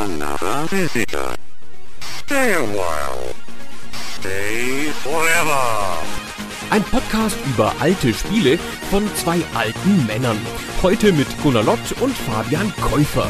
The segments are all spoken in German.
another visitor. Stay a while. Stay forever. Ein Podcast über alte Spiele von zwei alten Männern. Heute mit Gunnar Lott und Fabian Käufer.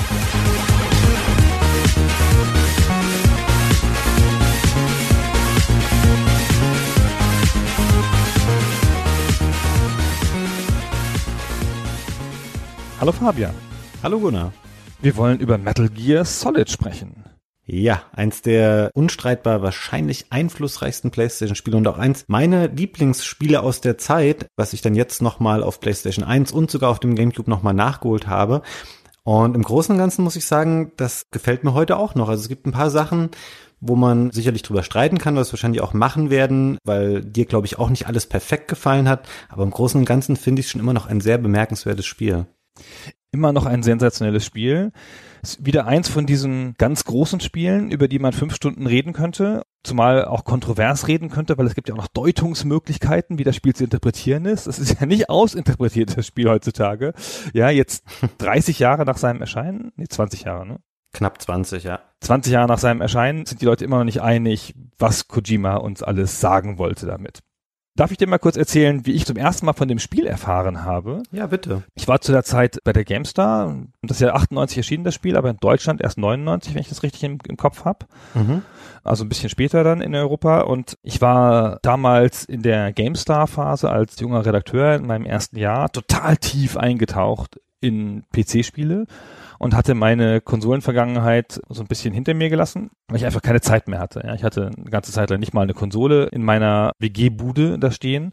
Hallo Fabian. Hallo Gunnar. Wir wollen über Metal Gear Solid sprechen. Ja, eins der unstreitbar wahrscheinlich einflussreichsten PlayStation-Spiele und auch eins meiner Lieblingsspiele aus der Zeit, was ich dann jetzt nochmal auf PlayStation 1 und sogar auf dem GameCube nochmal nachgeholt habe. Und im Großen und Ganzen muss ich sagen, das gefällt mir heute auch noch. Also es gibt ein paar Sachen, wo man sicherlich drüber streiten kann, was wir wahrscheinlich auch machen werden, weil dir, glaube ich, auch nicht alles perfekt gefallen hat. Aber im Großen und Ganzen finde ich es schon immer noch ein sehr bemerkenswertes Spiel. Immer noch ein sensationelles Spiel. Ist wieder eins von diesen ganz großen Spielen, über die man 5 Stunden reden könnte, zumal auch kontrovers reden könnte, weil es gibt ja auch noch Deutungsmöglichkeiten, wie das Spiel zu interpretieren ist. Es ist ja nicht ausinterpretiert, das Spiel heutzutage. Ja, jetzt 30 Jahre nach seinem Erscheinen, 20 Jahre, ne? Knapp 20, ja. 20 Jahre nach seinem Erscheinen sind die Leute immer noch nicht einig, was Kojima uns alles sagen wollte damit. Darf ich dir mal kurz erzählen, wie ich zum ersten Mal von dem Spiel erfahren habe? Ja, bitte. Ich war zu der Zeit bei der GameStar. Das ist ja 98 erschienen, das Spiel, aber in Deutschland erst 99, wenn ich das richtig im Kopf habe. Mhm. Also ein bisschen später dann in Europa. Und ich war damals in der GameStar-Phase als junger Redakteur in meinem ersten Jahr total tief eingetaucht in PC-Spiele und hatte meine Konsolenvergangenheit so ein bisschen hinter mir gelassen, weil ich einfach keine Zeit mehr hatte. Ja, ich hatte eine ganze Zeit lang nicht mal eine Konsole in meiner WG-Bude da stehen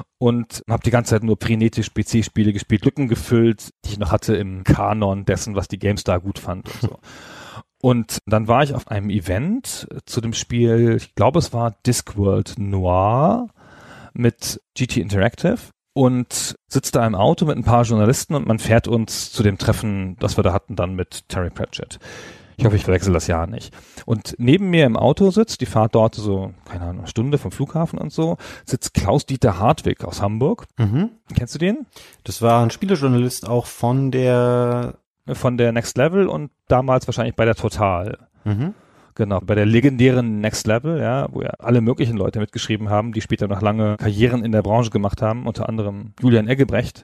und habe die ganze Zeit nur frenetisch PC-Spiele gespielt, Lücken gefüllt, die ich noch hatte im Kanon dessen, was die GameStar gut fand und so. Und dann war ich auf einem Event zu dem Spiel, ich glaube es war Discworld Noir mit GT Interactive. Und sitzt da im Auto mit ein paar Journalisten und man fährt uns zu dem Treffen, das wir da hatten, dann mit Terry Pratchett. Ich hoffe, ich verwechsel das ja nicht. Und neben mir im Auto sitzt, die Fahrt dort so, keine Ahnung, eine Stunde vom Flughafen und so, sitzt Klaus-Dieter Hartwig aus Hamburg. Mhm. Kennst du den? Das war ein Spielejournalist auch von der Next Level und damals wahrscheinlich bei der Total. Mhm. Genau, bei der legendären Next Level, ja, wo ja alle möglichen Leute mitgeschrieben haben, die später noch lange Karrieren in der Branche gemacht haben, unter anderem Julian Eggebrecht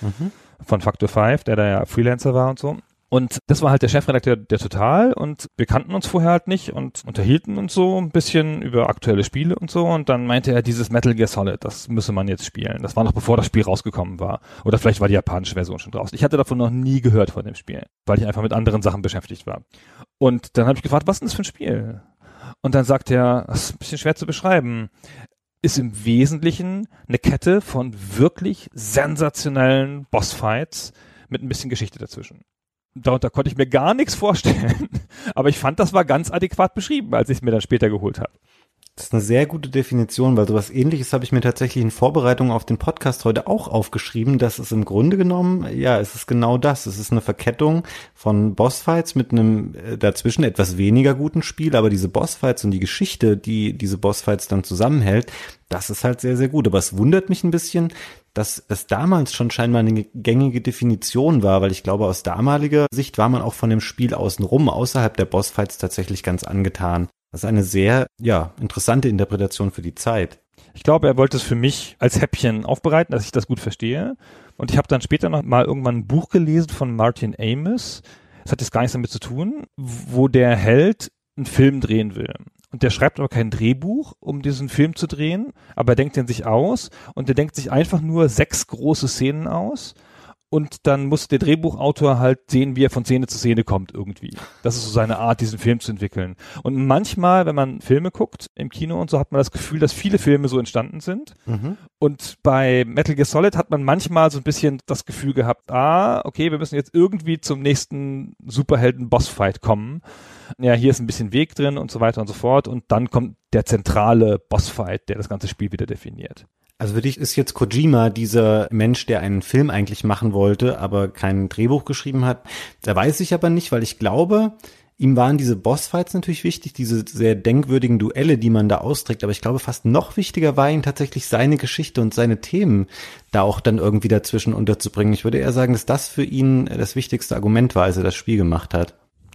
von Factor 5, der da ja Freelancer war und so. Und das war halt der Chefredakteur der Total und wir kannten uns vorher halt nicht und unterhielten uns so ein bisschen über aktuelle Spiele und so und dann meinte er, dieses Metal Gear Solid, das müsse man jetzt spielen. Das war noch bevor das Spiel rausgekommen war. Oder vielleicht war die japanische Version schon draußen. Ich hatte davon noch nie gehört von dem Spiel, weil ich einfach mit anderen Sachen beschäftigt war. Und dann habe ich gefragt, was ist denn das für ein Spiel? Und dann sagt er, das ist ein bisschen schwer zu beschreiben, ist im Wesentlichen eine Kette von wirklich sensationellen Bossfights mit ein bisschen Geschichte dazwischen. Darunter konnte ich mir gar nichts vorstellen, aber ich fand, das war ganz adäquat beschrieben, als ich es mir dann später geholt habe. Das ist eine sehr gute Definition, weil sowas Ähnliches habe ich mir tatsächlich in Vorbereitung auf den Podcast heute auch aufgeschrieben, dass es im Grunde genommen, ja, es ist genau das. Es ist eine Verkettung von Bossfights mit einem dazwischen etwas weniger guten Spiel, aber diese Bossfights und die Geschichte, die diese Bossfights dann zusammenhält, das ist halt sehr, sehr gut. Aber es wundert mich ein bisschen, dass es damals schon scheinbar eine gängige Definition war, weil ich glaube, aus damaliger Sicht war man auch von dem Spiel außenrum, außerhalb der Bossfights tatsächlich ganz angetan. Das ist eine sehr, ja, interessante Interpretation für die Zeit. Ich glaube, er wollte es für mich als Häppchen aufbereiten, dass ich das gut verstehe. Und ich habe dann später noch mal irgendwann ein Buch gelesen von Martin Amis. Das hat jetzt gar nichts damit zu tun, wo der Held einen Film drehen will. Und der schreibt aber kein Drehbuch, um diesen Film zu drehen, aber er denkt den sich aus und er denkt sich einfach nur 6 große Szenen aus und dann muss der Drehbuchautor halt sehen, wie er von Szene zu Szene kommt irgendwie. Das ist so seine Art, diesen Film zu entwickeln. Und manchmal, wenn man Filme guckt im Kino und so, hat man das Gefühl, dass viele Filme so entstanden sind. Mhm. Und bei Metal Gear Solid hat man manchmal so ein bisschen das Gefühl gehabt, okay, wir müssen jetzt irgendwie zum nächsten Superhelden-Bossfight kommen. Ja, hier ist ein bisschen Weg drin und so weiter und so fort. Und dann kommt der zentrale Bossfight, der das ganze Spiel wieder definiert. Also für dich ist jetzt Kojima dieser Mensch, der einen Film eigentlich machen wollte, aber kein Drehbuch geschrieben hat. Da weiß ich aber nicht, weil ich glaube, ihm waren diese Bossfights natürlich wichtig, diese sehr denkwürdigen Duelle, die man da austrägt. Aber ich glaube, fast noch wichtiger war ihm tatsächlich seine Geschichte und seine Themen da auch dann irgendwie dazwischen unterzubringen. Ich würde eher sagen, dass das für ihn das wichtigste Argument war, als er das Spiel gemacht hat.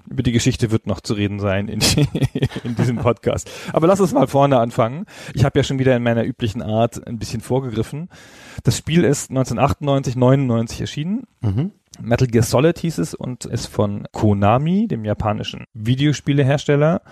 Über die Geschichte wird noch zu reden sein in diesem Podcast. Aber lass uns mal vorne anfangen. Ich habe ja schon wieder in meiner üblichen Art ein bisschen vorgegriffen. Das Spiel ist 1998, 99 erschienen. Metal Gear Solid hieß es und ist von Konami, dem japanischen Videospielehersteller.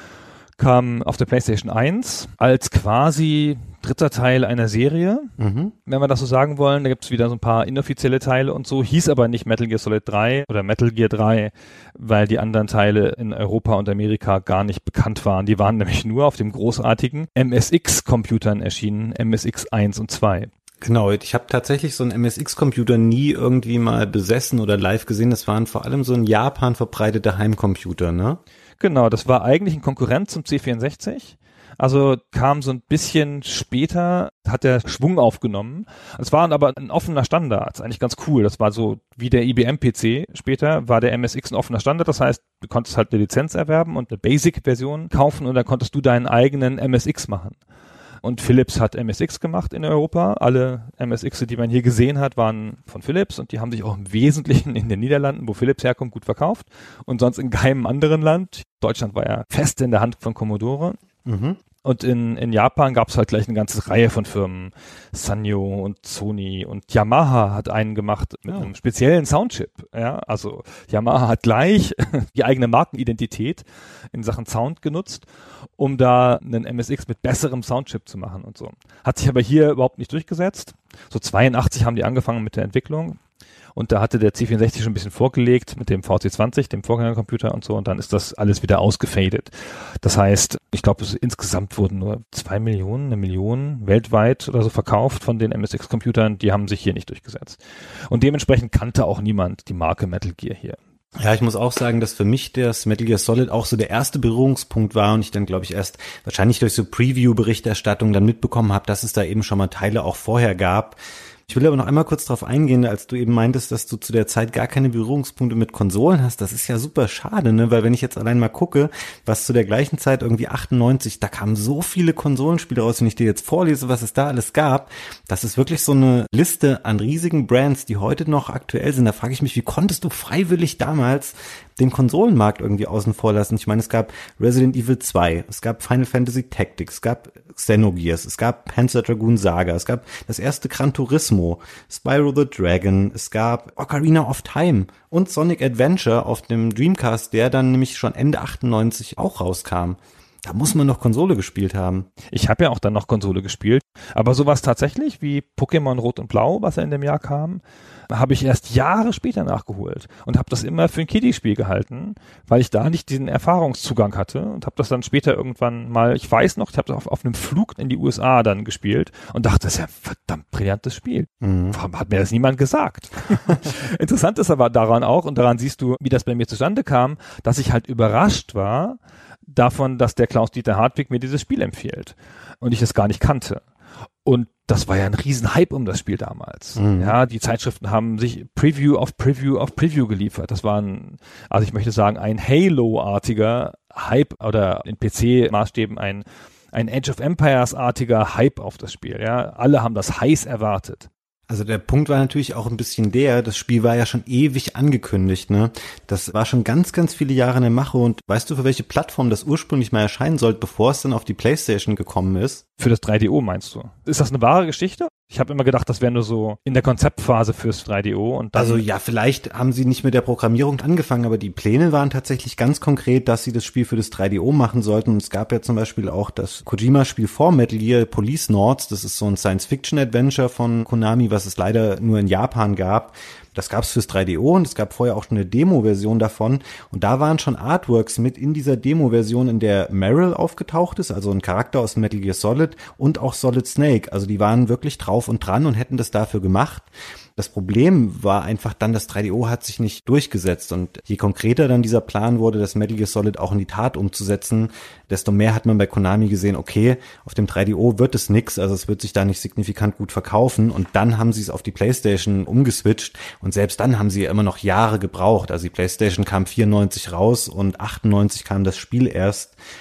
Kam auf der PlayStation 1 als quasi dritter Teil einer Serie, wenn wir das so sagen wollen. Da gibt es wieder so ein paar inoffizielle Teile und so, hieß aber nicht Metal Gear Solid 3 oder Metal Gear 3, weil die anderen Teile in Europa und Amerika gar nicht bekannt waren. Die waren nämlich nur auf dem großartigen MSX-Computern erschienen, MSX 1 und 2. Genau, ich habe tatsächlich so einen MSX-Computer nie irgendwie mal besessen oder live gesehen. Das waren vor allem so in Japan verbreitete Heimcomputer, ne? Genau, das war eigentlich ein Konkurrent zum C64. Also kam so ein bisschen später, hat der Schwung aufgenommen. Es war aber ein offener Standard, das ist eigentlich ganz cool. Das war so wie der IBM-PC. Später war der MSX ein offener Standard, das heißt, du konntest halt eine Lizenz erwerben und eine Basic-Version kaufen und dann konntest du deinen eigenen MSX machen. Und Philips hat MSX gemacht in Europa. Alle MSX, die man hier gesehen hat, waren von Philips und die haben sich auch im Wesentlichen in den Niederlanden, wo Philips herkommt, gut verkauft und sonst in keinem anderen Land. Deutschland war ja fest in der Hand von Commodore. Und in Japan gab es halt gleich eine ganze Reihe von Firmen. Sanyo und Sony und Yamaha hat einen gemacht mit einem speziellen Soundchip. Ja, also Yamaha hat gleich die eigene Markenidentität in Sachen Sound genutzt, um da einen MSX mit besserem Soundchip zu machen und so. Hat sich aber hier überhaupt nicht durchgesetzt. So 82 haben die angefangen mit der Entwicklung. Und da hatte der C64 schon ein bisschen vorgelegt mit dem VC20, dem Vorgängercomputer und so. Und dann ist das alles wieder ausgefadet. Das heißt, ich glaube, insgesamt wurden nur 2 Millionen, 1 Million weltweit oder so verkauft von den MSX-Computern. Die haben sich hier nicht durchgesetzt. Und dementsprechend kannte auch niemand die Marke Metal Gear hier. Ja, ich muss auch sagen, dass für mich das Metal Gear Solid auch so der erste Berührungspunkt war und ich dann, glaube ich, erst wahrscheinlich durch so Preview-Berichterstattung dann mitbekommen habe, dass es da eben schon mal Teile auch vorher gab. Ich will aber noch einmal kurz darauf eingehen, als du eben meintest, dass du zu der Zeit gar keine Berührungspunkte mit Konsolen hast. Das ist ja super schade, ne? Weil wenn ich jetzt allein mal gucke, was zu der gleichen Zeit irgendwie 98, da kamen so viele Konsolenspiele raus, wenn ich dir jetzt vorlese, was es da alles gab, das ist wirklich so eine Liste an riesigen Brands, die heute noch aktuell sind. Da frage ich mich, wie konntest du freiwillig damals den Konsolenmarkt irgendwie außen vor lassen? Ich meine, es gab Resident Evil 2, es gab Final Fantasy Tactics, es gab Xenogears, es gab Panzer Dragoon Saga, es gab das erste Gran Turismo, Spyro the Dragon, es gab Ocarina of Time und Sonic Adventure auf dem Dreamcast, der dann nämlich schon Ende 98 auch rauskam. Da muss man noch Konsole gespielt haben. Ich habe ja auch dann noch Konsole gespielt, aber sowas tatsächlich wie Pokémon Rot und Blau, was ja in dem Jahr kam, habe ich erst Jahre später nachgeholt und habe das immer für ein Kiddie-Spiel gehalten, weil ich da nicht diesen Erfahrungszugang hatte und habe das dann später irgendwann mal, ich weiß noch, ich habe das auf einem Flug in die USA dann gespielt und dachte, das ist ja ein verdammt brillantes Spiel. Warum hat mir das niemand gesagt? Interessant ist aber daran auch, und daran siehst du, wie das bei mir zustande kam, dass ich halt überrascht war davon, dass der Klaus-Dieter Hartwig mir dieses Spiel empfiehlt und ich es gar nicht kannte. Und das war ja ein Riesen-Hype um das Spiel damals. Ja, die Zeitschriften haben sich Preview auf Preview auf Preview geliefert. Das war also ich möchte sagen, ein Halo-artiger Hype oder in PC-Maßstäben ein Age of Empires-artiger Hype auf das Spiel. Ja, alle haben das heiß erwartet. Also der Punkt war natürlich auch ein bisschen das Spiel war ja schon ewig angekündigt, ne? Das war schon ganz, ganz viele Jahre in der Mache und weißt du, für welche Plattform das ursprünglich mal erscheinen sollte, bevor es dann auf die PlayStation gekommen ist? Für das 3DO meinst du? Ist das eine wahre Geschichte? Ich habe immer gedacht, das wäre nur so in der Konzeptphase fürs 3DO und dann also ja, vielleicht haben sie nicht mit der Programmierung angefangen, aber die Pläne waren tatsächlich ganz konkret, dass sie das Spiel für das 3DO machen sollten. Und es gab ja zum Beispiel auch das Kojima-Spiel vor Metal Gear, Policenauts. Das ist so ein Science-Fiction-Adventure von Konami, was es leider nur in Japan gab. Das gab's fürs 3DO und es gab vorher auch schon eine Demo-Version davon. Und da waren schon Artworks mit in dieser Demo-Version, in der Meryl aufgetaucht ist, also ein Charakter aus Metal Gear Solid und auch Solid Snake. Also die waren wirklich drauf und dran und hätten das dafür gemacht. Das Problem war einfach dann, das 3DO hat sich nicht durchgesetzt und je konkreter dann dieser Plan wurde, das Metal Gear Solid auch in die Tat umzusetzen, desto mehr hat man bei Konami gesehen, okay, auf dem 3DO wird es nix, also es wird sich da nicht signifikant gut verkaufen und dann haben sie es auf die PlayStation umgeswitcht und selbst dann haben sie ja immer noch Jahre gebraucht, also die PlayStation kam 94 raus und 98 kam das Spiel erst.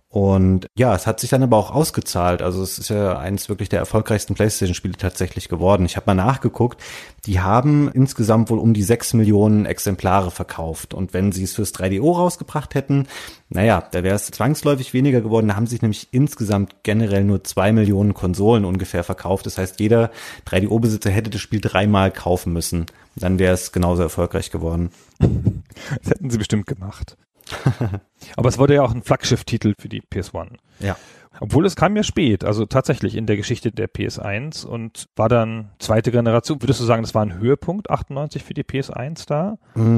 Und ja, es hat sich dann aber auch ausgezahlt. Also es ist ja eines wirklich der erfolgreichsten PlayStation-Spiele tatsächlich geworden. Ich habe mal nachgeguckt, die haben insgesamt wohl um die 6 Millionen Exemplare verkauft. Und wenn sie es fürs 3DO rausgebracht hätten, naja, da wäre es zwangsläufig weniger geworden. Da haben sich nämlich insgesamt generell nur 2 Millionen Konsolen ungefähr verkauft. Das heißt, jeder 3DO-Besitzer hätte das Spiel 3-mal kaufen müssen. Dann wäre es genauso erfolgreich geworden. Das hätten sie bestimmt gemacht. Aber es wurde ja auch ein Flaggschiff-Titel für die PS1. Ja. Obwohl es kam ja spät, also tatsächlich in der Geschichte der PS1 und war dann zweite Generation. Würdest du sagen, das war ein Höhepunkt 98 für die PS1 da?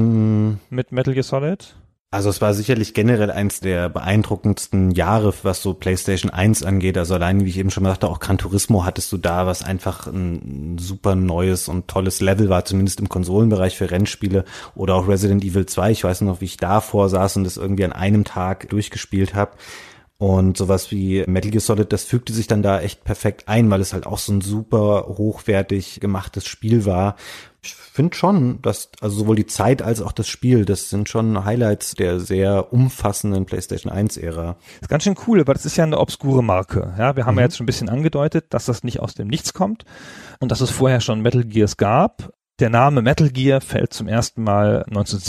Mit Metal Gear Solid? Also es war sicherlich generell eins der beeindruckendsten Jahre, was so PlayStation 1 angeht. Also allein, wie ich eben schon mal sagte, auch Gran Turismo hattest du da, was einfach ein super neues und tolles Level war, zumindest im Konsolenbereich für Rennspiele. Oder auch Resident Evil 2. Ich weiß noch, wie ich davor saß und das irgendwie an einem Tag durchgespielt habe. Und sowas wie Metal Gear Solid, das fügte sich dann da echt perfekt ein, weil es halt auch so ein super hochwertig gemachtes Spiel war. Ich finde schon, dass also sowohl die Zeit als auch das Spiel, das sind schon Highlights der sehr umfassenden PlayStation 1-Ära. Das ist ganz schön cool, weil das ist ja eine obskure Marke. Ja, wir haben ja jetzt schon ein bisschen angedeutet, dass das nicht aus dem Nichts kommt und dass es vorher schon Metal Gears gab. Der Name Metal Gear fällt zum ersten Mal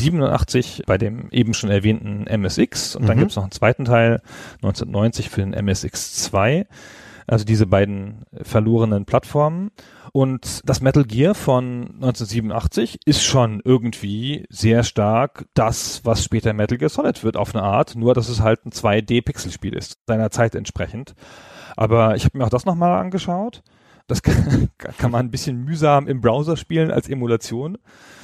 1987 bei dem eben schon erwähnten MSX und dann gibt es noch einen zweiten Teil 1990 für den MSX2. Also diese beiden verlorenen Plattformen. Und das Metal Gear von 1987 ist schon irgendwie sehr stark das, was später Metal Gear Solid wird auf eine Art, nur dass es halt ein 2D-Pixelspiel ist, seiner Zeit entsprechend. Aber ich habe mir auch das nochmal angeschaut. Das kann man ein bisschen mühsam im Browser spielen als Emulation.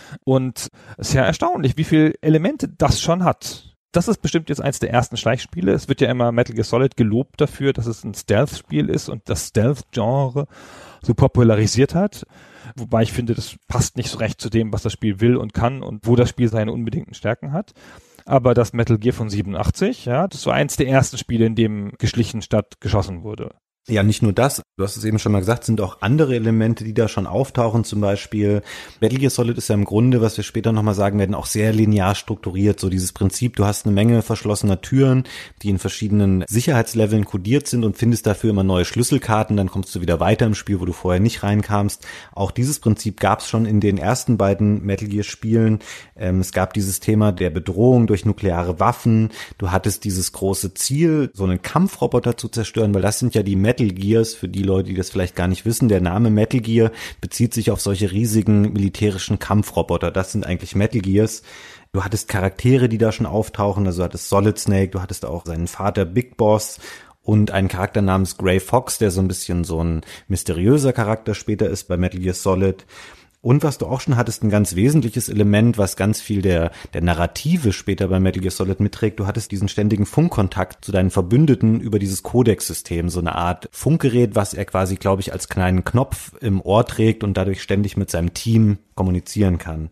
Und es ist ja erstaunlich, wie viele Elemente das schon hat. Das ist bestimmt jetzt eins der ersten Schleichspiele. Es wird ja immer Metal Gear Solid gelobt dafür, dass es ein Stealth-Spiel ist und das Stealth-Genre so popularisiert hat. Wobei ich finde, das passt nicht so recht zu dem, was das Spiel will und kann und wo das Spiel seine unbedingten Stärken hat. Aber das Metal Gear von 87, ja, das war eins der ersten Spiele, in dem geschlichen statt geschossen wurde. Ja, nicht nur das, du hast es eben schon mal gesagt, sind auch andere Elemente, die da schon auftauchen, zum Beispiel Metal Gear Solid ist ja im Grunde, was wir später nochmal sagen werden, auch sehr linear strukturiert, so dieses Prinzip, du hast eine Menge verschlossener Türen, die in verschiedenen Sicherheitsleveln kodiert sind und findest dafür immer neue Schlüsselkarten, dann kommst du wieder weiter im Spiel, wo du vorher nicht reinkamst. Auch dieses Prinzip gab es schon in den ersten beiden Metal Gear Spielen. Es gab dieses Thema der Bedrohung durch nukleare Waffen, du hattest dieses große Ziel, so einen Kampfroboter zu zerstören, weil das sind ja die Metal Gears, für die Leute, die das vielleicht gar nicht wissen. Der Name Metal Gear bezieht sich auf solche riesigen militärischen Kampfroboter. Das sind eigentlich Metal Gears. Du hattest Charaktere, die da schon auftauchen. Also du hattest Solid Snake, du hattest auch seinen Vater Big Boss und einen Charakter namens Grey Fox, der so ein bisschen so ein mysteriöser Charakter später ist bei Metal Gear Solid. Und was du auch schon hattest, ein ganz wesentliches Element, was ganz viel der Narrative später bei Metal Gear Solid mitträgt. Du hattest diesen ständigen Funkkontakt zu deinen Verbündeten über dieses Codex-System, so eine Art Funkgerät, was er quasi, glaube ich, als kleinen Knopf im Ohr trägt und dadurch ständig mit seinem Team kommunizieren kann.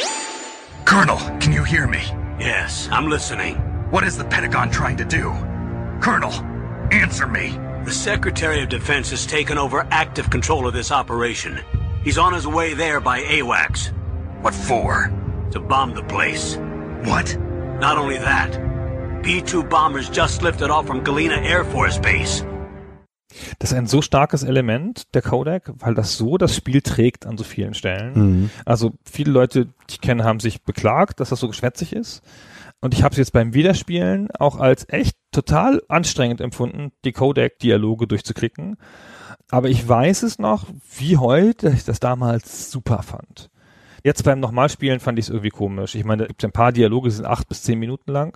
Colonel, can you hear me? Yes, I'm listening. What is the Pentagon trying to do? Colonel, answer me. The Secretary of Defense has taken over active control of this operation. He's on his way there by AWACS. What for? To bomb the place. What? Not only that, B-2 bombers just lifted off from Galena Air Force Base. Das ist ein so starkes Element, der Codec, weil das so das Spiel trägt an so vielen Stellen. Also viele Leute, die ich kenne, haben sich beklagt, dass das so geschwätzig ist. Und ich habe es jetzt beim Wiederspielen auch als echt total anstrengend empfunden, die Codec-Dialoge durchzuklicken. Aber ich weiß es noch, wie heute ich das damals super fand. Jetzt beim Nochmalspielen fand ich es irgendwie komisch. Ich meine, da gibt es ein paar Dialoge, die sind 8 bis 10 Minuten lang.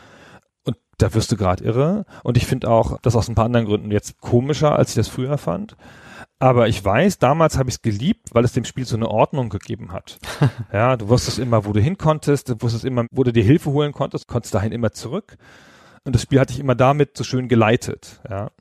Und da wirst du gerade irre. Und ich finde auch das aus ein paar anderen Gründen jetzt komischer, als ich das früher fand. Aber ich weiß, damals habe ich es geliebt, weil es dem Spiel so eine Ordnung gegeben hat. Ja, du wusstest immer, wo du hin konntest, du wusstest immer, wo du dir Hilfe holen konntest, konntest dahin immer zurück. Und das Spiel hat dich immer damit so schön geleitet, ja.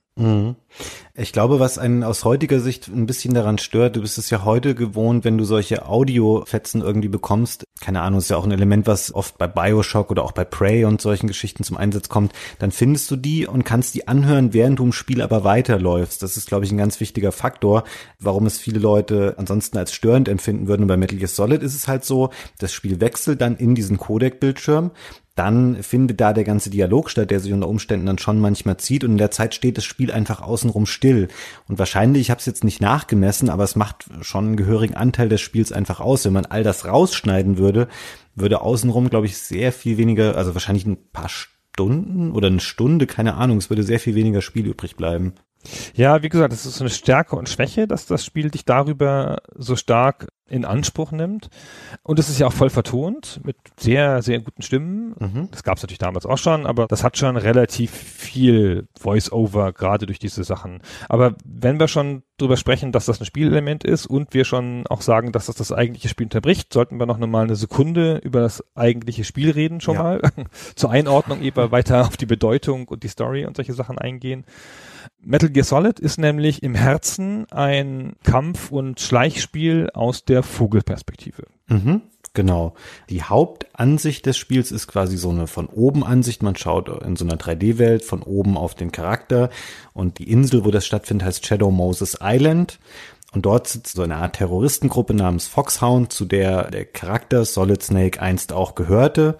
Ich glaube, was einen aus heutiger Sicht ein bisschen daran stört, du bist es ja heute gewohnt, wenn du solche Audiofetzen irgendwie bekommst, keine Ahnung, ist ja auch ein Element, was oft bei Bioshock oder auch bei Prey und solchen Geschichten zum Einsatz kommt, dann findest du die und kannst die anhören, während du im Spiel aber weiterläufst. Das ist, glaube ich, ein ganz wichtiger Faktor, warum es viele Leute ansonsten als störend empfinden würden. Und bei Metal Gear Solid ist es halt so, das Spiel wechselt dann in diesen Codec-Bildschirm, dann findet da der ganze Dialog statt, der sich unter Umständen dann schon manchmal zieht und in der Zeit steht das Spiel einfach außenrum still. Und wahrscheinlich, ich habe es jetzt nicht nachgemessen, aber es macht schon einen gehörigen Anteil des Spiels einfach aus. Wenn man all das rausschneiden würde außenrum, glaube ich, sehr viel weniger, also wahrscheinlich ein paar Stunden oder eine Stunde, keine Ahnung, es würde sehr viel weniger Spiel übrig bleiben. Ja, wie gesagt, es ist so eine Stärke und Schwäche, dass das Spiel dich darüber so stark in Anspruch nimmt. Und es ist ja auch voll vertont mit sehr, sehr guten Stimmen. Das gab es natürlich damals auch schon, aber das hat schon relativ viel Voice-Over, gerade durch diese Sachen. Aber wenn wir schon drüber sprechen, dass das ein Spielelement ist und wir schon auch sagen, dass das eigentliche Spiel unterbricht, sollten wir noch mal eine Sekunde über das eigentliche Spiel reden schon mal. Zur Einordnung eben weiter auf die Bedeutung und die Story und solche Sachen eingehen. Metal Gear Solid ist nämlich im Herzen ein Kampf- und Schleichspiel aus der Vogelperspektive. Genau. Die Hauptansicht des Spiels ist quasi so eine von oben Ansicht. Man schaut in so einer 3D-Welt von oben auf den Charakter und die Insel, wo das stattfindet, heißt Shadow Moses Island. Und dort sitzt so eine Art Terroristengruppe namens Foxhound, zu der der Charakter Solid Snake einst auch gehörte.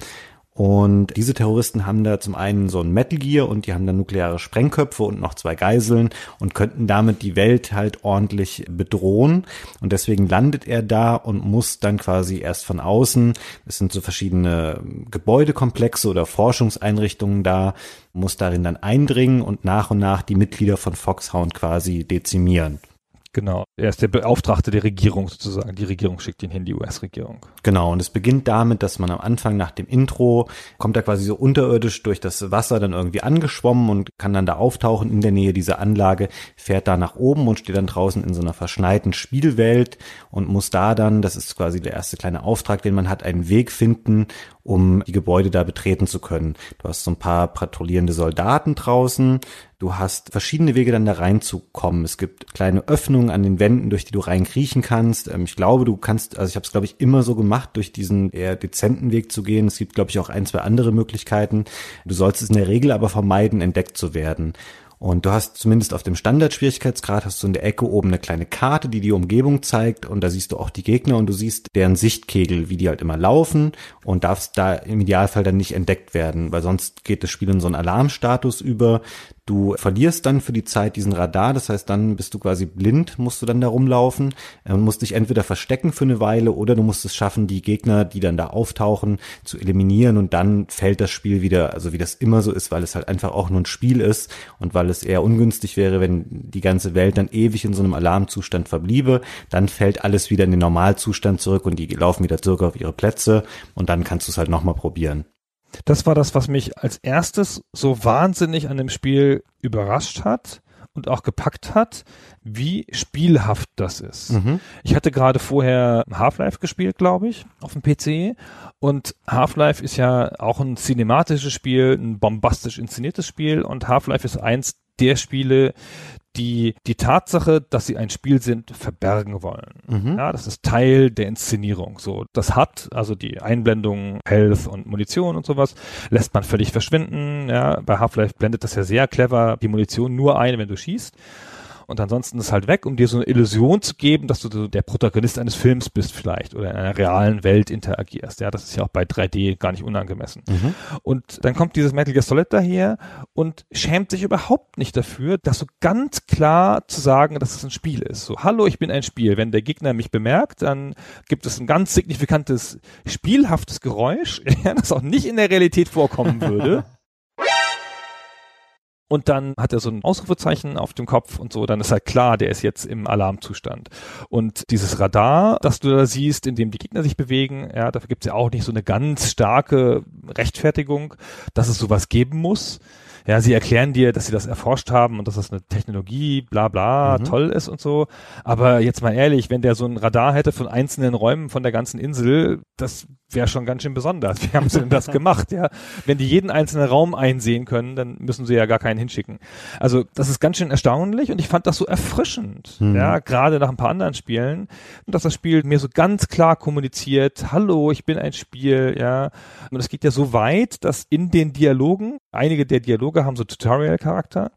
Und diese Terroristen haben da zum einen so ein Metal Gear und die haben da nukleare Sprengköpfe und noch 2 Geiseln und könnten damit die Welt halt ordentlich bedrohen. Und deswegen landet er da und muss dann quasi erst von außen, es sind so verschiedene Gebäudekomplexe oder Forschungseinrichtungen da, muss darin dann eindringen und nach die Mitglieder von Foxhound quasi dezimieren. Genau, er ist der Beauftragte der Regierung sozusagen. Die Regierung schickt ihn hin, die US-Regierung. Genau, und es beginnt damit, dass man am Anfang nach dem Intro kommt er quasi so unterirdisch durch das Wasser dann irgendwie angeschwommen und kann dann da auftauchen in der Nähe dieser Anlage, fährt da nach oben und steht dann draußen in so einer verschneiten Spielwelt und muss da dann, das ist quasi der erste kleine Auftrag, den man hat, einen Weg finden, um die Gebäude da betreten zu können. Du hast so ein paar patrouillierende Soldaten draußen, du hast verschiedene Wege dann da reinzukommen. Es gibt kleine Öffnungen an den Wänden, durch die du reinkriechen kannst. Ich glaube, du kannst, also ich habe es glaube ich immer so gemacht, durch diesen eher dezenten Weg zu gehen. Es gibt glaube ich auch 1, 2 andere Möglichkeiten. Du sollst es in der Regel aber vermeiden, entdeckt zu werden. Und du hast zumindest auf dem Standard-Schwierigkeitsgrad hast du in der Ecke oben eine kleine Karte, die Umgebung zeigt und da siehst du auch die Gegner und du siehst deren Sichtkegel, wie die halt immer laufen und darfst da im Idealfall dann nicht entdeckt werden, weil sonst geht das Spiel in so einen Alarmstatus über. Du verlierst dann für die Zeit diesen Radar, das heißt, dann bist du quasi blind, musst du dann da rumlaufen und musst dich entweder verstecken für eine Weile oder du musst es schaffen, die Gegner, die dann da auftauchen, zu eliminieren und dann fällt das Spiel wieder, also wie das immer so ist, weil es halt einfach auch nur ein Spiel ist und weil es eher ungünstig wäre, wenn die ganze Welt dann ewig in so einem Alarmzustand verbliebe, dann fällt alles wieder in den Normalzustand zurück und die laufen wieder zurück auf ihre Plätze und dann kannst du es halt nochmal probieren. Das war das, was mich als erstes so wahnsinnig an dem Spiel überrascht hat und auch gepackt hat, wie spielhaft das ist. Ich hatte gerade vorher Half-Life gespielt, glaube ich, auf dem PC und Half-Life ist ja auch ein cinematisches Spiel, ein bombastisch inszeniertes Spiel und Half-Life ist eins der Spiele, die Tatsache, dass sie ein Spiel sind, verbergen wollen. Ja, das ist Teil der Inszenierung. So, das hat, also die Einblendung, Health und Munition und sowas, lässt man völlig verschwinden. Ja, bei Half-Life blendet das ja sehr clever die Munition nur ein, wenn du schießt. Und ansonsten ist halt weg, um dir so eine Illusion zu geben, dass du der Protagonist eines Films bist vielleicht oder in einer realen Welt interagierst. Ja, das ist ja auch bei 3D gar nicht unangemessen. Und dann kommt dieses Metal Gear Solid daher und schämt sich überhaupt nicht dafür, das so ganz klar zu sagen, dass es ein Spiel ist. So, hallo, ich bin ein Spiel. Wenn der Gegner mich bemerkt, dann gibt es ein ganz signifikantes, spielhaftes Geräusch, das auch nicht in der Realität vorkommen würde. Und dann hat er so ein Ausrufezeichen auf dem Kopf und so, dann ist halt klar, der ist jetzt im Alarmzustand. Und dieses Radar, das du da siehst, in dem die Gegner sich bewegen, ja, dafür gibt's ja auch nicht so eine ganz starke Rechtfertigung, dass es sowas geben muss. Ja, sie erklären dir, dass sie das erforscht haben und dass das eine Technologie, bla bla, toll ist und so. Aber jetzt mal ehrlich, wenn der so ein Radar hätte von einzelnen Räumen von der ganzen Insel, das wäre schon ganz schön besonders. Wie haben sie denn das gemacht? Ja, wenn die jeden einzelnen Raum einsehen können, dann müssen sie ja gar keinen hinschicken. Also das ist ganz schön erstaunlich und ich fand das so erfrischend. Ja, gerade nach ein paar anderen Spielen, dass das Spiel mir so ganz klar kommuniziert, hallo, ich bin ein Spiel, ja. Und es geht ja so weit, dass in den Dialogen, einige der Dialoge haben so Tutorial-Charakter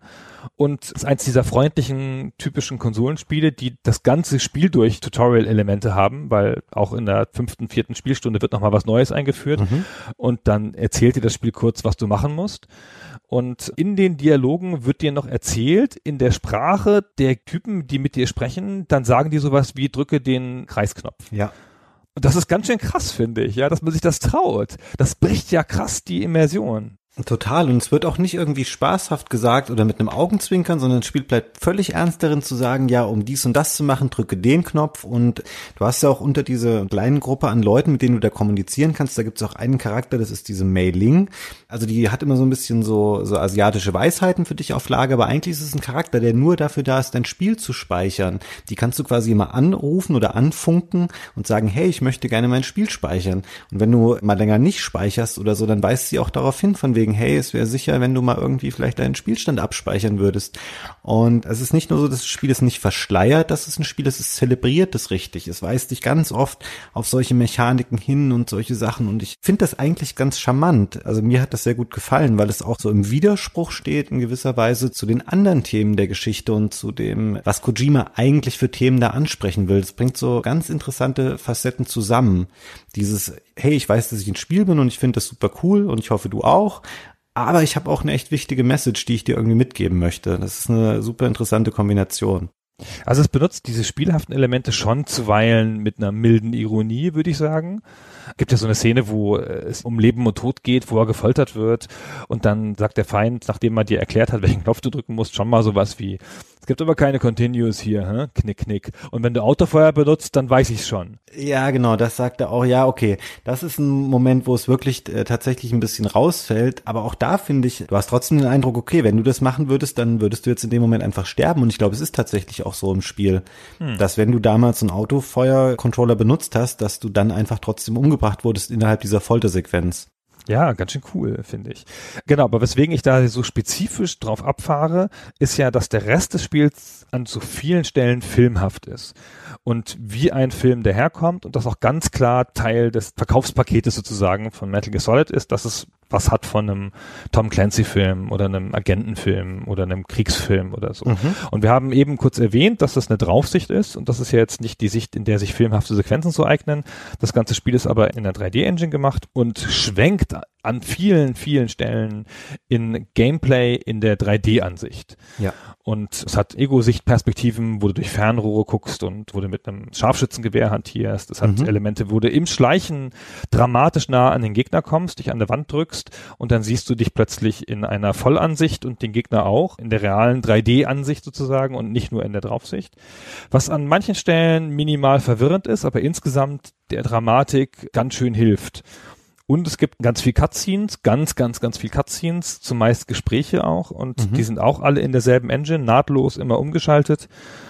und ist eins dieser freundlichen, typischen Konsolenspiele, die das ganze Spiel durch Tutorial-Elemente haben, weil auch in der 5., 4. Spielstunde wird nochmal was Neues eingeführt und dann erzählt dir das Spiel kurz, was du machen musst. Und in den Dialogen wird dir noch erzählt, in der Sprache der Typen, die mit dir sprechen, dann sagen die sowas wie, drücke den Kreisknopf. Ja. Und das ist ganz schön krass, finde ich, ja, dass man sich das traut. Das bricht ja krass die Immersion. Total, und es wird auch nicht irgendwie spaßhaft gesagt oder mit einem Augenzwinkern, sondern das Spiel bleibt völlig ernst darin zu sagen, ja, um dies und das zu machen, drücke den Knopf, und du hast ja auch unter dieser kleinen Gruppe an Leuten, mit denen du da kommunizieren kannst, da gibt es auch einen Charakter, das ist diese Mei Ling, also die hat immer so ein bisschen so asiatische Weisheiten für dich auf Lager, aber eigentlich ist es ein Charakter, der nur dafür da ist, dein Spiel zu speichern. Die kannst du quasi immer anrufen oder anfunken und sagen, hey, ich möchte gerne mein Spiel speichern, und wenn du mal länger nicht speicherst oder so, dann weist sie auch darauf hin, von wegen, hey, es wäre sicher, wenn du mal irgendwie vielleicht deinen Spielstand abspeichern würdest. Und es ist nicht nur so, dass das Spiel es nicht verschleiert, dass es ein Spiel ist, es zelebriert es richtig. Es weist dich ganz oft auf solche Mechaniken hin und solche Sachen, und ich finde das eigentlich ganz charmant. Also mir hat das sehr gut gefallen, weil es auch so im Widerspruch steht in gewisser Weise zu den anderen Themen der Geschichte und zu dem, was Kojima eigentlich für Themen da ansprechen will. Es bringt so ganz interessante Facetten zusammen. Dieses, hey, ich weiß, dass ich ein Spiel bin und ich finde das super cool und ich hoffe, du auch. Aber ich habe auch eine echt wichtige Message, die ich dir irgendwie mitgeben möchte. Das ist eine super interessante Kombination. Also es benutzt diese spielhaften Elemente schon zuweilen mit einer milden Ironie, würde ich sagen. Gibt ja so eine Szene, wo es um Leben und Tod geht, wo er gefoltert wird, und dann sagt der Feind, nachdem er dir erklärt hat, welchen Knopf du drücken musst, schon mal sowas wie, es gibt aber keine Continues hier, hä? Knick, knick. Und wenn du Autofeuer benutzt, dann weiß ich's schon. Ja, genau, das sagt er auch. Ja, okay, das ist ein Moment, wo es wirklich tatsächlich ein bisschen rausfällt, aber auch da finde ich, du hast trotzdem den Eindruck, okay, wenn du das machen würdest, dann würdest du jetzt in dem Moment einfach sterben, und ich glaube, es ist tatsächlich auch so im Spiel, dass wenn du damals einen Autofeuer-Controller benutzt hast, dass du dann einfach trotzdem umgebracht wurdest innerhalb dieser Foltersequenz. Ja, ganz schön cool, finde ich. Genau, aber weswegen ich da so spezifisch drauf abfahre, ist ja, dass der Rest des Spiels an so vielen Stellen filmhaft ist. Und wie ein Film daherkommt und das auch ganz klar Teil des Verkaufspaketes sozusagen von Metal Gear Solid ist, dass es was hat von einem Tom Clancy-Film oder einem Agentenfilm oder einem Kriegsfilm oder so. Und wir haben eben kurz erwähnt, dass das eine Draufsicht ist, und das ist ja jetzt nicht die Sicht, in der sich filmhafte Sequenzen so eignen. Das ganze Spiel ist aber in der 3D-Engine gemacht und schwenkt an vielen, vielen Stellen in Gameplay in der 3D-Ansicht. Ja. Und es hat Ego-Sichtperspektiven, wo du durch Fernrohre guckst und wo du mit einem Scharfschützengewehr hantierst. Es hat Elemente, wo du im Schleichen dramatisch nah an den Gegner kommst, dich an der Wand drückst, und dann siehst du dich plötzlich in einer Vollansicht und den Gegner auch, in der realen 3D-Ansicht sozusagen und nicht nur in der Draufsicht. Was an manchen Stellen minimal verwirrend ist, aber insgesamt der Dramatik ganz schön hilft. Und es gibt ganz viel Cutscenes, ganz viel Cutscenes, zumeist Gespräche auch, und die sind auch alle in derselben Engine, nahtlos immer umgeschaltet,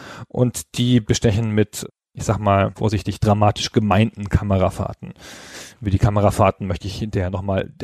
und die bestechen mit, ich sag mal vorsichtig, dramatisch gemeinten Kamerafahrten. Über die Kamerafahrten möchte ich hinterher nochmal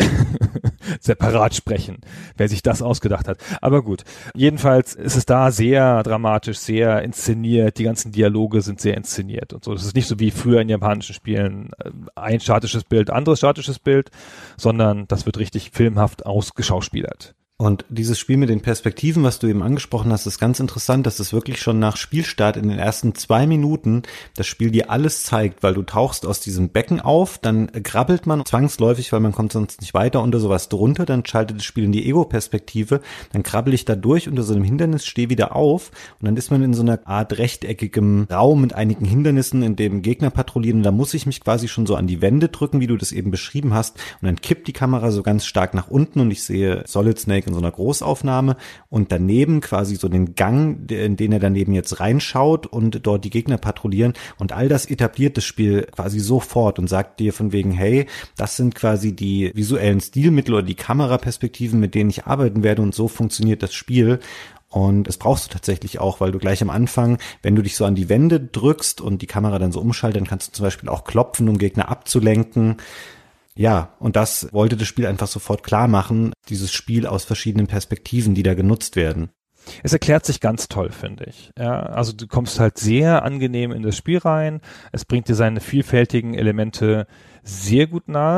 separat sprechen, wer sich das ausgedacht hat. Aber gut, jedenfalls ist es da sehr dramatisch, sehr inszeniert, die ganzen Dialoge sind sehr inszeniert und so. Das ist nicht so wie früher in japanischen Spielen, ein statisches Bild, anderes statisches Bild, sondern das wird richtig filmhaft ausgeschauspielert. Und dieses Spiel mit den Perspektiven, was du eben angesprochen hast, ist ganz interessant, dass es wirklich schon nach Spielstart in den ersten 2 Minuten das Spiel dir alles zeigt, weil du tauchst aus diesem Becken auf, dann grabbelt man zwangsläufig, weil man kommt sonst nicht weiter, unter sowas drunter, dann schaltet das Spiel in die Ego-Perspektive, dann krabbel ich da durch unter so einem Hindernis, stehe wieder auf, und dann ist man in so einer Art rechteckigem Raum mit einigen Hindernissen, in dem Gegner patrouillieren, und da muss ich mich quasi schon so an die Wände drücken, wie du das eben beschrieben hast, und dann kippt die Kamera so ganz stark nach unten und ich sehe Solid Snake in so einer Großaufnahme und daneben quasi so den Gang, in den er daneben jetzt reinschaut und dort die Gegner patrouillieren, und all das etabliert das Spiel quasi sofort und sagt dir von wegen, hey, das sind quasi die visuellen Stilmittel oder die Kameraperspektiven, mit denen ich arbeiten werde, und so funktioniert das Spiel. Und das brauchst du tatsächlich auch, weil du gleich am Anfang, wenn du dich so an die Wände drückst und die Kamera dann so umschaltet, dann kannst du zum Beispiel auch klopfen, um Gegner abzulenken. Ja, und das wollte das Spiel einfach sofort klar machen, dieses Spiel aus verschiedenen Perspektiven, die da genutzt werden. Es erklärt sich ganz toll, finde ich. Ja, also du kommst halt sehr angenehm in das Spiel rein. Es bringt dir seine vielfältigen Elemente sehr gut nahe.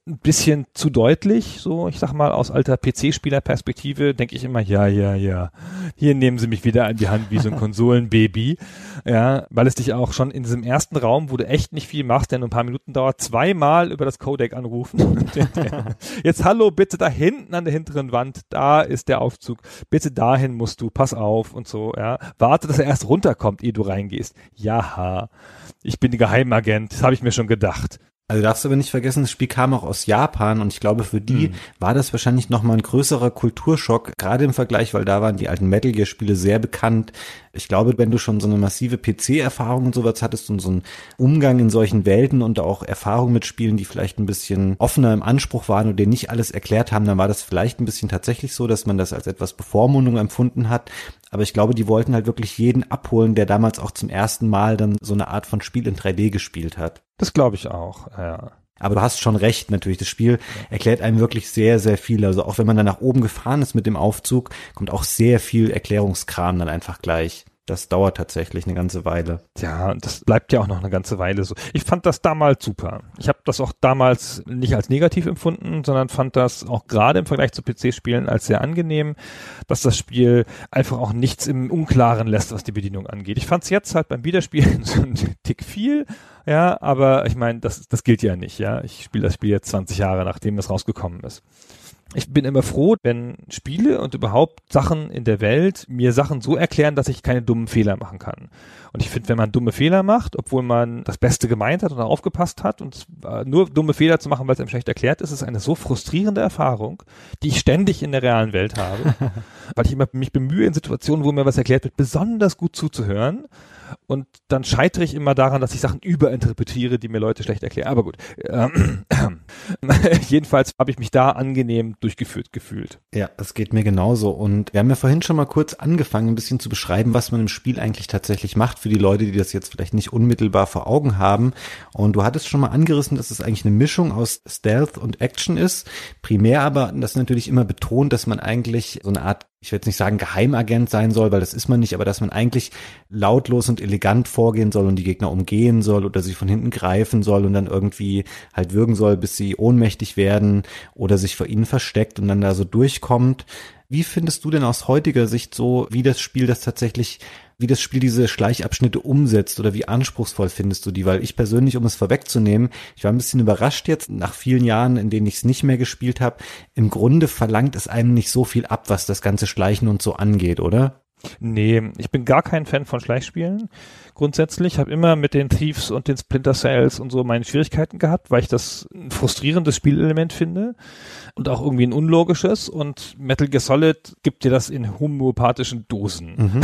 ein bisschen zu deutlich, so ich sag mal aus alter PC-Spieler-Perspektive denke ich immer, ja, hier nehmen sie mich wieder an die Hand wie so ein Konsolenbaby, ja, weil es dich auch schon in diesem ersten Raum, wo du echt nicht viel machst, der nur ein paar Minuten dauert, zweimal über das Codec anrufen. Jetzt hallo, bitte da hinten an der hinteren Wand, da ist der Aufzug, bitte dahin musst du, pass auf und so, ja, warte, dass er erst runterkommt, ehe du reingehst. Ja, ich bin Geheimagent, das habe ich mir schon gedacht. Also darfst du aber nicht vergessen, das Spiel kam auch aus Japan und ich glaube, für die war das wahrscheinlich nochmal ein größerer Kulturschock, gerade im Vergleich, weil da waren die alten Metal Gear Spiele sehr bekannt. Ich glaube, wenn du schon so eine massive PC-Erfahrung und sowas hattest und so einen Umgang in solchen Welten und auch Erfahrung mit Spielen, die vielleicht ein bisschen offener im Anspruch waren und dir nicht alles erklärt haben, dann war das vielleicht ein bisschen tatsächlich so, dass man das als etwas Bevormundung empfunden hat. Aber ich glaube, die wollten halt wirklich jeden abholen, der damals auch zum ersten Mal dann so eine Art von Spiel in 3D gespielt hat. Das glaube ich auch, ja. Aber du hast schon recht, natürlich. Das Spiel erklärt einem wirklich sehr, sehr viel. Also auch wenn man dann nach oben gefahren ist mit dem Aufzug, kommt auch sehr viel Erklärungskram dann einfach gleich. Das dauert tatsächlich eine ganze Weile. Ja, und das bleibt ja auch noch eine ganze Weile so. Ich fand das damals super. Ich habe das auch damals nicht als negativ empfunden, sondern fand das auch gerade im Vergleich zu PC-Spielen als sehr angenehm, dass das Spiel einfach auch nichts im Unklaren lässt, was die Bedienung angeht. Ich fand es jetzt halt beim Wiederspielen so ein Tick viel, ja, aber ich meine, das gilt ja nicht, ja. Ich spiele das Spiel jetzt 20 Jahre, nachdem es rausgekommen ist. Ich bin immer froh, wenn Spiele und überhaupt Sachen in der Welt mir Sachen so erklären, dass ich keine dummen Fehler machen kann. Und ich finde, wenn man dumme Fehler macht, obwohl man das Beste gemeint hat und aufgepasst hat und nur dumme Fehler zu machen, weil es einem schlecht erklärt ist, ist eine so frustrierende Erfahrung, die ich ständig in der realen Welt habe, weil ich immer mich bemühe, in Situationen, wo mir was erklärt wird, besonders gut zuzuhören. Und dann scheitere ich immer daran, dass ich Sachen überinterpretiere, die mir Leute schlecht erklären. Aber gut, jedenfalls habe ich mich da angenehm durchgeführt gefühlt. Ja, das geht mir genauso. Und wir haben ja vorhin schon mal kurz angefangen, ein bisschen zu beschreiben, was man im Spiel eigentlich tatsächlich macht für die Leute, die das jetzt vielleicht nicht unmittelbar vor Augen haben. Und du hattest schon mal angerissen, dass es eigentlich eine Mischung aus Stealth und Action ist. Primär aber, das natürlich immer betont, dass man eigentlich so eine Art, ich will jetzt nicht sagen Geheimagent sein soll, weil das ist man nicht, aber dass man eigentlich lautlos und elegant vorgehen soll und die Gegner umgehen soll oder sie von hinten greifen soll und dann irgendwie halt würgen soll, bis sie ohnmächtig werden oder sich vor ihnen versteckt und dann da so durchkommt. Wie findest du denn aus heutiger Sicht so, wie das Spiel diese Schleichabschnitte umsetzt oder wie anspruchsvoll findest du die? Weil ich persönlich, um es vorwegzunehmen, ich war ein bisschen überrascht jetzt nach vielen Jahren, in denen ich es nicht mehr gespielt habe. Im Grunde verlangt es einem nicht so viel ab, was das ganze Schleichen und so angeht, oder? Nee, ich bin gar kein Fan von Schleichspielen. Grundsätzlich habe immer mit den Thieves und den Splinter Cells und so meine Schwierigkeiten gehabt, weil ich das ein frustrierendes Spielelement finde und auch irgendwie ein unlogisches, und Metal Gear Solid gibt dir das in homöopathischen Dosen,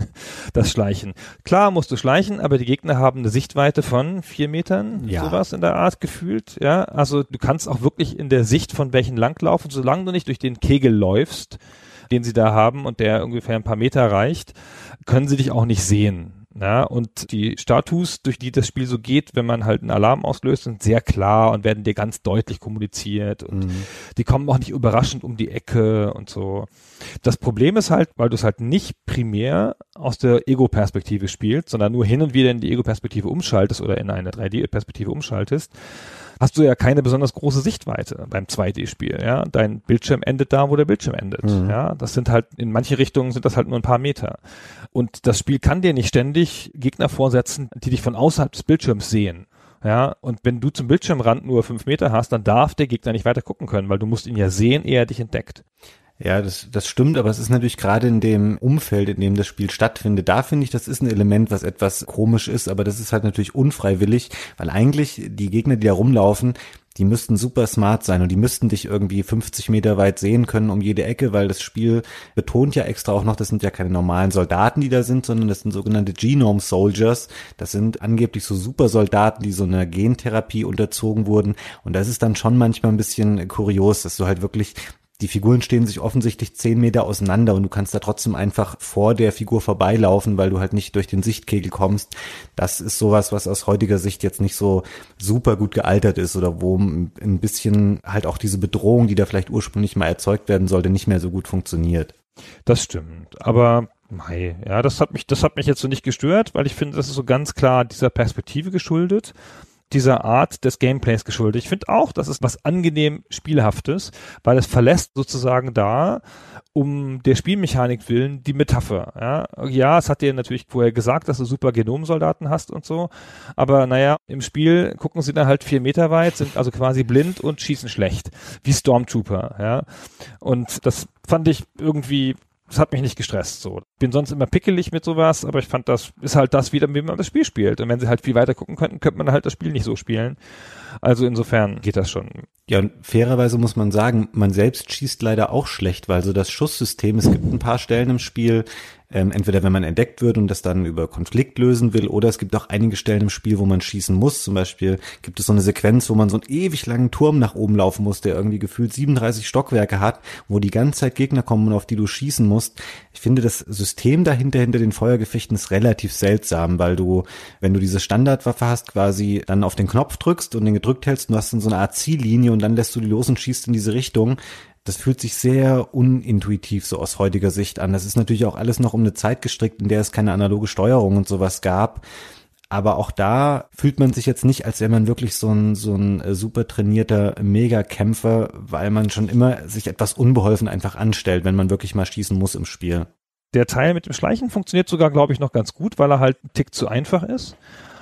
das Schleichen. Klar musst du schleichen, aber die Gegner haben eine Sichtweite von 4 Metern, sowas in der Art gefühlt, ja. Also du kannst auch wirklich in der Sicht von welchen langlaufen, solange du nicht durch den Kegel läufst, den sie da haben und der ungefähr ein paar Meter reicht, können sie dich auch nicht sehen. Ja, und die Status, durch die das Spiel so geht, wenn man halt einen Alarm auslöst, sind sehr klar und werden dir ganz deutlich kommuniziert und die kommen auch nicht überraschend um die Ecke und so. Das Problem ist halt, weil du es halt nicht primär aus der Ego-Perspektive spielst, sondern nur hin und wieder in die Ego-Perspektive umschaltest oder in eine 3D-Perspektive umschaltest, hast du ja keine besonders große Sichtweite beim 2D-Spiel, ja. Dein Bildschirm endet da, wo der Bildschirm endet, ja. Das sind halt, in manche Richtungen sind das halt nur ein paar Meter. Und das Spiel kann dir nicht ständig Gegner vorsetzen, die dich von außerhalb des Bildschirms sehen. Ja, und wenn du zum Bildschirmrand nur 5 Meter hast, dann darf der Gegner nicht weiter gucken können, weil du musst ihn ja sehen, ehe er dich entdeckt. Ja, das stimmt, aber es ist natürlich gerade in dem Umfeld, in dem das Spiel stattfindet, da finde ich, das ist ein Element, was etwas komisch ist, aber das ist halt natürlich unfreiwillig, weil eigentlich die Gegner, die da rumlaufen, die müssten super smart sein und die müssten dich irgendwie 50 Meter weit sehen können um jede Ecke, weil das Spiel betont ja extra auch noch, das sind ja keine normalen Soldaten, die da sind, sondern das sind sogenannte Genome Soldiers. Das sind angeblich so Supersoldaten, die so einer Gentherapie unterzogen wurden, und das ist dann schon manchmal ein bisschen kurios, dass du halt wirklich, die Figuren stehen sich offensichtlich 10 Meter auseinander und du kannst da trotzdem einfach vor der Figur vorbeilaufen, weil du halt nicht durch den Sichtkegel kommst. Das ist sowas, was aus heutiger Sicht jetzt nicht so super gut gealtert ist oder wo ein bisschen halt auch diese Bedrohung, die da vielleicht ursprünglich mal erzeugt werden sollte, nicht mehr so gut funktioniert. Das stimmt, aber ja, das hat mich jetzt so nicht gestört, weil ich finde, das ist so ganz klar dieser Perspektive geschuldet. dieser Art des Gameplays geschuldet. Ich finde auch, das ist was angenehm Spielhaftes, weil es verlässt sozusagen da um der Spielmechanik willen die Metapher. Ja, es hat dir natürlich vorher gesagt, dass du super Genomsoldaten hast und so, aber naja, im Spiel gucken sie dann halt 4 Meter weit, sind also quasi blind und schießen schlecht, wie Stormtrooper, ja. Und das fand ich irgendwie, das hat mich nicht gestresst, so. Bin sonst immer pickelig mit sowas, aber ich fand, das ist halt das wieder, wie man das Spiel spielt. Und wenn sie halt viel weiter gucken könnten, könnte man halt das Spiel nicht so spielen. Also insofern geht das schon. Ja, und fairerweise muss man sagen, man selbst schießt leider auch schlecht, weil so das Schusssystem, es gibt ein paar Stellen im Spiel, entweder wenn man entdeckt wird und das dann über Konflikt lösen will, oder es gibt auch einige Stellen im Spiel, wo man schießen muss. Zum Beispiel gibt es so eine Sequenz, wo man so einen ewig langen Turm nach oben laufen muss, der irgendwie gefühlt 37 Stockwerke hat, wo die ganze Zeit Gegner kommen und auf die du schießen musst. Ich finde, das System dahinter, hinter den Feuergefechten ist relativ seltsam, weil du, wenn du diese Standardwaffe hast, quasi dann auf den Knopf drückst und den gedrückt hältst und du hast dann so eine Art Ziellinie und dann lässt du die los und schießt in diese Richtung. Das fühlt sich sehr unintuitiv so aus heutiger Sicht an. Das ist natürlich auch alles noch um eine Zeit gestrickt, in der es keine analoge Steuerung und sowas gab. Aber auch da fühlt man sich jetzt nicht, als wäre man wirklich so ein super trainierter Megakämpfer, weil man schon immer sich etwas unbeholfen einfach anstellt, wenn man wirklich mal schießen muss im Spiel. Der Teil mit dem Schleichen funktioniert sogar, glaube ich, noch ganz gut, weil er halt ein Tick zu einfach ist.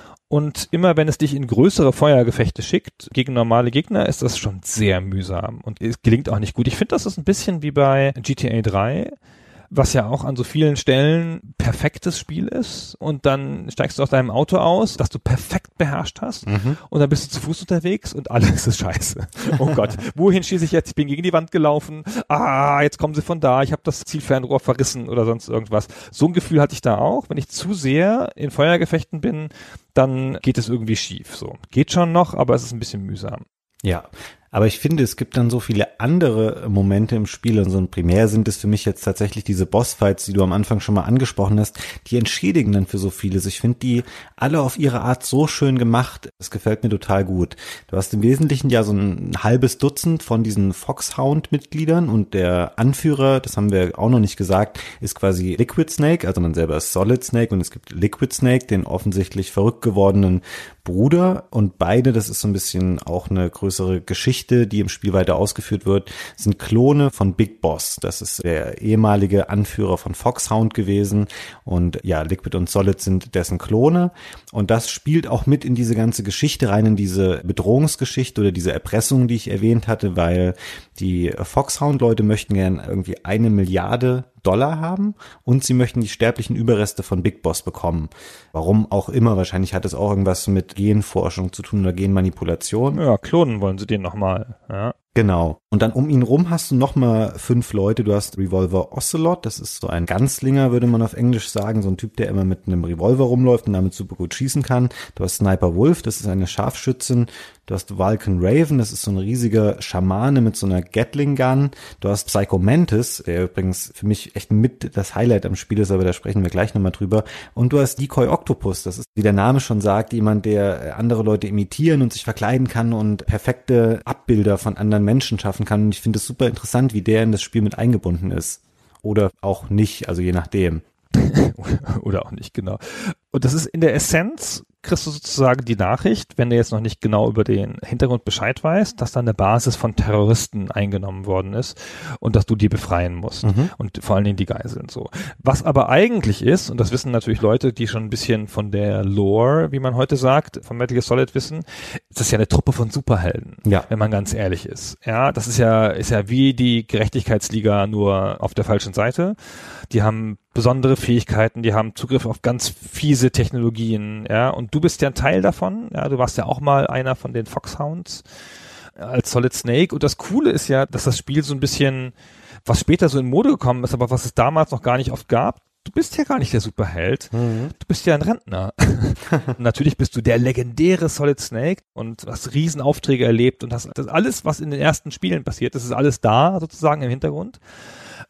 Und immer wenn es dich in größere Feuergefechte schickt, gegen normale Gegner, ist das schon sehr mühsam. Und es gelingt auch nicht gut. Ich finde, das ist ein bisschen wie bei GTA 3, was ja auch an so vielen Stellen perfektes Spiel ist. Und dann steigst du aus deinem Auto aus, das du perfekt beherrscht hast. Und dann bist du zu Fuß unterwegs und alles ist scheiße. Oh Gott, wohin schieße ich jetzt? Ich bin gegen die Wand gelaufen. Jetzt kommen sie von da. Ich habe das Zielfernrohr verrissen oder sonst irgendwas. So ein Gefühl hatte ich da auch. Wenn ich zu sehr in Feuergefechten bin, dann geht es irgendwie schief. So, geht schon noch, aber es ist ein bisschen mühsam. Ja, aber ich finde, es gibt dann so viele andere Momente im Spiel und so ein primär sind es für mich jetzt tatsächlich diese Bossfights, die du am Anfang schon mal angesprochen hast, die entschädigen dann für so vieles. Ich finde die alle auf ihre Art so schön gemacht. Das gefällt mir total gut. Du hast im Wesentlichen ja so ein halbes Dutzend von diesen Foxhound-Mitgliedern und der Anführer, das haben wir auch noch nicht gesagt, ist quasi Liquid Snake, also man selber ist Solid Snake und es gibt Liquid Snake, den offensichtlich verrückt gewordenen Bruder und beide, das ist so ein bisschen auch eine größere Geschichte, die im Spiel weiter ausgeführt wird, sind Klone von Big Boss. Das ist der ehemalige Anführer von Foxhound gewesen und ja, Liquid und Solid sind dessen Klone und das spielt auch mit in diese ganze Geschichte rein, in diese Bedrohungsgeschichte oder diese Erpressung, die ich erwähnt hatte, weil die Foxhound-Leute möchten gern irgendwie 1 Milliarde Dollar haben und sie möchten die sterblichen Überreste von Big Boss bekommen. Warum auch immer, wahrscheinlich hat es auch irgendwas mit Genforschung zu tun oder Genmanipulation. Ja, klonen wollen sie den nochmal, ja. Genau. Und dann um ihn rum hast du nochmal 5 Leute. Du hast Revolver Ocelot, das ist so ein Ganzlinger, würde man auf Englisch sagen. So ein Typ, der immer mit einem Revolver rumläuft und damit super gut schießen kann. Du hast Sniper Wolf, das ist eine Scharfschützin. Du hast Vulcan Raven, das ist so ein riesiger Schamane mit so einer Gatling Gun. Du hast Psycho Mantis, der übrigens für mich echt mit das Highlight am Spiel ist, aber da sprechen wir gleich nochmal drüber. Und du hast Decoy Octopus, das ist, wie der Name schon sagt, jemand, der andere Leute imitieren und sich verkleiden kann und perfekte Abbilder von anderen Menschen schaffen kann. Und ich finde es super interessant, wie der in das Spiel mit eingebunden ist. Oder auch nicht, also je nachdem. Oder auch nicht, genau. Und das ist in der Essenz, kriegst du sozusagen die Nachricht, wenn du jetzt noch nicht genau über den Hintergrund Bescheid weißt, dass da eine Basis von Terroristen eingenommen worden ist und dass du die befreien musst. Und vor allen Dingen die Geiseln so. Was aber eigentlich ist, und das wissen natürlich Leute, die schon ein bisschen von der Lore, wie man heute sagt, von Metal Gear Solid wissen, ist das ja eine Truppe von Superhelden, wenn man ganz ehrlich ist. Ja, das ist ja wie die Gerechtigkeitsliga nur auf der falschen Seite. Die haben besondere Fähigkeiten, die haben Zugriff auf ganz fiese Technologien, ja, und du bist ja ein Teil davon, ja, du warst ja auch mal einer von den Foxhounds als Solid Snake und das Coole ist ja, dass das Spiel so ein bisschen, was später so in Mode gekommen ist, aber was es damals noch gar nicht oft gab, du bist ja gar nicht der Superheld, du bist ja ein Rentner. Natürlich bist du der legendäre Solid Snake und hast Riesenaufträge erlebt und hast das alles, was in den ersten Spielen passiert, das ist alles da sozusagen im Hintergrund.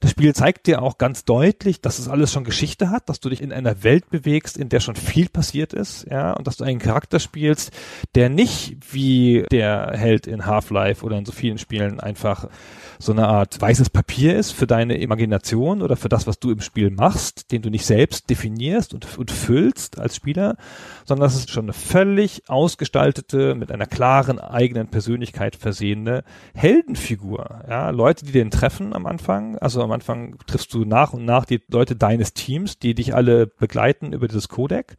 Das Spiel zeigt dir auch ganz deutlich, dass es alles schon Geschichte hat, dass du dich in einer Welt bewegst, in der schon viel passiert ist, ja, und dass du einen Charakter spielst, der nicht wie der Held in Half-Life oder in so vielen Spielen einfach so eine Art weißes Papier ist für deine Imagination oder für das, was du im Spiel machst, den du nicht selbst definierst und füllst als Spieler, sondern dass es schon eine völlig ausgestaltete, mit einer klaren eigenen Persönlichkeit versehene Heldenfigur, ja, Leute, die den treffen am Anfang, also am Anfang triffst du nach und nach die Leute deines Teams, die dich alle begleiten über dieses Codec.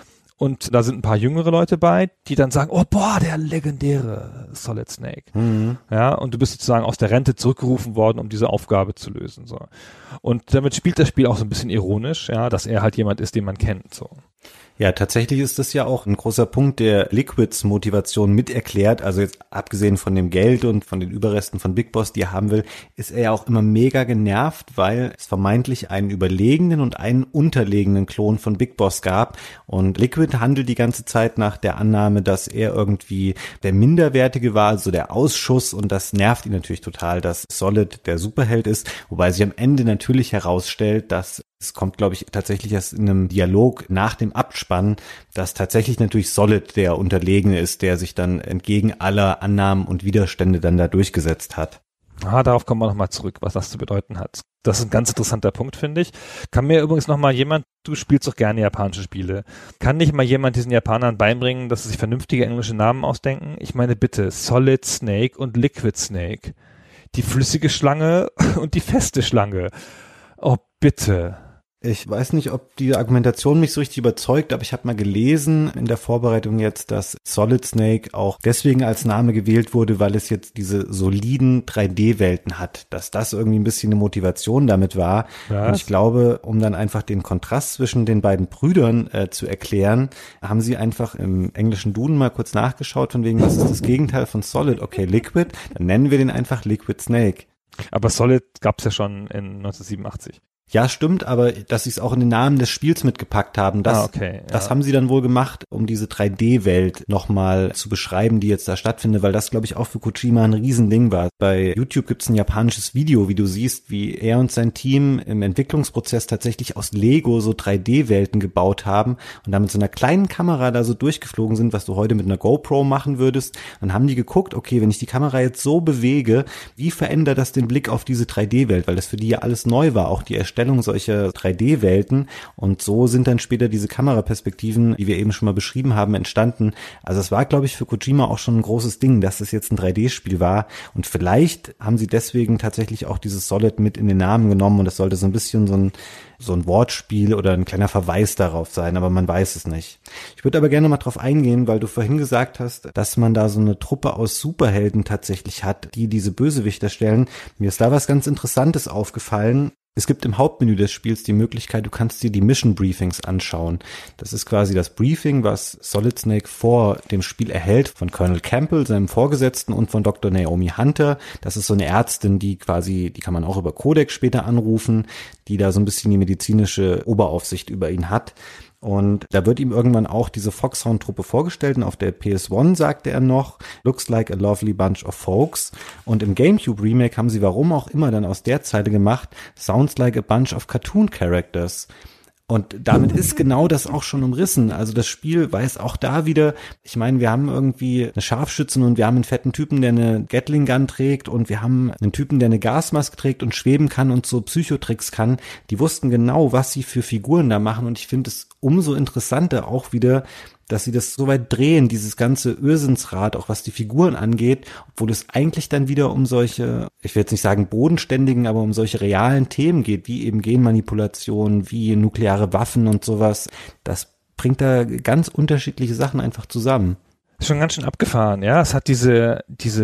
Und da sind ein paar jüngere Leute bei, die dann sagen, oh boah, der legendäre Solid Snake. Mhm. Ja, und du bist sozusagen aus der Rente zurückgerufen worden, um diese Aufgabe zu lösen. So. Und damit spielt das Spiel auch so ein bisschen ironisch, ja, dass er halt jemand ist, den man kennt. So. Ja, tatsächlich ist das ja auch ein großer Punkt, der Liquids Motivation mit erklärt. Also jetzt abgesehen von dem Geld und von den Überresten von Big Boss, die er haben will, ist er ja auch immer mega genervt, weil es vermeintlich einen überlegenen und einen unterlegenen Klon von Big Boss gab. Und Liquid handelt die ganze Zeit nach der Annahme, dass er irgendwie der Minderwertige war, also der Ausschuss. Und das nervt ihn natürlich total, dass Solid der Superheld ist. Wobei sich am Ende natürlich herausstellt, dass es kommt, glaube ich, tatsächlich erst in einem Dialog nach dem Abspann, dass tatsächlich natürlich Solid der Unterlegene ist, der sich dann entgegen aller Annahmen und Widerstände dann da durchgesetzt hat. Darauf kommen wir nochmal zurück, was das zu bedeuten hat. Das ist ein ganz interessanter Punkt, finde ich. Kann mir übrigens nochmal jemand, du spielst doch gerne japanische Spiele, kann nicht mal jemand diesen Japanern beibringen, dass sie sich vernünftige englische Namen ausdenken? Ich meine bitte, Solid Snake und Liquid Snake. Die flüssige Schlange und die feste Schlange. Oh, bitte. Ich weiß nicht, ob die Argumentation mich so richtig überzeugt, aber ich habe mal gelesen in der Vorbereitung jetzt, dass Solid Snake auch deswegen als Name gewählt wurde, weil es jetzt diese soliden 3D-Welten hat, dass das irgendwie ein bisschen eine Motivation damit war. Was? Und ich glaube, um dann einfach den Kontrast zwischen den beiden Brüdern zu erklären, haben sie einfach im englischen Duden mal kurz nachgeschaut, von wegen, was ist das Gegenteil von Solid? Okay, Liquid, dann nennen wir den einfach Liquid Snake. Aber Solid gab's ja schon in 1987. Ja, stimmt, aber dass sie es auch in den Namen des Spiels mitgepackt haben, das haben sie dann wohl gemacht, um diese 3D-Welt nochmal zu beschreiben, die jetzt da stattfindet, weil das, glaube ich, auch für Kojima ein Riesending war. Bei YouTube gibt's ein japanisches Video, wie du siehst, wie er und sein Team im Entwicklungsprozess tatsächlich aus Lego so 3D-Welten gebaut haben und dann mit so einer kleinen Kamera da so durchgeflogen sind, was du heute mit einer GoPro machen würdest. Dann haben die geguckt, okay, wenn ich die Kamera jetzt so bewege, wie verändert das den Blick auf diese 3D-Welt, weil das für die ja alles neu war, auch die Erstellung solcher 3D-Welten, und so sind dann später diese Kameraperspektiven, die wir eben schon mal beschrieben haben, entstanden. Also es war, glaube ich, für Kojima auch schon ein großes Ding, dass es jetzt ein 3D-Spiel war, und vielleicht haben sie deswegen tatsächlich auch dieses Solid mit in den Namen genommen und das sollte so ein bisschen so ein Wortspiel oder ein kleiner Verweis darauf sein, aber man weiß es nicht. Ich würde aber gerne mal drauf eingehen, weil du vorhin gesagt hast, dass man da so eine Truppe aus Superhelden tatsächlich hat, die diese Bösewichter stellen. Mir ist da was ganz Interessantes aufgefallen. Es gibt im Hauptmenü des Spiels die Möglichkeit, du kannst dir die Mission Briefings anschauen. Das ist quasi das Briefing, was Solid Snake vor dem Spiel erhält von Colonel Campbell, seinem Vorgesetzten, und von Dr. Naomi Hunter. Das ist so eine Ärztin, die kann man auch über Codec später anrufen, die da so ein bisschen die medizinische Oberaufsicht über ihn hat. Und da wird ihm irgendwann auch diese Foxhound-Truppe vorgestellt, und auf der PS1 sagte er noch, looks like a lovely bunch of folks. Und im GameCube-Remake haben sie warum auch immer dann aus der Zeile gemacht, sounds like a bunch of cartoon characters. Und damit ist genau das auch schon umrissen. Also das Spiel weiß auch da wieder, ich meine, wir haben irgendwie eine Scharfschützin und wir haben einen fetten Typen, der eine Gatling Gun trägt, und wir haben einen Typen, der eine Gasmaske trägt und schweben kann und so Psychotricks kann. Die wussten genau, was sie für Figuren da machen, und ich finde es umso interessanter auch wieder, dass sie das so weit drehen, dieses ganze Irrsinnsrad, auch was die Figuren angeht, obwohl es eigentlich dann wieder um solche, ich will jetzt nicht sagen bodenständigen, aber um solche realen Themen geht, wie eben Genmanipulation, wie nukleare Waffen und sowas. Das bringt da ganz unterschiedliche Sachen einfach zusammen. Ist schon ganz schön abgefahren, ja. Es hat diese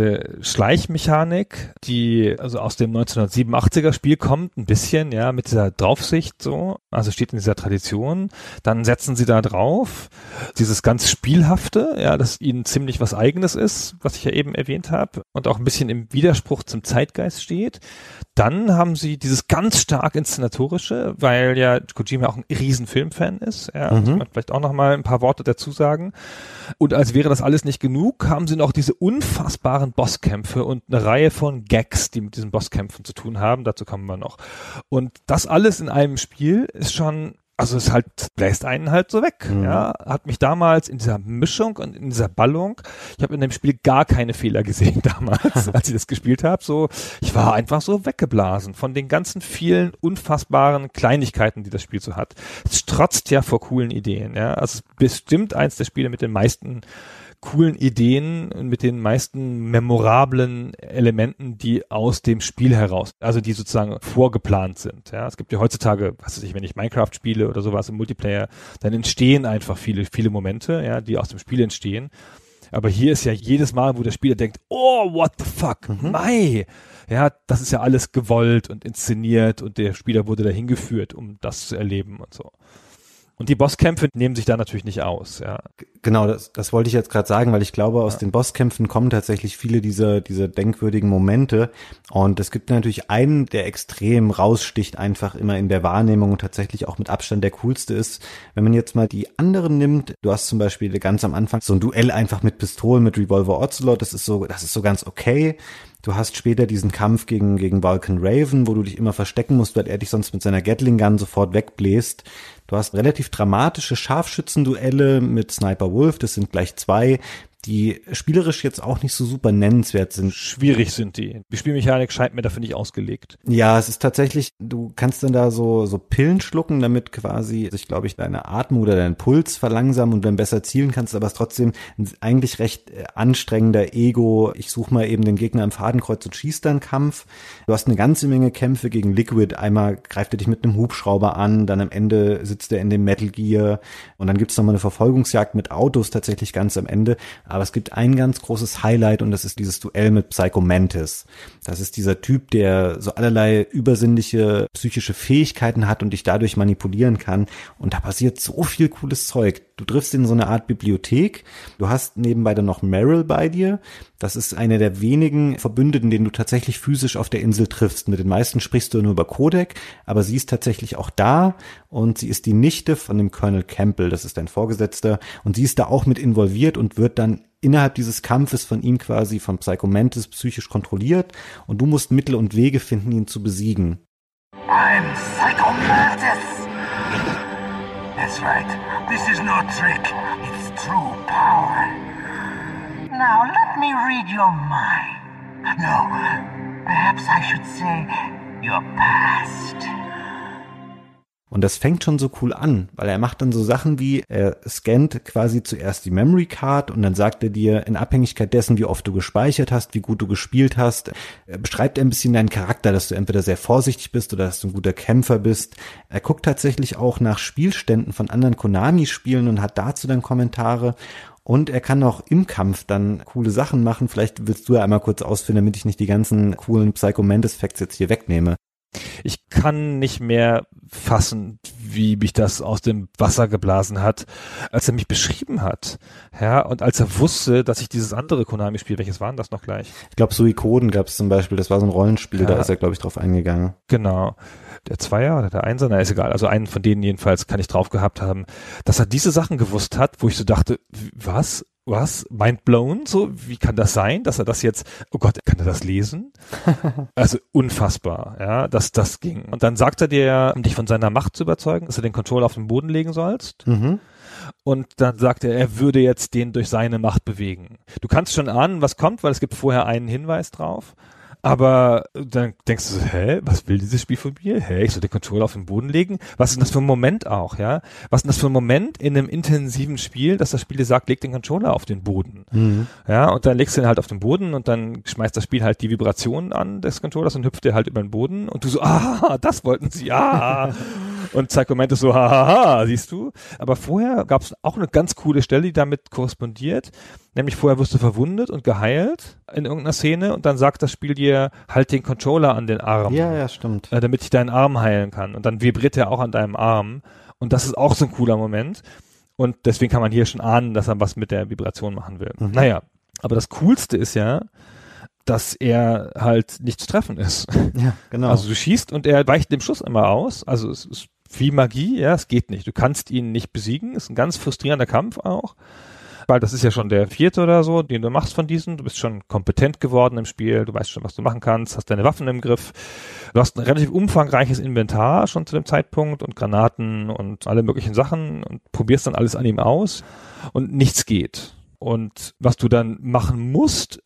Schleichmechanik, die also aus dem 1987er Spiel kommt, ein bisschen, ja, mit dieser Draufsicht so, also steht in dieser Tradition. Dann setzen sie da drauf dieses ganz Spielhafte, ja, das ihnen ziemlich was Eigenes ist, was ich ja eben erwähnt habe, und auch ein bisschen im Widerspruch zum Zeitgeist steht. Dann haben sie dieses ganz stark Inszenatorische, weil ja Kojima auch ein riesen Filmfan ist, ja, muss man vielleicht auch noch mal ein paar Worte dazu sagen. Und als wäre das alles nicht genug, haben sie noch diese unfassbaren Bosskämpfe und eine Reihe von Gags, die mit diesen Bosskämpfen zu tun haben. Dazu kommen wir noch. Und das alles in einem Spiel ist schon, also es halt bläst einen halt so weg. Ja, hat mich damals in dieser Mischung und in dieser Ballung, ich habe in dem Spiel gar keine Fehler gesehen damals, als ich das gespielt habe. So, ich war einfach so weggeblasen von den ganzen vielen unfassbaren Kleinigkeiten, die das Spiel so hat. Es strotzt ja vor coolen Ideen. Ja, also es ist bestimmt eins der Spiele mit den meisten coolen Ideen und mit den meisten memorablen Elementen, die aus dem Spiel heraus, also die sozusagen vorgeplant sind. Ja, es gibt ja heutzutage, was weiß ich, wenn ich Minecraft spiele oder sowas im Multiplayer, dann entstehen einfach viele Momente, ja, die aus dem Spiel entstehen. Aber hier ist ja jedes Mal, wo der Spieler denkt, oh, what the fuck, Mai, ja, das ist ja alles gewollt und inszeniert und der Spieler wurde dahin geführt, um das zu erleben und so. Und die Bosskämpfe nehmen sich da natürlich nicht aus, ja. Genau, das wollte ich jetzt gerade sagen, weil ich glaube, aus den Bosskämpfen kommen tatsächlich viele dieser denkwürdigen Momente. Und es gibt natürlich einen, der extrem raussticht, einfach immer in der Wahrnehmung und tatsächlich auch mit Abstand der coolste ist. Wenn man jetzt mal die anderen nimmt, du hast zum Beispiel ganz am Anfang so ein Duell einfach mit Pistolen, mit Revolver Ocelot, das ist so ganz okay. Du hast später diesen Kampf gegen Vulcan Raven, wo du dich immer verstecken musst, weil er dich sonst mit seiner Gatling Gun sofort wegbläst. Du hast relativ dramatische Scharfschützenduelle mit Sniper Wolf, das sind gleich 2, die spielerisch jetzt auch nicht so super nennenswert sind. Schwierig sind die. Die Spielmechanik scheint mir dafür nicht ausgelegt. Ja, es ist tatsächlich, du kannst dann da so Pillen schlucken, damit quasi sich, glaube ich, deine Atmung oder dein Puls verlangsamen und dann besser zielen kannst, aber es ist trotzdem ein eigentlich recht anstrengender Ego. Ich suche mal eben den Gegner im Fadenkreuz und schieß dann Kampf. Du hast eine ganze Menge Kämpfe gegen Liquid. Einmal greift er dich mit einem Hubschrauber an, dann am Ende sitzt er in dem Metal Gear und dann gibt's nochmal eine Verfolgungsjagd mit Autos tatsächlich ganz am Ende. Aber es gibt ein ganz großes Highlight und das ist dieses Duell mit Psycho Mantis. Das ist dieser Typ, der so allerlei übersinnliche psychische Fähigkeiten hat und dich dadurch manipulieren kann. Und da passiert so viel cooles Zeug. Du triffst in so eine Art Bibliothek. Du hast nebenbei dann noch Meryl bei dir. Das ist eine der wenigen Verbündeten, den du tatsächlich physisch auf der Insel triffst. Mit den meisten sprichst du nur über Codec, aber sie ist tatsächlich auch da und sie ist die Nichte von dem Colonel Campbell, das ist dein Vorgesetzter, und sie ist da auch mit involviert und wird dann innerhalb dieses Kampfes von ihm quasi von Psycho Mantis psychisch kontrolliert und du musst Mittel und Wege finden, ihn zu besiegen. I'm Psycho Mantis! That's right. This is no trick. It's true power. Now let me read your mind. No, perhaps I should say your past. Und das fängt schon so cool an, weil er macht dann so Sachen wie, er scannt quasi zuerst die Memory Card und dann sagt er dir in Abhängigkeit dessen, wie oft du gespeichert hast, wie gut du gespielt hast, beschreibt er ein bisschen deinen Charakter, dass du entweder sehr vorsichtig bist oder dass du ein guter Kämpfer bist. Er guckt tatsächlich auch nach Spielständen von anderen Konami-Spielen und hat dazu dann Kommentare. Und er kann auch im Kampf dann coole Sachen machen. Vielleicht willst du ja einmal kurz ausführen, damit ich nicht die ganzen coolen Psycho Mantis-Facts jetzt hier wegnehme. Ich kann nicht mehr fassen, wie mich das aus dem Wasser geblasen hat, als er mich beschrieben hat. Ja, und als er wusste, dass ich dieses andere Konami-Spiel, welches war denn das noch gleich? Ich glaube, Suikoden gab es zum Beispiel, das war so ein Rollenspiel, ja. Da ist er, glaube ich, drauf eingegangen. Genau. Der Zweier oder der Einser, na ist egal, also einen von denen jedenfalls kann ich drauf gehabt haben, dass er diese Sachen gewusst hat, wo ich so dachte, was, mind blown, so, wie kann das sein, dass er das jetzt, oh Gott, kann er das lesen? Also unfassbar, ja, dass das ging. Und dann sagt er dir, um dich von seiner Macht zu überzeugen, dass du den Controller auf den Boden legen sollst. Mhm. Und dann sagt er würde jetzt den durch seine Macht bewegen. Du kannst schon ahnen, was kommt, weil es gibt vorher einen Hinweis drauf. Aber dann denkst du so, was will dieses Spiel von mir? Ich soll den Controller auf den Boden legen? Was ist denn das für ein Moment auch, ja? Was ist denn das für ein Moment in einem intensiven Spiel, dass das Spiel dir sagt, leg den Controller auf den Boden. Mhm. Ja, und dann legst du ihn halt auf den Boden und dann schmeißt das Spiel halt die Vibrationen an des Controllers und hüpft der halt über den Boden und du so, das wollten sie, Und Psycho Mantis so, siehst du? Aber vorher gab es auch eine ganz coole Stelle, die damit korrespondiert. Nämlich vorher wirst du verwundet und geheilt in irgendeiner Szene und dann sagt das Spiel dir, halt den Controller an den Arm. Ja, stimmt. Damit ich deinen Arm heilen kann. Und dann vibriert er auch an deinem Arm. Und das ist auch so ein cooler Moment. Und deswegen kann man hier schon ahnen, dass er was mit der Vibration machen will. Mhm. Naja, aber das Coolste ist ja, dass er halt nicht zu treffen ist. Ja, genau. Also du schießt und er weicht dem Schuss immer aus. Also es ist wie Magie, ja, es geht nicht. Du kannst ihn nicht besiegen. Ist ein ganz frustrierender Kampf auch. weil das ist ja schon der 4. oder so, den du machst von diesen. Du bist schon kompetent geworden im Spiel, du weißt schon, was du machen kannst, hast deine Waffen im Griff. Du hast ein relativ umfangreiches Inventar schon zu dem Zeitpunkt und Granaten und alle möglichen Sachen und probierst dann alles an ihm aus und nichts geht. Und was du dann machen musst,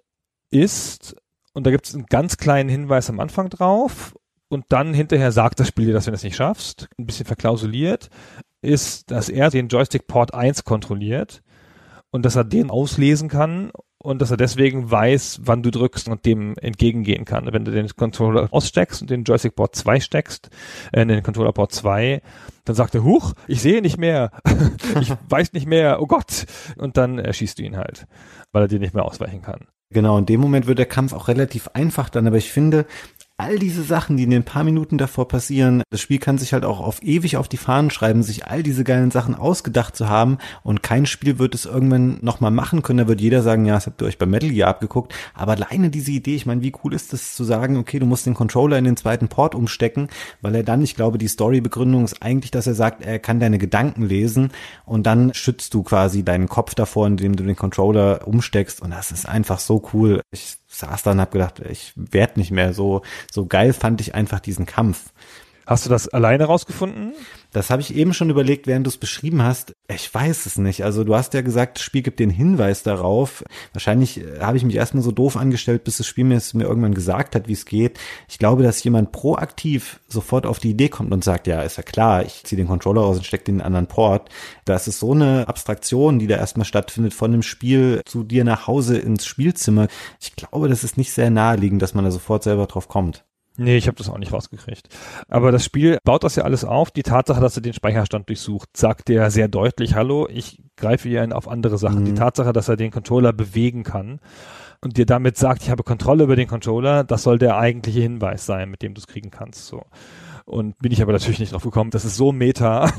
ist, und da gibt es einen ganz kleinen Hinweis am Anfang drauf, und dann hinterher sagt das Spiel dir, dass wenn du es nicht schaffst, ein bisschen verklausuliert, ist, dass er den Joystick Port 1 kontrolliert und dass er den auslesen kann und dass er deswegen weiß, wann du drückst und dem entgegengehen kann. Wenn du den Controller aussteckst und den Joystick Port 2 steckst, den Controller Port 2, dann sagt er, huch, ich sehe nicht mehr, ich weiß nicht mehr, oh Gott, und dann erschießt du ihn halt, weil er dir nicht mehr ausweichen kann. Genau, in dem Moment wird der Kampf auch relativ einfach dann, aber ich finde, all diese Sachen, die in den paar Minuten davor passieren, das Spiel kann sich halt auch auf ewig auf die Fahnen schreiben, sich all diese geilen Sachen ausgedacht zu haben und kein Spiel wird es irgendwann nochmal machen können, da wird jeder sagen, ja, das habt ihr euch bei Metal Gear abgeguckt, aber alleine diese Idee, ich meine, wie cool ist das zu sagen, okay, du musst den Controller in den zweiten Port umstecken, weil er dann, ich glaube, die Storybegründung ist eigentlich, dass er sagt, er kann deine Gedanken lesen und dann schützt du quasi deinen Kopf davor, indem du den Controller umsteckst und das ist einfach so cool. Ich saß da und hab gedacht, ich werd nicht mehr so geil fand ich einfach diesen Kampf. Hast du das alleine rausgefunden? Das habe ich eben schon überlegt, während du es beschrieben hast. Ich weiß es nicht. Also du hast ja gesagt, das Spiel gibt den Hinweis darauf. Wahrscheinlich habe ich mich erstmal so doof angestellt, bis das Spiel mir irgendwann gesagt hat, wie es geht. Ich glaube, dass jemand proaktiv sofort auf die Idee kommt und sagt, ja, ist ja klar, ich ziehe den Controller raus und stecke den in einen anderen Port. Das ist so eine Abstraktion, die da erstmal stattfindet von dem Spiel zu dir nach Hause ins Spielzimmer. Ich glaube, das ist nicht sehr naheliegend, dass man da sofort selber drauf kommt. Nee, ich habe das auch nicht rausgekriegt. Aber das Spiel baut das ja alles auf. Die Tatsache, dass er den Speicherstand durchsucht, sagt dir sehr deutlich, hallo, ich greife hier auf andere Sachen. Die Tatsache, dass er den Controller bewegen kann und dir damit sagt, ich habe Kontrolle über den Controller, das soll der eigentliche Hinweis sein, mit dem du es kriegen kannst. So. Und bin ich aber natürlich nicht drauf gekommen. Das ist so meta,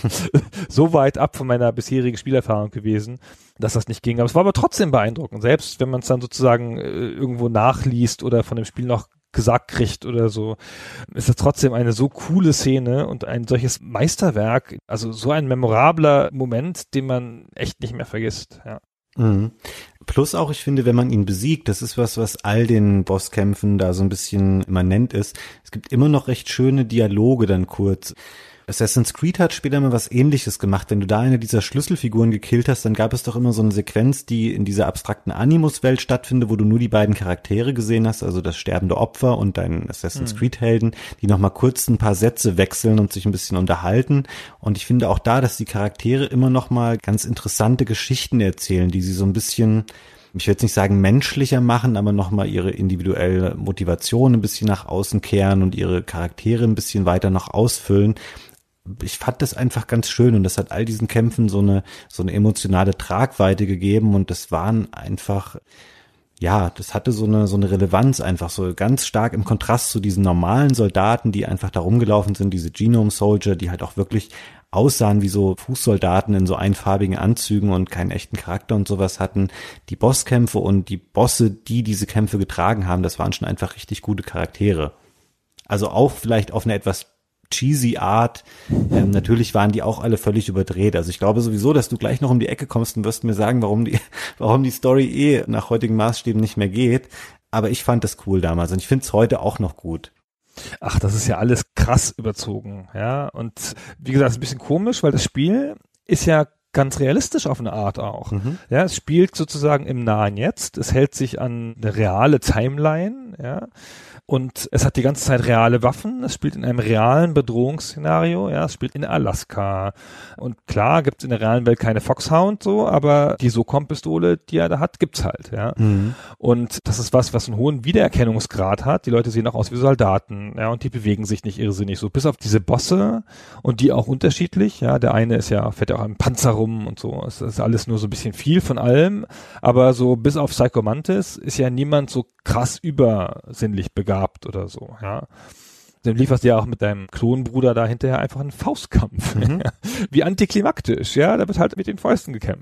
so weit ab von meiner bisherigen Spielerfahrung gewesen, dass das nicht ging. Aber es war aber trotzdem beeindruckend. Selbst wenn man es dann sozusagen irgendwo nachliest oder von dem Spiel noch gesagt kriegt oder so, ist das trotzdem eine so coole Szene und ein solches Meisterwerk, also so ein memorabler Moment, den man echt nicht mehr vergisst, ja. Mhm. Plus auch, ich finde, wenn man ihn besiegt, das ist was all den Bosskämpfen da so ein bisschen immanent ist, es gibt immer noch recht schöne Dialoge dann kurz. Assassin's Creed hat später mal was Ähnliches gemacht. Wenn du da eine dieser Schlüsselfiguren gekillt hast, dann gab es doch immer so eine Sequenz, die in dieser abstrakten Animus-Welt stattfindet, wo du nur die beiden Charaktere gesehen hast, also das sterbende Opfer und deinen Assassin's Creed-Helden, die nochmal kurz ein paar Sätze wechseln und sich ein bisschen unterhalten. Und ich finde auch da, dass die Charaktere immer nochmal ganz interessante Geschichten erzählen, die sie so ein bisschen, ich will jetzt nicht sagen menschlicher machen, aber nochmal ihre individuelle Motivation ein bisschen nach außen kehren und ihre Charaktere ein bisschen weiter noch ausfüllen. Ich fand das einfach ganz schön und das hat all diesen Kämpfen so eine emotionale Tragweite gegeben und das waren einfach, ja, das hatte so eine Relevanz einfach so ganz stark im Kontrast zu diesen normalen Soldaten, die einfach da rumgelaufen sind, diese Genome Soldier, die halt auch wirklich aussahen wie so Fußsoldaten in so einfarbigen Anzügen und keinen echten Charakter und sowas hatten. Die Bosskämpfe und die Bosse, die diese Kämpfe getragen haben, das waren schon einfach richtig gute Charaktere. Also auch vielleicht auf eine etwas cheesy Art. Natürlich waren die auch alle völlig überdreht. Also ich glaube sowieso, dass du gleich noch um die Ecke kommst und wirst mir sagen, warum die Story nach heutigen Maßstäben nicht mehr geht. Aber ich fand das cool damals und ich finde es heute auch noch gut. Ach, das ist ja alles krass überzogen, ja. Und wie gesagt, ist ein bisschen komisch, weil das Spiel ist ja ganz realistisch auf eine Art auch. Ja, es spielt sozusagen im nahen Jetzt. Es hält sich an eine reale Timeline, ja. Und es hat die ganze Zeit reale Waffen. Es spielt in einem realen Bedrohungsszenario. Ja, es spielt in Alaska. Und klar gibt's in der realen Welt keine Foxhound so, aber die SOCOM-Pistole, die er da hat, gibt's halt. Ja. Und das ist was einen hohen Wiedererkennungsgrad hat. Die Leute sehen auch aus wie Soldaten. Ja, und die bewegen sich nicht irrsinnig so. Bis auf diese Bosse und die auch unterschiedlich. Ja, der eine fährt ja auch im Panzer rum und so. Es ist alles nur so ein bisschen viel von allem. Aber so bis auf Psycho Mantis ist ja niemand so krass übersinnlich begabt oder so, ja. Dann lieferst du ja auch mit deinem Klonbruder da hinterher einfach einen Faustkampf. Wie antiklimaktisch, ja, da wird halt mit den Fäusten gekämpft.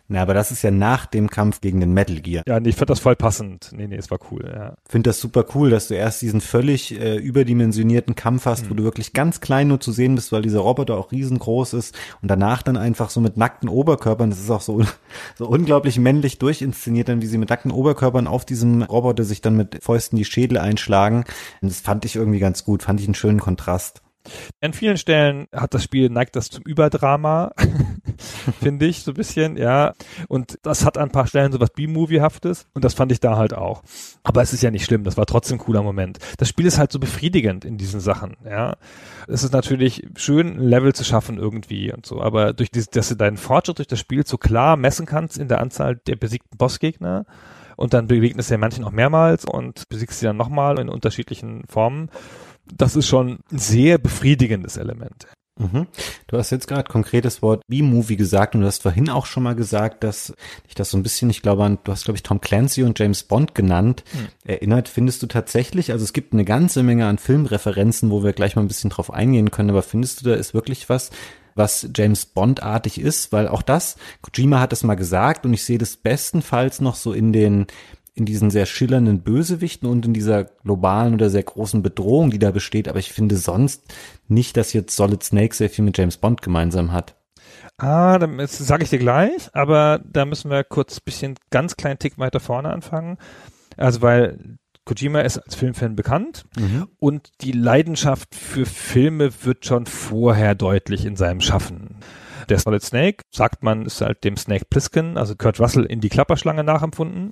Na, aber das ist ja nach dem Kampf gegen den Metal Gear. Ja, nee, ich fand das voll passend. Nee, es war cool, ja. Finde das super cool, dass du erst diesen völlig überdimensionierten Kampf hast, wo du wirklich ganz klein nur zu sehen bist, weil dieser Roboter auch riesengroß ist und danach dann einfach so mit nackten Oberkörpern, das ist auch so unglaublich männlich durchinszeniert, dann wie sie mit nackten Oberkörpern auf diesem Roboter sich dann mit Fäusten die Schädel einschlagen. Und das fand ich irgendwie ganz gut, fand ich einen schönen Kontrast. An vielen Stellen hat das Spiel, neigt das zum Überdrama, finde ich, so ein bisschen, ja. Und das hat an ein paar Stellen so was B-Movie-haftes und das fand ich da halt auch. Aber es ist ja nicht schlimm, das war trotzdem ein cooler Moment. Das Spiel ist halt so befriedigend in diesen Sachen, ja. Es ist natürlich schön, ein Level zu schaffen irgendwie und so, aber durch dass du deinen Fortschritt durch das Spiel so klar messen kannst in der Anzahl der besiegten Bossgegner, und dann begegnest du ja manchen auch mehrmals und besiegst sie dann nochmal in unterschiedlichen Formen. Das ist schon ein sehr befriedigendes Element. Mhm. Du hast jetzt gerade konkretes Wort B-Movie gesagt und du hast vorhin auch schon mal gesagt, dass dich das so ein bisschen, du hast glaube ich Tom Clancy und James Bond genannt, erinnert. Findest du tatsächlich, also es gibt eine ganze Menge an Filmreferenzen, wo wir gleich mal ein bisschen drauf eingehen können, aber findest du, da ist wirklich was James Bond-artig ist? Weil auch das, Kojima hat es mal gesagt und ich sehe das bestenfalls noch so in diesen sehr schillernden Bösewichten und in dieser globalen oder sehr großen Bedrohung, die da besteht. Aber ich finde sonst nicht, dass jetzt Solid Snake sehr viel mit James Bond gemeinsam hat. Das sage ich dir gleich, aber da müssen wir kurz ein bisschen ganz kleinen Tick weiter vorne anfangen. Also weil Kojima ist als Filmfan bekannt und die Leidenschaft für Filme wird schon vorher deutlich in seinem Schaffen. Der Solid Snake, sagt man, ist halt dem Snake Plissken, also Kurt Russell, in die Klapperschlange nachempfunden.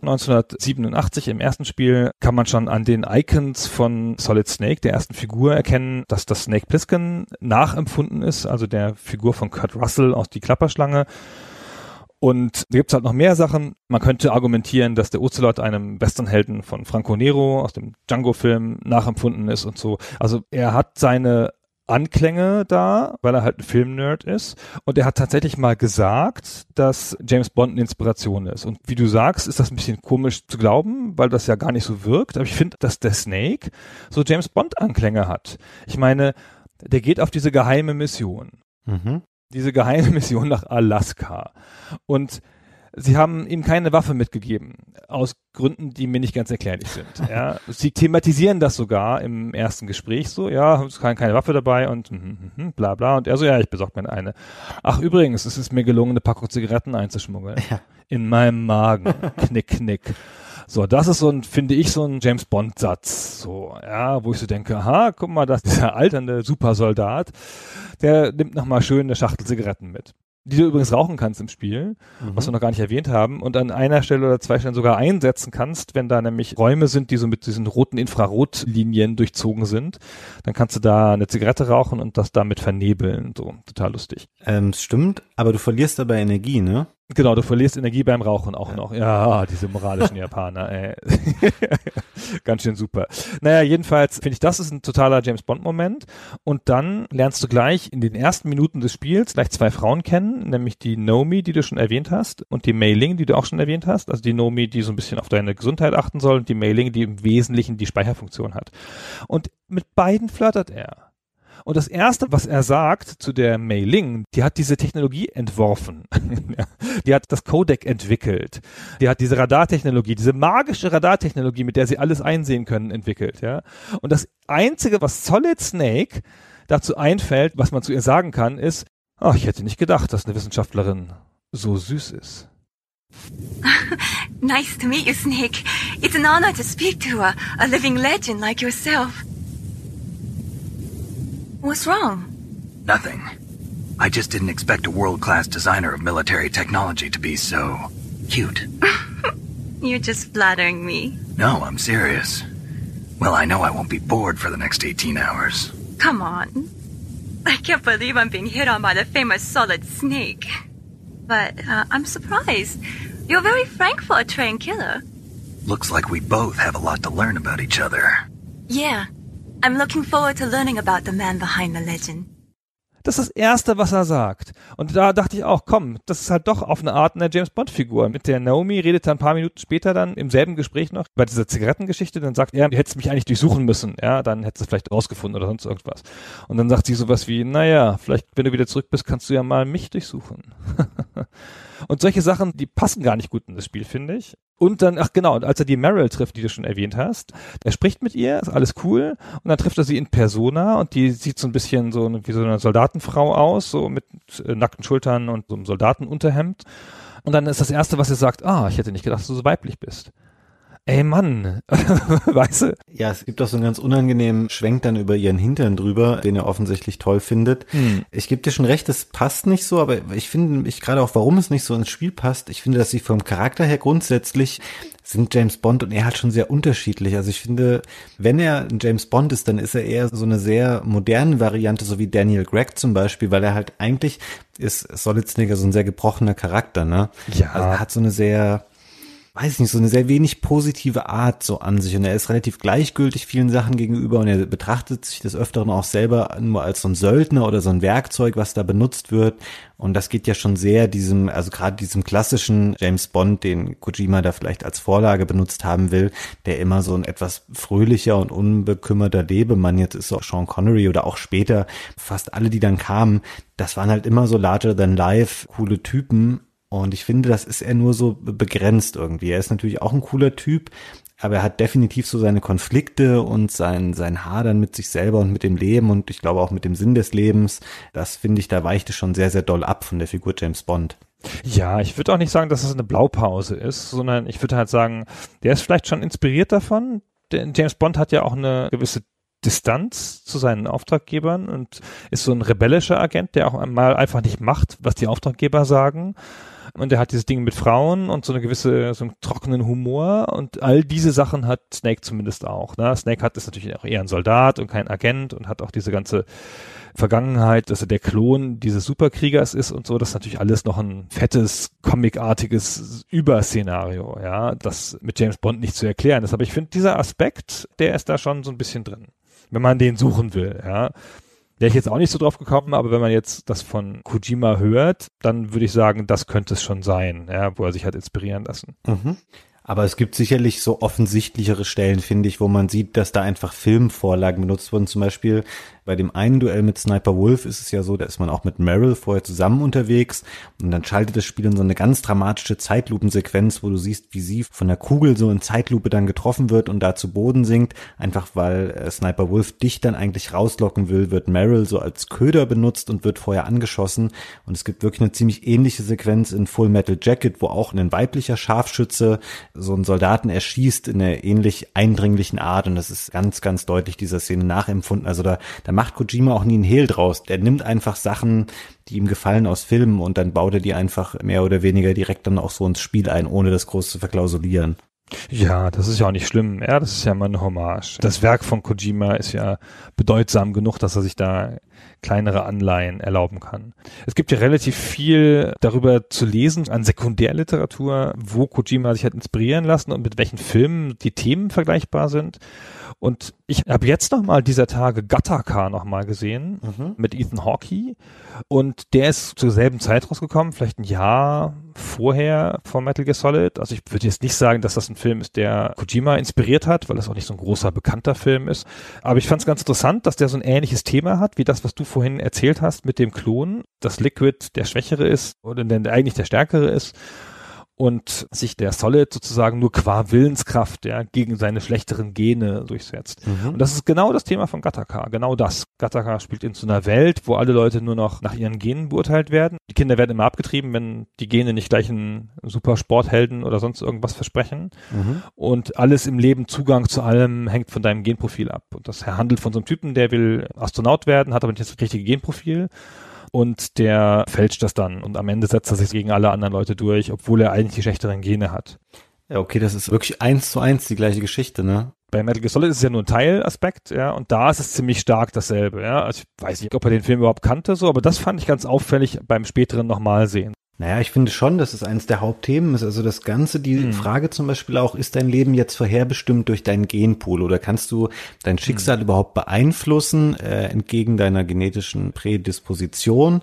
1987 im ersten Spiel kann man schon an den Icons von Solid Snake, der ersten Figur, erkennen, dass das Snake Plissken nachempfunden ist, also der Figur von Kurt Russell aus die Klapperschlange. Und da gibt's halt noch mehr Sachen. Man könnte argumentieren, dass der Ocelot einem Westernhelden von Franco Nero aus dem Django-Film nachempfunden ist und so. Also er hat seine Anklänge da, weil er halt ein Film-Nerd ist. Und er hat tatsächlich mal gesagt, dass James Bond eine Inspiration ist. Und wie du sagst, ist das ein bisschen komisch zu glauben, weil das ja gar nicht so wirkt. Aber ich finde, dass der Snake so James Bond-Anklänge hat. Ich meine, der geht auf diese geheime Mission. Diese geheime Mission nach Alaska. Und sie haben ihm keine Waffe mitgegeben, aus Gründen, die mir nicht ganz erklärlich sind. Ja, sie thematisieren das sogar im ersten Gespräch so, ja, es ist keine Waffe dabei und bla bla. Und er so, ja, ich besorge mir eine. Ach übrigens, es ist mir gelungen, eine Packung Zigaretten einzuschmuggeln. Ja. In meinem Magen. Knick, knick. So, das ist finde ich, so ein James-Bond-Satz, so, ja, wo ich so denke, aha, guck mal, dieser alternde Supersoldat, der nimmt nochmal schön eine Schachtel Zigaretten mit. Die du übrigens rauchen kannst im Spiel, was wir noch gar nicht erwähnt haben, und an einer Stelle oder zwei Stellen sogar einsetzen kannst, wenn da nämlich Räume sind, die so mit diesen roten Infrarotlinien durchzogen sind, dann kannst du da eine Zigarette rauchen und das damit vernebeln, so, total lustig. Stimmt, aber du verlierst dabei Energie, ne? Genau, du verlierst Energie beim Rauchen auch noch. Ja, diese moralischen Japaner, ey. Ganz schön super. Naja, jedenfalls finde ich, das ist ein totaler James-Bond-Moment. Und dann lernst du gleich in den ersten Minuten des Spiels gleich zwei Frauen kennen, nämlich die Nomi, die du schon erwähnt hast, und die Mei Ling, die du auch schon erwähnt hast. Also die Nomi, die so ein bisschen auf deine Gesundheit achten soll, und die Mei Ling, die im Wesentlichen die Speicherfunktion hat. Und mit beiden flirtet er. Und das Erste, was er sagt zu der Mei Ling, die hat diese Technologie entworfen. Die hat das Codec entwickelt. Die hat diese Radartechnologie, diese magische Radartechnologie, mit der sie alles einsehen können, entwickelt. Ja. Und das Einzige, was Solid Snake dazu einfällt, was man zu ihr sagen kann, ist, ach, ich hätte nicht gedacht, dass eine Wissenschaftlerin so süß ist. Nice to meet you, Snake. It's an honor to speak to a living legend like yourself. What's wrong? Nothing. I just didn't expect a world-class designer of military technology to be so cute. You're just flattering me. No, I'm serious. Well, I know I won't be bored for the next 18 hours. Come on. I can't believe I'm being hit on by the famous Solid Snake. But I'm surprised. You're very frank for a trained killer. Looks like we both have a lot to learn about each other. Yeah. I'm looking forward to learning about the man behind the legend. Das ist das Erste, was er sagt. Und da dachte ich auch, komm, das ist halt doch auf eine Art eine James-Bond-Figur. Mit der Naomi redet er ein paar Minuten später dann im selben Gespräch noch bei dieser Zigarettengeschichte, dann sagt er, du hättest mich eigentlich durchsuchen müssen, ja, dann hättest du es vielleicht rausgefunden oder sonst irgendwas. Und dann sagt sie sowas wie, naja, vielleicht, wenn du wieder zurück bist, kannst du ja mal mich durchsuchen. Und solche Sachen, die passen gar nicht gut in das Spiel, finde ich. Und dann, ach genau, als er die Meryl trifft, die du schon erwähnt hast, er spricht mit ihr, ist alles cool, und dann trifft er sie in Persona und die sieht so ein bisschen so wie so eine Soldatenfrau aus, so mit nackten Schultern und so einem Soldatenunterhemd. Und dann ist das Erste, was er sagt, ich hätte nicht gedacht, dass du so weiblich bist. Ey Mann, weißt du? Ja, es gibt auch so einen ganz unangenehmen Schwenk dann über ihren Hintern drüber, den er offensichtlich toll findet. Ich gebe dir schon recht, das passt nicht so, aber ich finde, gerade auch, warum es nicht so ins Spiel passt, ich finde, dass sie vom Charakter her grundsätzlich sind James Bond und er halt schon sehr unterschiedlich. Also ich finde, wenn er ein James Bond ist, dann ist er eher so eine sehr moderne Variante, so wie Daniel Craig zum Beispiel, weil er halt eigentlich ist Solid Snake so ein sehr gebrochener Charakter, ne? Ja. Also er hat so eine sehr, weiß nicht, so eine sehr wenig positive Art so an sich und er ist relativ gleichgültig vielen Sachen gegenüber und er betrachtet sich des Öfteren auch selber nur als so ein Söldner oder so ein Werkzeug, was da benutzt wird und das geht ja schon sehr also gerade diesem klassischen James Bond, den Kojima da vielleicht als Vorlage benutzt haben will, der immer so ein etwas fröhlicher und unbekümmerter Lebemann jetzt ist, auch Sean Connery oder auch später, fast alle, die dann kamen, das waren halt immer so larger than life, coole Typen. Und ich finde, das ist er nur so begrenzt irgendwie. Er ist natürlich auch ein cooler Typ, aber er hat definitiv so seine Konflikte und sein Hadern mit sich selber und mit dem Leben und ich glaube auch mit dem Sinn des Lebens. Das finde ich, da weicht es schon sehr, sehr doll ab von der Figur James Bond. Ja, ich würde auch nicht sagen, dass es eine Blaupause ist, sondern ich würde halt sagen, der ist vielleicht schon inspiriert davon. James Bond hat ja auch eine gewisse Distanz zu seinen Auftraggebern und ist so ein rebellischer Agent, der auch mal einfach nicht macht, was die Auftraggeber sagen. Und er hat dieses Ding mit Frauen und so einen trockenen Humor und all diese Sachen hat Snake zumindest auch. Ne? Snake ist natürlich auch eher ein Soldat und kein Agent und hat auch diese ganze Vergangenheit, dass er der Klon dieses Superkriegers ist und so. Das ist natürlich alles noch ein fettes, comicartiges Überszenario, ja, das mit James Bond nicht zu erklären ist. Aber ich finde, dieser Aspekt, der ist da schon so ein bisschen drin, wenn man den suchen will, ja. Wäre ich jetzt auch nicht so drauf gekommen, aber wenn man jetzt das von Kojima hört, dann würde ich sagen, das könnte es schon sein, ja, wo er sich hat inspirieren lassen. Mhm. Aber es gibt sicherlich so offensichtlichere Stellen, finde ich, wo man sieht, dass da einfach Filmvorlagen benutzt wurden. Zum Beispiel bei dem einen Duell mit Sniper Wolf ist es ja so, da ist man auch mit Meryl vorher zusammen unterwegs und dann schaltet das Spiel in so eine ganz dramatische Zeitlupensequenz, wo du siehst, wie sie von der Kugel so in Zeitlupe dann getroffen wird und da zu Boden sinkt. Einfach weil Sniper Wolf dich dann eigentlich rauslocken will, wird Meryl so als Köder benutzt und wird vorher angeschossen. Und es gibt wirklich eine ziemlich ähnliche Sequenz in Full Metal Jacket, wo auch ein weiblicher Scharfschütze so einen Soldaten erschießt in einer ähnlich eindringlichen Art und das ist ganz, ganz deutlich dieser Szene nachempfunden. Also da macht Kojima auch nie einen Hehl draus. Der nimmt einfach Sachen, die ihm gefallen aus Filmen und dann baut er die einfach mehr oder weniger direkt dann auch so ins Spiel ein, ohne das groß zu verklausulieren. Ja, das ist ja auch nicht schlimm. Ja, das ist ja mal eine Hommage. Das Werk von Kojima ist ja bedeutsam genug, dass er sich da kleinere Anleihen erlauben kann. Es gibt ja relativ viel darüber zu lesen an Sekundärliteratur, wo Kojima sich hat inspirieren lassen und mit welchen Filmen die Themen vergleichbar sind. Und ich habe jetzt nochmal dieser Tage Gattaca nochmal gesehen mit Ethan Hawke und der ist zur selben Zeit rausgekommen, vielleicht ein Jahr vorher von Metal Gear Solid. Also ich würde jetzt nicht sagen, dass das ein Film ist, der Kojima inspiriert hat, weil das auch nicht so ein großer, bekannter Film ist. Aber ich fand es ganz interessant, dass der so ein ähnliches Thema hat, wie das, was du vorhin erzählt hast mit dem Klon, dass Liquid der Schwächere ist oder eigentlich der Stärkere ist. Und sich der Solid sozusagen nur qua Willenskraft gegen seine schlechteren Gene durchsetzt. Und das ist genau das Thema von Gattaca, genau das. Gattaca spielt in so einer Welt, wo alle Leute nur noch nach ihren Genen beurteilt werden. Die Kinder werden immer abgetrieben, wenn die Gene nicht gleich einen super Sporthelden oder sonst irgendwas versprechen. Und alles im Leben, Zugang zu allem, hängt von deinem Genprofil ab. Und das handelt von so einem Typen, der will Astronaut werden, hat aber nicht das richtige Genprofil. Und der fälscht das dann und am Ende setzt er sich gegen alle anderen Leute durch, obwohl er eigentlich die schlechteren Gene hat. Ja, okay, das ist wirklich 1:1 die gleiche Geschichte, ne? Bei Metal Gear Solid ist es ja nur ein Teilaspekt, ja, und da ist es ziemlich stark dasselbe, ja. Also ich weiß nicht, ob er den Film überhaupt kannte, so, aber das fand ich ganz auffällig beim späteren nochmal sehen. Naja, ich finde schon, dass es eines der Hauptthemen ist. Also das Ganze, die Frage zum Beispiel auch, ist dein Leben jetzt vorherbestimmt durch deinen Genpool oder kannst du dein Schicksal überhaupt beeinflussen, entgegen deiner genetischen Prädisposition?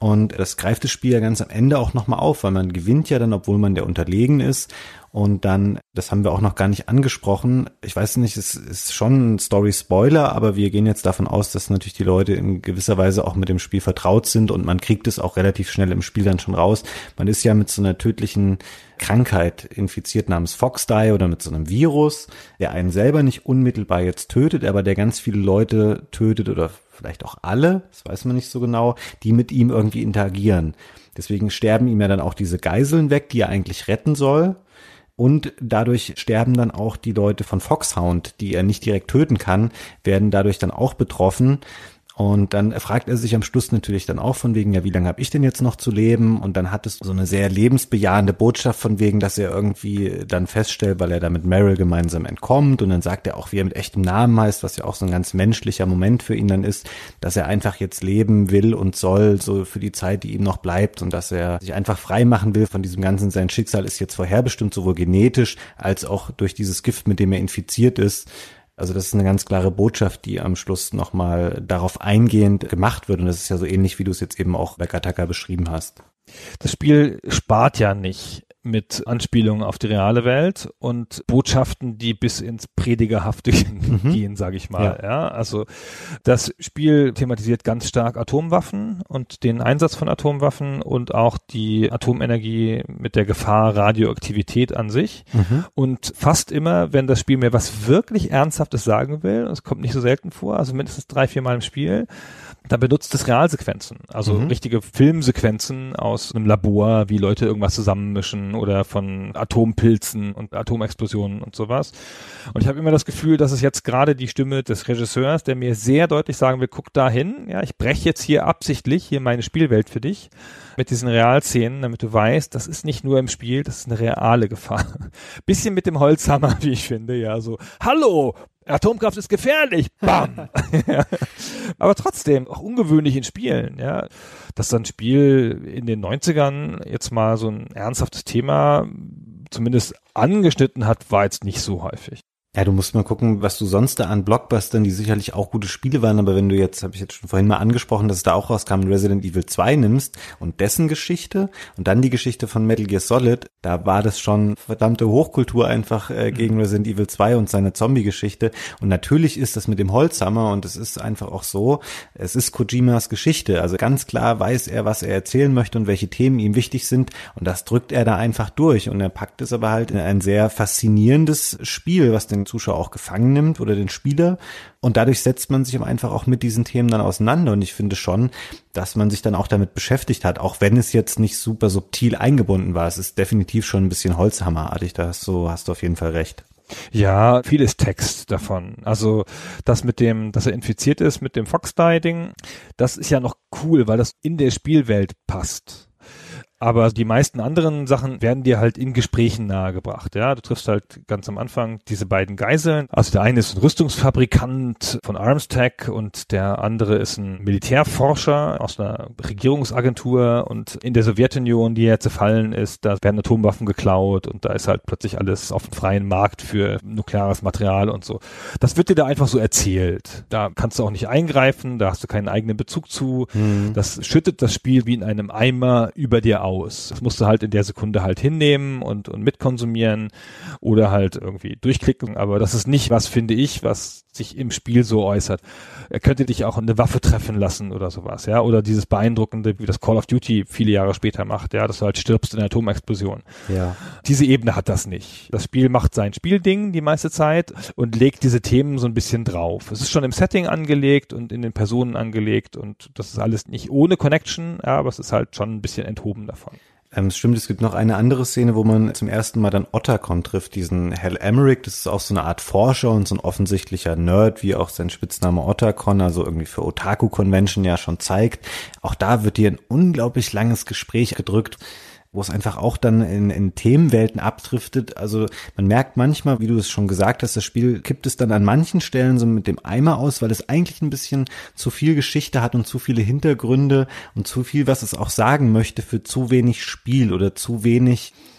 Und das greift das Spiel ja ganz am Ende auch nochmal auf, weil man gewinnt ja dann, obwohl man der Unterlegen ist. Und dann, das haben wir auch noch gar nicht angesprochen, ich weiß nicht, es ist schon ein Story-Spoiler, aber wir gehen jetzt davon aus, dass natürlich die Leute in gewisser Weise auch mit dem Spiel vertraut sind und man kriegt es auch relativ schnell im Spiel dann schon raus. Man ist ja mit so einer tödlichen Krankheit infiziert namens Foxdie oder mit so einem Virus, der einen selber nicht unmittelbar jetzt tötet, aber der ganz viele Leute tötet oder vielleicht auch alle, das weiß man nicht so genau, die mit ihm irgendwie interagieren. Deswegen sterben ihm ja dann auch diese Geiseln weg, die er eigentlich retten soll. Und dadurch sterben dann auch die Leute von Foxhound, die er nicht direkt töten kann, werden dadurch dann auch betroffen. Und dann fragt er sich am Schluss natürlich dann auch von wegen, ja, wie lange habe ich denn jetzt noch zu leben? Und dann hat es so eine sehr lebensbejahende Botschaft von wegen, dass er irgendwie dann feststellt, weil er da mit Meryl gemeinsam entkommt. Und dann sagt er auch, wie er mit echtem Namen heißt, was ja auch so ein ganz menschlicher Moment für ihn dann ist, dass er einfach jetzt leben will und soll, so für die Zeit, die ihm noch bleibt. Und dass er sich einfach frei machen will von diesem Ganzen. Sein Schicksal ist jetzt vorherbestimmt, sowohl genetisch als auch durch dieses Gift, mit dem er infiziert ist. Also das ist eine ganz klare Botschaft, die am Schluss nochmal darauf eingehend gemacht wird. Und das ist ja so ähnlich, wie du es jetzt eben auch bei Gattaca beschrieben hast. Das Spiel spart ja nicht mit Anspielungen auf die reale Welt und Botschaften, die bis ins Predigerhafte gehen, sage ich mal. Ja, also das Spiel thematisiert ganz stark Atomwaffen und den Einsatz von Atomwaffen und auch die Atomenergie mit der Gefahr Radioaktivität an sich. Und fast immer, wenn das Spiel mir was wirklich Ernsthaftes sagen will, und es kommt nicht so selten vor, also mindestens 3-4 Mal im Spiel, da benutzt es Realsequenzen, also richtige Filmsequenzen aus einem Labor, wie Leute irgendwas zusammenmischen oder von Atompilzen und Atomexplosionen und sowas. Und ich habe immer das Gefühl, dass es jetzt gerade die Stimme des Regisseurs, der mir sehr deutlich sagen will, guck da hin, ja, ich breche jetzt hier absichtlich hier meine Spielwelt für dich mit diesen Realszenen, damit du weißt, das ist nicht nur im Spiel, das ist eine reale Gefahr. Bisschen mit dem Holzhammer, wie ich finde, ja, so, hallo, Atomkraft ist gefährlich, bam. Aber trotzdem, auch ungewöhnlich in Spielen, ja. Dass so ein Spiel in den 90ern jetzt mal so ein ernsthaftes Thema zumindest angeschnitten hat, war jetzt nicht so häufig. Ja, du musst mal gucken, was du sonst da an Blockbustern, die sicherlich auch gute Spiele waren, aber wenn du jetzt, habe ich jetzt schon vorhin mal angesprochen, dass es da auch rauskam, Resident Evil 2 nimmst und dessen Geschichte und dann die Geschichte von Metal Gear Solid, da war das schon verdammte Hochkultur einfach gegen Resident Evil 2 und seine Zombie-Geschichte. Und natürlich ist das mit dem Holzhammer und es ist einfach auch so, es ist Kojimas Geschichte, also ganz klar weiß er, was er erzählen möchte und welche Themen ihm wichtig sind und das drückt er da einfach durch und er packt es aber halt in ein sehr faszinierendes Spiel, was den Zuschauer auch gefangen nimmt oder den Spieler und dadurch setzt man sich einfach auch mit diesen Themen dann auseinander und ich finde schon, dass man sich dann auch damit beschäftigt hat, auch wenn es jetzt nicht super subtil eingebunden war. Es ist definitiv schon ein bisschen holzhammerartig, da hast du auf jeden Fall recht. Ja, viel ist Text davon. Also das mit dem, dass er infiziert ist mit dem Foxdie-Ding, das ist ja noch cool, weil das in der Spielwelt passt. Aber die meisten anderen Sachen werden dir halt in Gesprächen nahegebracht. Ja, du triffst halt ganz am Anfang diese beiden Geiseln. Also der eine ist ein Rüstungsfabrikant von Armstech und der andere ist ein Militärforscher aus einer Regierungsagentur. Und in der Sowjetunion, die ja zerfallen ist, da werden Atomwaffen geklaut und da ist halt plötzlich alles auf dem freien Markt für nukleares Material und so. Das wird dir da einfach so erzählt. Da kannst du auch nicht eingreifen, da hast du keinen eigenen Bezug zu. Das schüttet das Spiel wie in einem Eimer über dir aus. Das musst du halt in der Sekunde halt hinnehmen und mitkonsumieren oder halt irgendwie durchklicken, aber das ist nicht was, finde ich, was sich im Spiel so äußert. Er könnte dich auch eine Waffe treffen lassen oder sowas, ja, oder dieses Beeindruckende, wie das Call of Duty viele Jahre später macht, ja, dass du halt stirbst in einer Atomexplosion. Ja. Diese Ebene hat das nicht. Das Spiel macht sein Spielding die meiste Zeit und legt diese Themen so ein bisschen drauf. Es ist schon im Setting angelegt und in den Personen angelegt und das ist alles nicht ohne Connection, ja, aber es ist halt schon ein bisschen enthoben davon. Es stimmt, es gibt noch eine andere Szene, wo man zum ersten Mal dann Otacon trifft, diesen Hal Emmerich, das ist auch so eine Art Forscher und so ein offensichtlicher Nerd, wie auch sein Spitzname Otacon, also irgendwie für Otaku Convention ja schon zeigt. Auch da wird dir ein unglaublich langes Gespräch gedrückt, wo es einfach auch dann in Themenwelten abdriftet. Also man merkt manchmal, wie du es schon gesagt hast, das Spiel kippt es dann an manchen Stellen so mit dem Eimer aus, weil es eigentlich ein bisschen zu viel Geschichte hat und zu viele Hintergründe und zu viel, was es auch sagen möchte, für zu wenig Spiel oder zu wenig,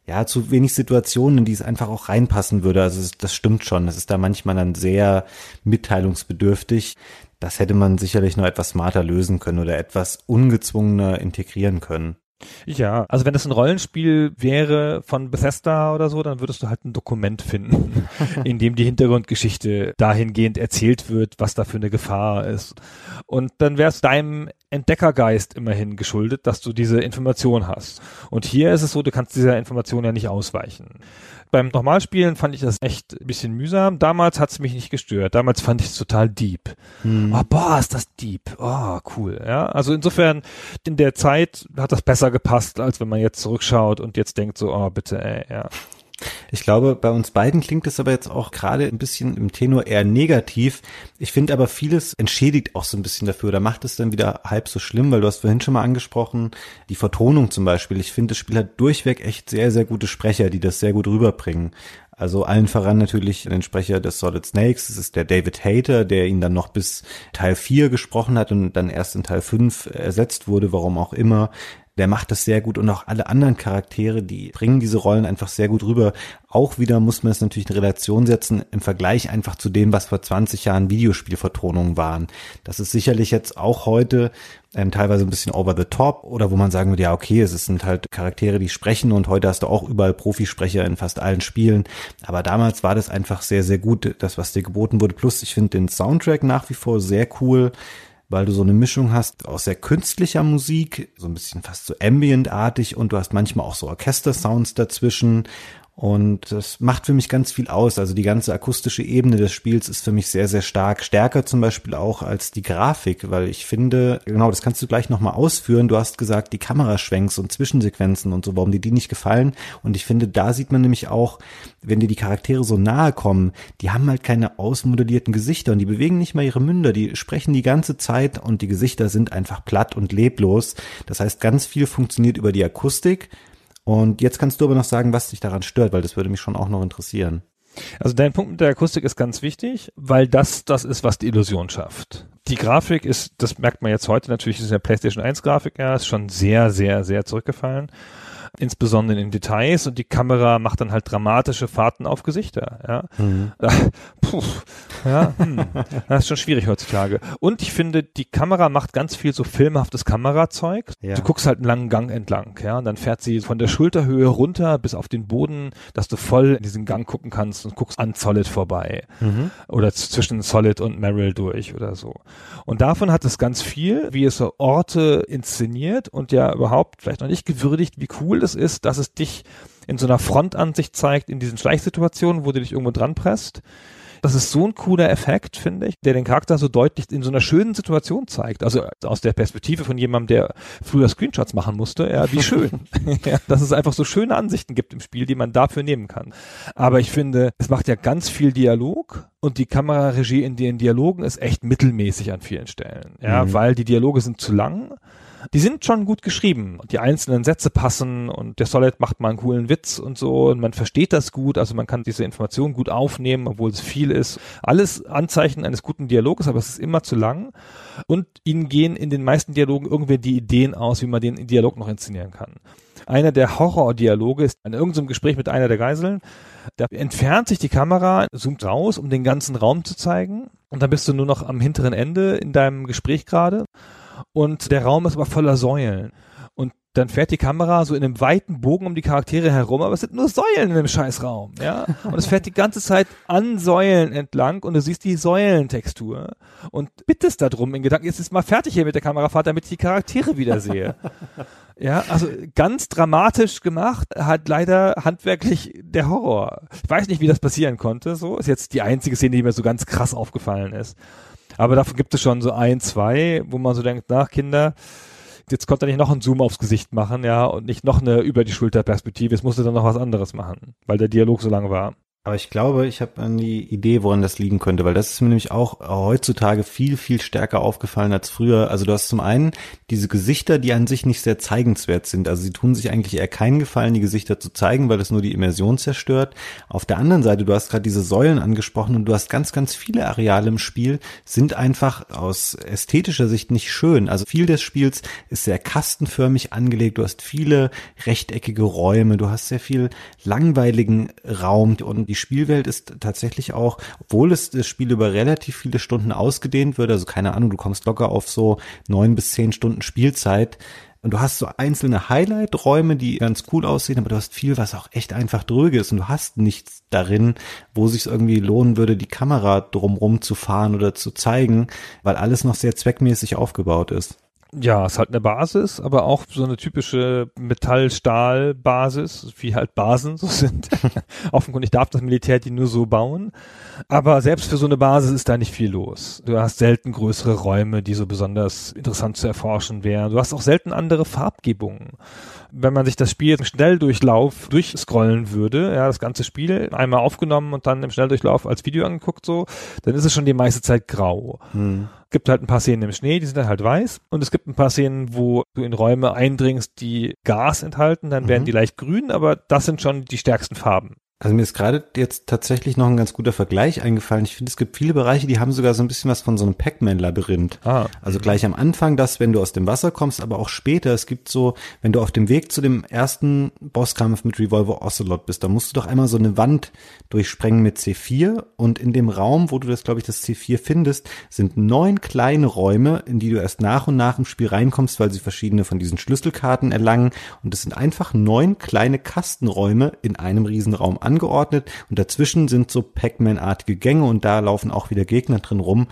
ja, zu wenig Situationen, in die es einfach auch reinpassen würde. Also das stimmt schon. Das ist da manchmal dann sehr mitteilungsbedürftig. Das hätte man sicherlich noch etwas smarter lösen können oder etwas ungezwungener integrieren können. Ja, also wenn das ein Rollenspiel wäre von Bethesda oder so, dann würdest du halt ein Dokument finden, in dem die Hintergrundgeschichte dahingehend erzählt wird, was da für eine Gefahr ist. Und dann wäre es deinem Entdeckergeist immerhin geschuldet, dass du diese Information hast. Und hier ist es so, du kannst dieser Information ja nicht ausweichen. Beim Normalspielen fand ich das echt ein bisschen mühsam. Damals hat es mich nicht gestört. Damals fand ich es total deep. Oh, boah, ist das deep. Oh, cool. Ja, also insofern, in der Zeit hat das besser gepasst, als wenn man jetzt zurückschaut und jetzt denkt so, oh, bitte, ey, ja. Ich glaube, bei uns beiden klingt es aber jetzt auch gerade ein bisschen im Tenor eher negativ. Ich finde aber vieles entschädigt auch so ein bisschen dafür oder macht es dann wieder halb so schlimm, weil du hast vorhin schon mal angesprochen, die Vertonung zum Beispiel. Ich finde, das Spiel hat durchweg echt sehr, sehr gute Sprecher, die das sehr gut rüberbringen. Also allen voran natürlich den Sprecher des Solid Snakes, das ist der David Hayter, der ihn dann noch bis Teil 4 gesprochen hat und dann erst in Teil 5 ersetzt wurde, warum auch immer. Der macht das sehr gut und auch alle anderen Charaktere, die bringen diese Rollen einfach sehr gut rüber. Auch wieder muss man es natürlich in Relation setzen im Vergleich einfach zu dem, was vor 20 Jahren Videospielvertonungen waren. Das ist sicherlich jetzt auch heute teilweise ein bisschen over the top oder wo man sagen würde, ja okay, es sind halt Charaktere, die sprechen und heute hast du auch überall Profisprecher in fast allen Spielen. Aber damals war das einfach sehr, sehr gut, das was dir geboten wurde. Plus ich finde den Soundtrack nach wie vor sehr cool, weil du so eine Mischung hast aus sehr künstlicher Musik, so ein bisschen fast so ambient-artig und du hast manchmal auch so Orchester-Sounds dazwischen und das macht für mich ganz viel aus. Also die ganze akustische Ebene des Spiels ist für mich sehr, sehr stark. Stärker zum Beispiel auch als die Grafik, weil ich finde, genau, das kannst du gleich nochmal ausführen. Du hast gesagt, die Kameraschwenks und Zwischensequenzen und so, warum die nicht gefallen. Und ich finde, da sieht man nämlich auch, wenn dir die Charaktere so nahe kommen, die haben halt keine ausmodellierten Gesichter und die bewegen nicht mal ihre Münder, die sprechen die ganze Zeit und die Gesichter sind einfach platt und leblos. Das heißt, ganz viel funktioniert über die Akustik. Und jetzt kannst du aber noch sagen, was dich daran stört, weil das würde mich schon auch noch interessieren. Also dein Punkt mit der Akustik ist ganz wichtig, weil das ist, was die Illusion schafft. Die Grafik ist, das merkt man jetzt heute natürlich, ist in der PlayStation 1 Grafik, ja, ist schon sehr, sehr, sehr zurückgefallen. Insbesondere in Details und die Kamera macht dann halt dramatische Fahrten auf Gesichter, ja. Das ist schon schwierig heutzutage. Und ich finde, die Kamera macht ganz viel so filmhaftes Kamerazeug. Ja. Du guckst halt einen langen Gang entlang, ja, und dann fährt sie von der Schulterhöhe runter bis auf den Boden, dass du voll in diesen Gang gucken kannst und guckst an Solid vorbei. Oder zwischen Solid und Meryl durch oder so. Und davon hat es ganz viel, wie es so Orte inszeniert und ja überhaupt vielleicht noch nicht gewürdigt, wie cool das ist, dass es dich in so einer Frontansicht zeigt, in diesen Schleichsituationen, wo du dich irgendwo dran presst. Das ist so ein cooler Effekt, finde ich, der den Charakter so deutlich in so einer schönen Situation zeigt. Also aus der Perspektive von jemandem, der früher Screenshots machen musste, ja, wie schön. Ja, dass es einfach so schöne Ansichten gibt im Spiel, die man dafür nehmen kann. Aber ich finde, es macht ja ganz viel Dialog und die Kameraregie in den Dialogen ist echt mittelmäßig an vielen Stellen. Ja, weil die Dialoge sind zu lang. Die sind schon gut geschrieben und die einzelnen Sätze passen und der Solid macht mal einen coolen Witz und so und man versteht das gut, also man kann diese Informationen gut aufnehmen, obwohl es viel ist. Alles Anzeichen eines guten Dialoges, aber es ist immer zu lang und ihnen gehen in den meisten Dialogen irgendwie die Ideen aus, wie man den Dialog noch inszenieren kann. Einer der Horrordialoge ist in irgendeinem Gespräch mit einer der Geiseln, da entfernt sich die Kamera, zoomt raus, um den ganzen Raum zu zeigen und dann bist du nur noch am hinteren Ende in deinem Gespräch gerade. Und der Raum ist aber voller Säulen. Und dann fährt die Kamera so in einem weiten Bogen um die Charaktere herum, aber es sind nur Säulen in dem Scheißraum, ja. Und es fährt die ganze Zeit an Säulen entlang und du siehst die Säulentextur und bittest darum in Gedanken, jetzt ist mal fertig hier mit der Kamerafahrt, damit ich die Charaktere wieder sehe. Ja, also ganz dramatisch gemacht, hat leider handwerklich der Horror. Ich weiß nicht, wie das passieren konnte, so. Ist jetzt die einzige Szene, die mir so ganz krass aufgefallen ist. Aber davon gibt es schon so 1, 2, wo man so denkt, na Kinder, jetzt konnte er nicht noch einen Zoom aufs Gesicht machen, ja, und nicht noch eine über die Schulter Perspektive, jetzt musste dann noch was anderes machen, weil der Dialog so lang war. Aber ich glaube, ich habe eine Idee, woran das liegen könnte, weil das ist mir nämlich auch heutzutage viel, viel stärker aufgefallen als früher. Also du hast zum einen diese Gesichter, die an sich nicht sehr zeigenswert sind. Also sie tun sich eigentlich eher keinen Gefallen, die Gesichter zu zeigen, weil es nur die Immersion zerstört. Auf der anderen Seite, du hast gerade diese Säulen angesprochen und du hast ganz, ganz viele Areale im Spiel, sind einfach aus ästhetischer Sicht nicht schön. Also viel des Spiels ist sehr kastenförmig angelegt. Du hast viele rechteckige Räume, du hast sehr viel langweiligen Raum und die Spielwelt ist tatsächlich auch, obwohl es das Spiel über relativ viele Stunden ausgedehnt wird, also keine Ahnung, du kommst locker auf so 9 bis 10 Stunden Spielzeit und du hast so einzelne Highlight-Räume, die ganz cool aussehen, aber du hast viel, was auch echt einfach dröge ist und du hast nichts darin, wo sich irgendwie lohnen würde, die Kamera drumrum zu fahren oder zu zeigen, weil alles noch sehr zweckmäßig aufgebaut ist. Ja, es ist halt eine Basis, aber auch so eine typische Metall-Stahl-Basis, wie halt Basen so sind. Offenkundig darf das Militär die nur so bauen. Aber selbst für so eine Basis ist da nicht viel los. Du hast selten größere Räume, die so besonders interessant zu erforschen wären. Du hast auch selten andere Farbgebungen. Wenn man sich das Spiel im Schnelldurchlauf durchscrollen würde, ja, das ganze Spiel einmal aufgenommen und dann im Schnelldurchlauf als Video angeguckt so, dann ist es schon die meiste Zeit grau. Gibt halt ein paar Szenen im Schnee, die sind dann halt weiß. Und es gibt ein paar Szenen, wo du in Räume eindringst, die Gas enthalten, dann werden die leicht grün, aber das sind schon die stärksten Farben. Also mir ist gerade jetzt tatsächlich noch ein ganz guter Vergleich eingefallen. Ich finde, es gibt viele Bereiche, die haben sogar so ein bisschen was von so einem Pac-Man-Labyrinth. Also gleich am Anfang das, wenn du aus dem Wasser kommst, aber auch später. Es gibt so, wenn du auf dem Weg zu dem ersten Bosskampf mit Revolver Ocelot bist, da musst du doch einmal so eine Wand durchsprengen mit C4 und in dem Raum, wo du das, glaube ich, das C4 findest, sind 9 kleine Räume, in die du erst nach und nach im Spiel reinkommst, weil sie verschiedene von diesen Schlüsselkarten erlangen und es sind einfach 9 kleine Kastenräume in einem Riesenraum angeordnet und dazwischen sind so Pac-Man-artige Gänge und da laufen auch wieder Gegner drin rum.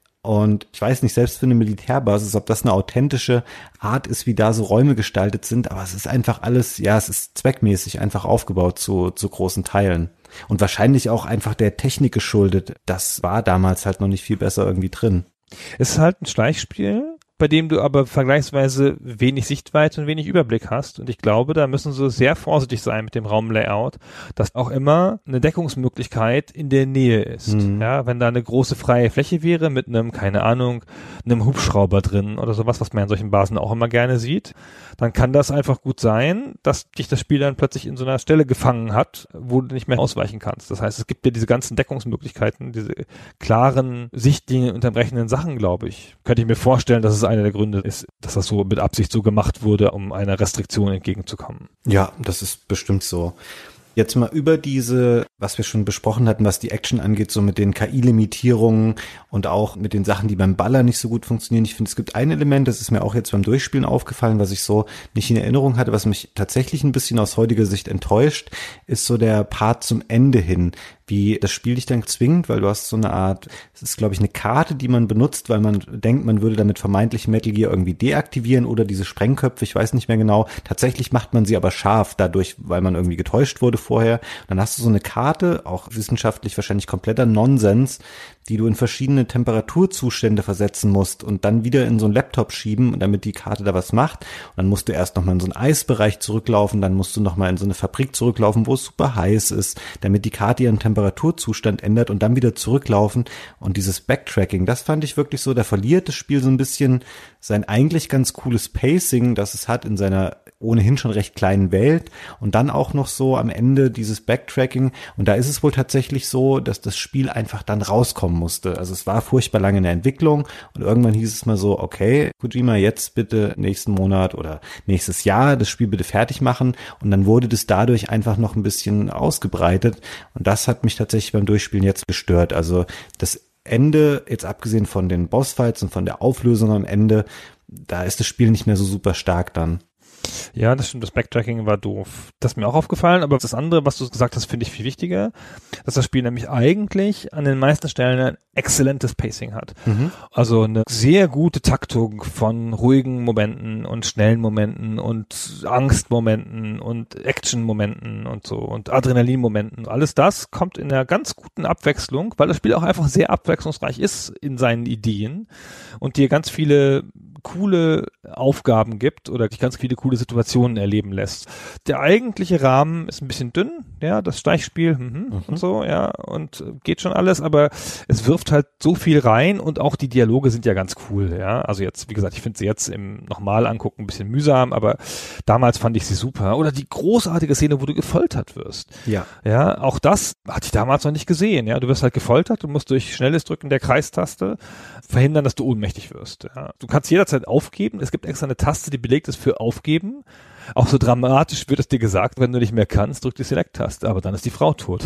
Und ich weiß nicht, selbst für eine Militärbasis, ob das eine authentische Art ist, wie da so Räume gestaltet sind, aber es ist einfach alles, ja, es ist zweckmäßig einfach aufgebaut zu großen Teilen. Und wahrscheinlich auch einfach der Technik geschuldet. Das war damals halt noch nicht viel besser irgendwie drin. Es ist halt ein Schleichspiel, bei dem du aber vergleichsweise wenig Sichtweite und wenig Überblick hast. Und ich glaube, da müssen sie sehr vorsichtig sein mit dem Raumlayout, dass auch immer eine Deckungsmöglichkeit in der Nähe ist. Ja, wenn da eine große freie Fläche wäre mit einem, keine Ahnung, einem Hubschrauber drin oder sowas, was man in solchen Basen auch immer gerne sieht, dann kann das einfach gut sein, dass dich das Spiel dann plötzlich in so einer Stelle gefangen hat, wo du nicht mehr ausweichen kannst. Das heißt, es gibt ja diese ganzen Deckungsmöglichkeiten, diese klaren, Sichtlinien unterbrechenden Sachen, glaube ich. Könnte ich mir vorstellen, dass es einer der Gründe ist, dass das so mit Absicht so gemacht wurde, um einer Restriktion entgegenzukommen. Ja, das ist bestimmt so. Jetzt mal über diese, was wir schon besprochen hatten, was die Action angeht, so mit den KI-Limitierungen und auch mit den Sachen, die beim Baller nicht so gut funktionieren. Ich finde, es gibt ein Element, das ist mir auch jetzt beim Durchspielen aufgefallen, was ich so nicht in Erinnerung hatte, was mich tatsächlich ein bisschen aus heutiger Sicht enttäuscht, ist so der Part zum Ende hin, wie das Spiel dich dann zwingt, weil du hast so eine Art, es ist glaube ich eine Karte, die man benutzt, weil man denkt, man würde damit vermeintlich Metal Gear irgendwie deaktivieren oder diese Sprengköpfe, ich weiß nicht mehr genau. Tatsächlich macht man sie aber scharf dadurch, weil man irgendwie getäuscht wurde vorher. Dann hast du so eine Karte, auch wissenschaftlich wahrscheinlich kompletter Nonsens, die du in verschiedene Temperaturzustände versetzen musst und dann wieder in so einen Laptop schieben, damit die Karte da was macht. Und dann musst du erst nochmal in so einen Eisbereich zurücklaufen, dann musst du nochmal in so eine Fabrik zurücklaufen, wo es super heiß ist, damit die Karte ihren Temperaturzustand ändert und dann wieder zurücklaufen. Und dieses Backtracking, das fand ich wirklich so, da verliert das Spiel so ein bisschen sein eigentlich ganz cooles Pacing, das es hat in seiner ohnehin schon recht kleinen Welt und dann auch noch so am Ende dieses Backtracking und da ist es wohl tatsächlich so, dass das Spiel einfach dann rauskommen musste. Also es war furchtbar lange in der Entwicklung und irgendwann hieß es mal so, okay, Kojima, jetzt bitte nächsten Monat oder nächstes Jahr das Spiel bitte fertig machen und dann wurde das dadurch einfach noch ein bisschen ausgebreitet und das hat mich tatsächlich beim Durchspielen jetzt gestört. Also das Ende, jetzt abgesehen von den Bossfights und von der Auflösung am Ende, da ist das Spiel nicht mehr so super stark dann. Ja, das stimmt, das Backtracking war doof. Das ist mir auch aufgefallen, aber das andere, was du gesagt hast, finde ich viel wichtiger, dass das Spiel nämlich eigentlich an den meisten Stellen ein exzellentes Pacing hat. Also eine sehr gute Taktung von ruhigen Momenten und schnellen Momenten und Angstmomenten und Action-Momenten und so und Adrenalin-Momenten. Alles das kommt in einer ganz guten Abwechslung, weil das Spiel auch einfach sehr abwechslungsreich ist in seinen Ideen und dir ganz viele coole Aufgaben gibt oder dich ganz viele coole Situationen erleben lässt. Der eigentliche Rahmen ist ein bisschen dünn, ja, das Steichspiel und so, ja, und geht schon alles, aber es wirft halt so viel rein und auch die Dialoge sind ja ganz cool, ja. Also jetzt, wie gesagt, ich finde sie jetzt im nochmal angucken ein bisschen mühsam, aber damals fand ich sie super. Oder die großartige Szene, wo du gefoltert wirst. Ja. Ja, auch das hatte ich damals noch nicht gesehen, ja. Du wirst halt gefoltert, du musst durch schnelles Drücken der Kreistaste verhindern, dass du ohnmächtig wirst, ja. Du kannst jederzeit aufgeben. Es gibt extra eine Taste, die belegt ist für Aufgeben. Auch so dramatisch wird es dir gesagt, wenn du nicht mehr kannst, drück die Select-Taste, aber dann ist die Frau tot.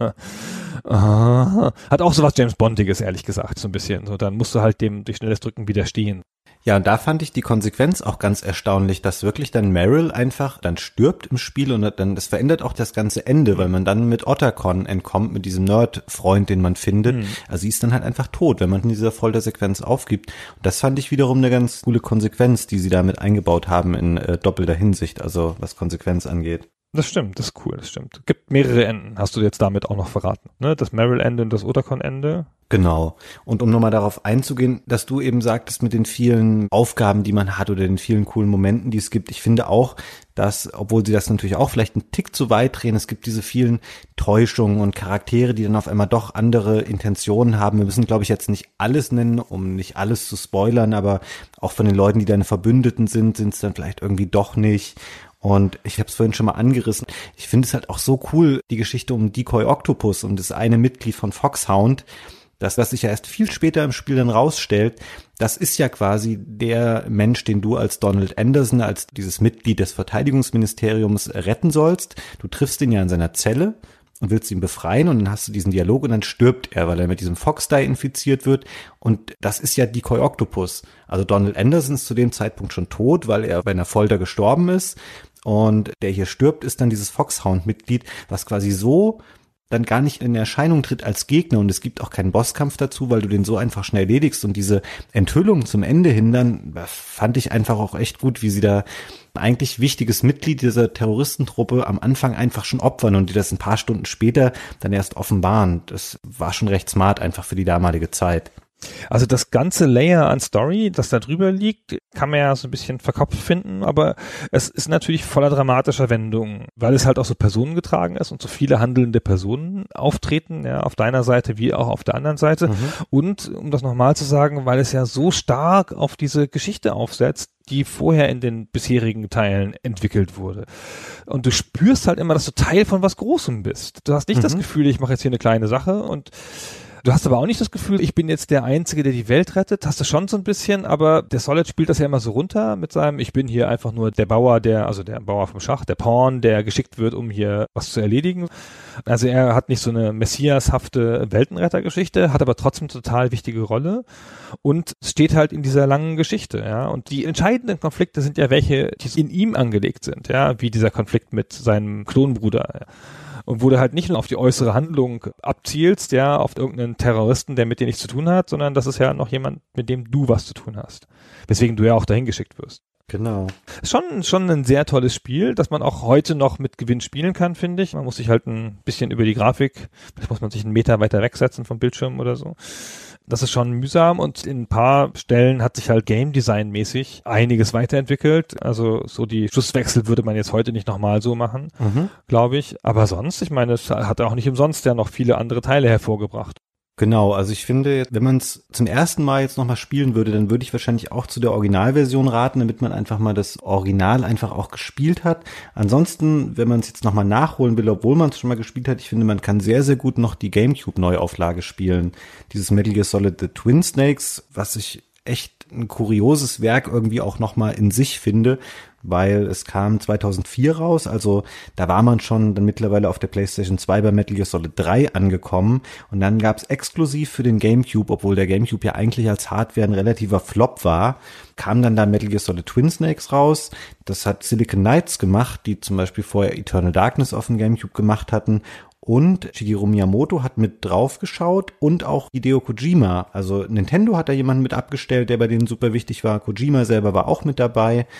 Hat auch so was James Bondiges, ehrlich gesagt, so ein bisschen. So, dann musst du halt dem durch schnelles Drücken widerstehen. Ja, und da fand ich die Konsequenz auch ganz erstaunlich, dass wirklich dann Meryl einfach dann stirbt im Spiel und dann, das verändert auch das ganze Ende, weil man dann mit Otacon entkommt, mit diesem Nerd-Freund, den man findet. Also sie ist dann halt einfach tot, wenn man in dieser Foltersequenz aufgibt. Und das fand ich wiederum eine ganz coole Konsequenz, die sie damit eingebaut haben in doppelter Hinsicht, also was Konsequenz angeht. Das stimmt, das ist cool, das stimmt. Gibt mehrere Enden, hast du jetzt damit auch noch verraten, ne? Das Meryl-Ende und das Otacon-Ende. Genau. Und um nochmal darauf einzugehen, dass du eben sagtest mit den vielen Aufgaben, die man hat oder den vielen coolen Momenten, die es gibt. Ich finde auch, dass, obwohl sie das natürlich auch vielleicht einen Tick zu weit drehen, es gibt diese vielen Täuschungen und Charaktere, die dann auf einmal doch andere Intentionen haben. Wir müssen, glaube ich, jetzt nicht alles nennen, um nicht alles zu spoilern, aber auch von den Leuten, die deine Verbündeten sind es dann vielleicht irgendwie doch nicht. Und ich habe es vorhin schon mal angerissen. Ich finde es halt auch so cool, die Geschichte um Decoy Octopus und das eine Mitglied von Foxhound, das, was sich ja erst viel später im Spiel dann rausstellt, das ist ja quasi der Mensch, den du als Donald Anderson, als dieses Mitglied des Verteidigungsministeriums retten sollst. Du triffst ihn ja in seiner Zelle und willst ihn befreien und dann hast du diesen Dialog und dann stirbt er, weil er mit diesem Fox-Dye infiziert wird und das ist ja Decoy Octopus. Also Donald Anderson ist zu dem Zeitpunkt schon tot, weil er bei einer Folter gestorben ist und der hier stirbt, ist dann dieses Foxhound-Mitglied, was quasi so dann gar nicht in Erscheinung tritt als Gegner und es gibt auch keinen Bosskampf dazu, weil du den so einfach schnell erledigst und diese Enthüllung zum Ende hin, dann fand ich einfach auch echt gut, wie sie da ein eigentlich wichtiges Mitglied dieser Terroristentruppe am Anfang einfach schon opfern und die das ein paar Stunden später dann erst offenbaren. Das war schon recht smart einfach für die damalige Zeit. Also das ganze Layer an Story, das da drüber liegt, kann man ja so ein bisschen verkopft finden, aber es ist natürlich voller dramatischer Wendungen, weil es halt auch so personengetragen ist und so viele handelnde Personen auftreten, ja, auf deiner Seite wie auch auf der anderen Seite. Und, um das nochmal zu sagen, weil es ja so stark auf diese Geschichte aufsetzt, die vorher in den bisherigen Teilen entwickelt wurde. Und du spürst halt immer, dass du Teil von was Großem bist. Du hast nicht das Gefühl, ich mache jetzt hier eine kleine Sache und du hast aber auch nicht das Gefühl, ich bin jetzt der Einzige, der die Welt rettet. Hast du schon so ein bisschen, aber der Solid spielt das ja immer so runter mit seinem, ich bin hier einfach nur der Bauer, der Bauer vom Schach, der Pawn, der geschickt wird, um hier was zu erledigen. Also er hat nicht so eine messiashafte Weltenrettergeschichte, hat aber trotzdem eine total wichtige Rolle und steht halt in dieser langen Geschichte, ja. Und die entscheidenden Konflikte sind ja welche, die in ihm angelegt sind, ja, wie dieser Konflikt mit seinem Klonbruder, ja. Und wo du halt nicht nur auf die äußere Handlung abzielst, ja, auf irgendeinen Terroristen, der mit dir nichts zu tun hat, sondern das ist ja noch jemand, mit dem du was zu tun hast. Weswegen du ja auch dahin geschickt wirst. Genau. Schon ein sehr tolles Spiel, das man auch heute noch mit Gewinn spielen kann, finde ich. Man muss sich halt ein bisschen über die Grafik, vielleicht muss man sich einen Meter weiter wegsetzen vom Bildschirm oder so. Das ist schon mühsam und in ein paar Stellen hat sich halt Game Design mäßig einiges weiterentwickelt. Also so die Schusswechsel würde man jetzt heute nicht nochmal so machen, glaube ich. Aber sonst, ich meine, es hat auch nicht umsonst ja noch viele andere Teile hervorgebracht. Genau, also ich finde, wenn man es zum ersten Mal jetzt nochmal spielen würde, dann würde ich wahrscheinlich auch zu der Originalversion raten, damit man einfach mal das Original einfach auch gespielt hat. Ansonsten, wenn man es jetzt nochmal nachholen will, obwohl man es schon mal gespielt hat, ich finde, man kann sehr, sehr gut noch die GameCube-Neuauflage spielen. Dieses Metal Gear Solid The Twin Snakes, was ich echt ein kurioses Werk irgendwie auch nochmal in sich finde, weil es kam 2004 raus, also da war man schon dann mittlerweile auf der PlayStation 2 bei Metal Gear Solid 3 angekommen und dann gab es exklusiv für den GameCube, obwohl der GameCube ja eigentlich als Hardware ein relativer Flop war, kam dann da Metal Gear Solid Twin Snakes raus. Das hat Silicon Knights gemacht, die zum Beispiel vorher Eternal Darkness auf dem GameCube gemacht hatten. Und Shigeru Miyamoto hat mit draufgeschaut und auch Hideo Kojima. Also Nintendo hat da jemanden mit abgestellt, der bei denen super wichtig war. Kojima selber war auch mit dabei.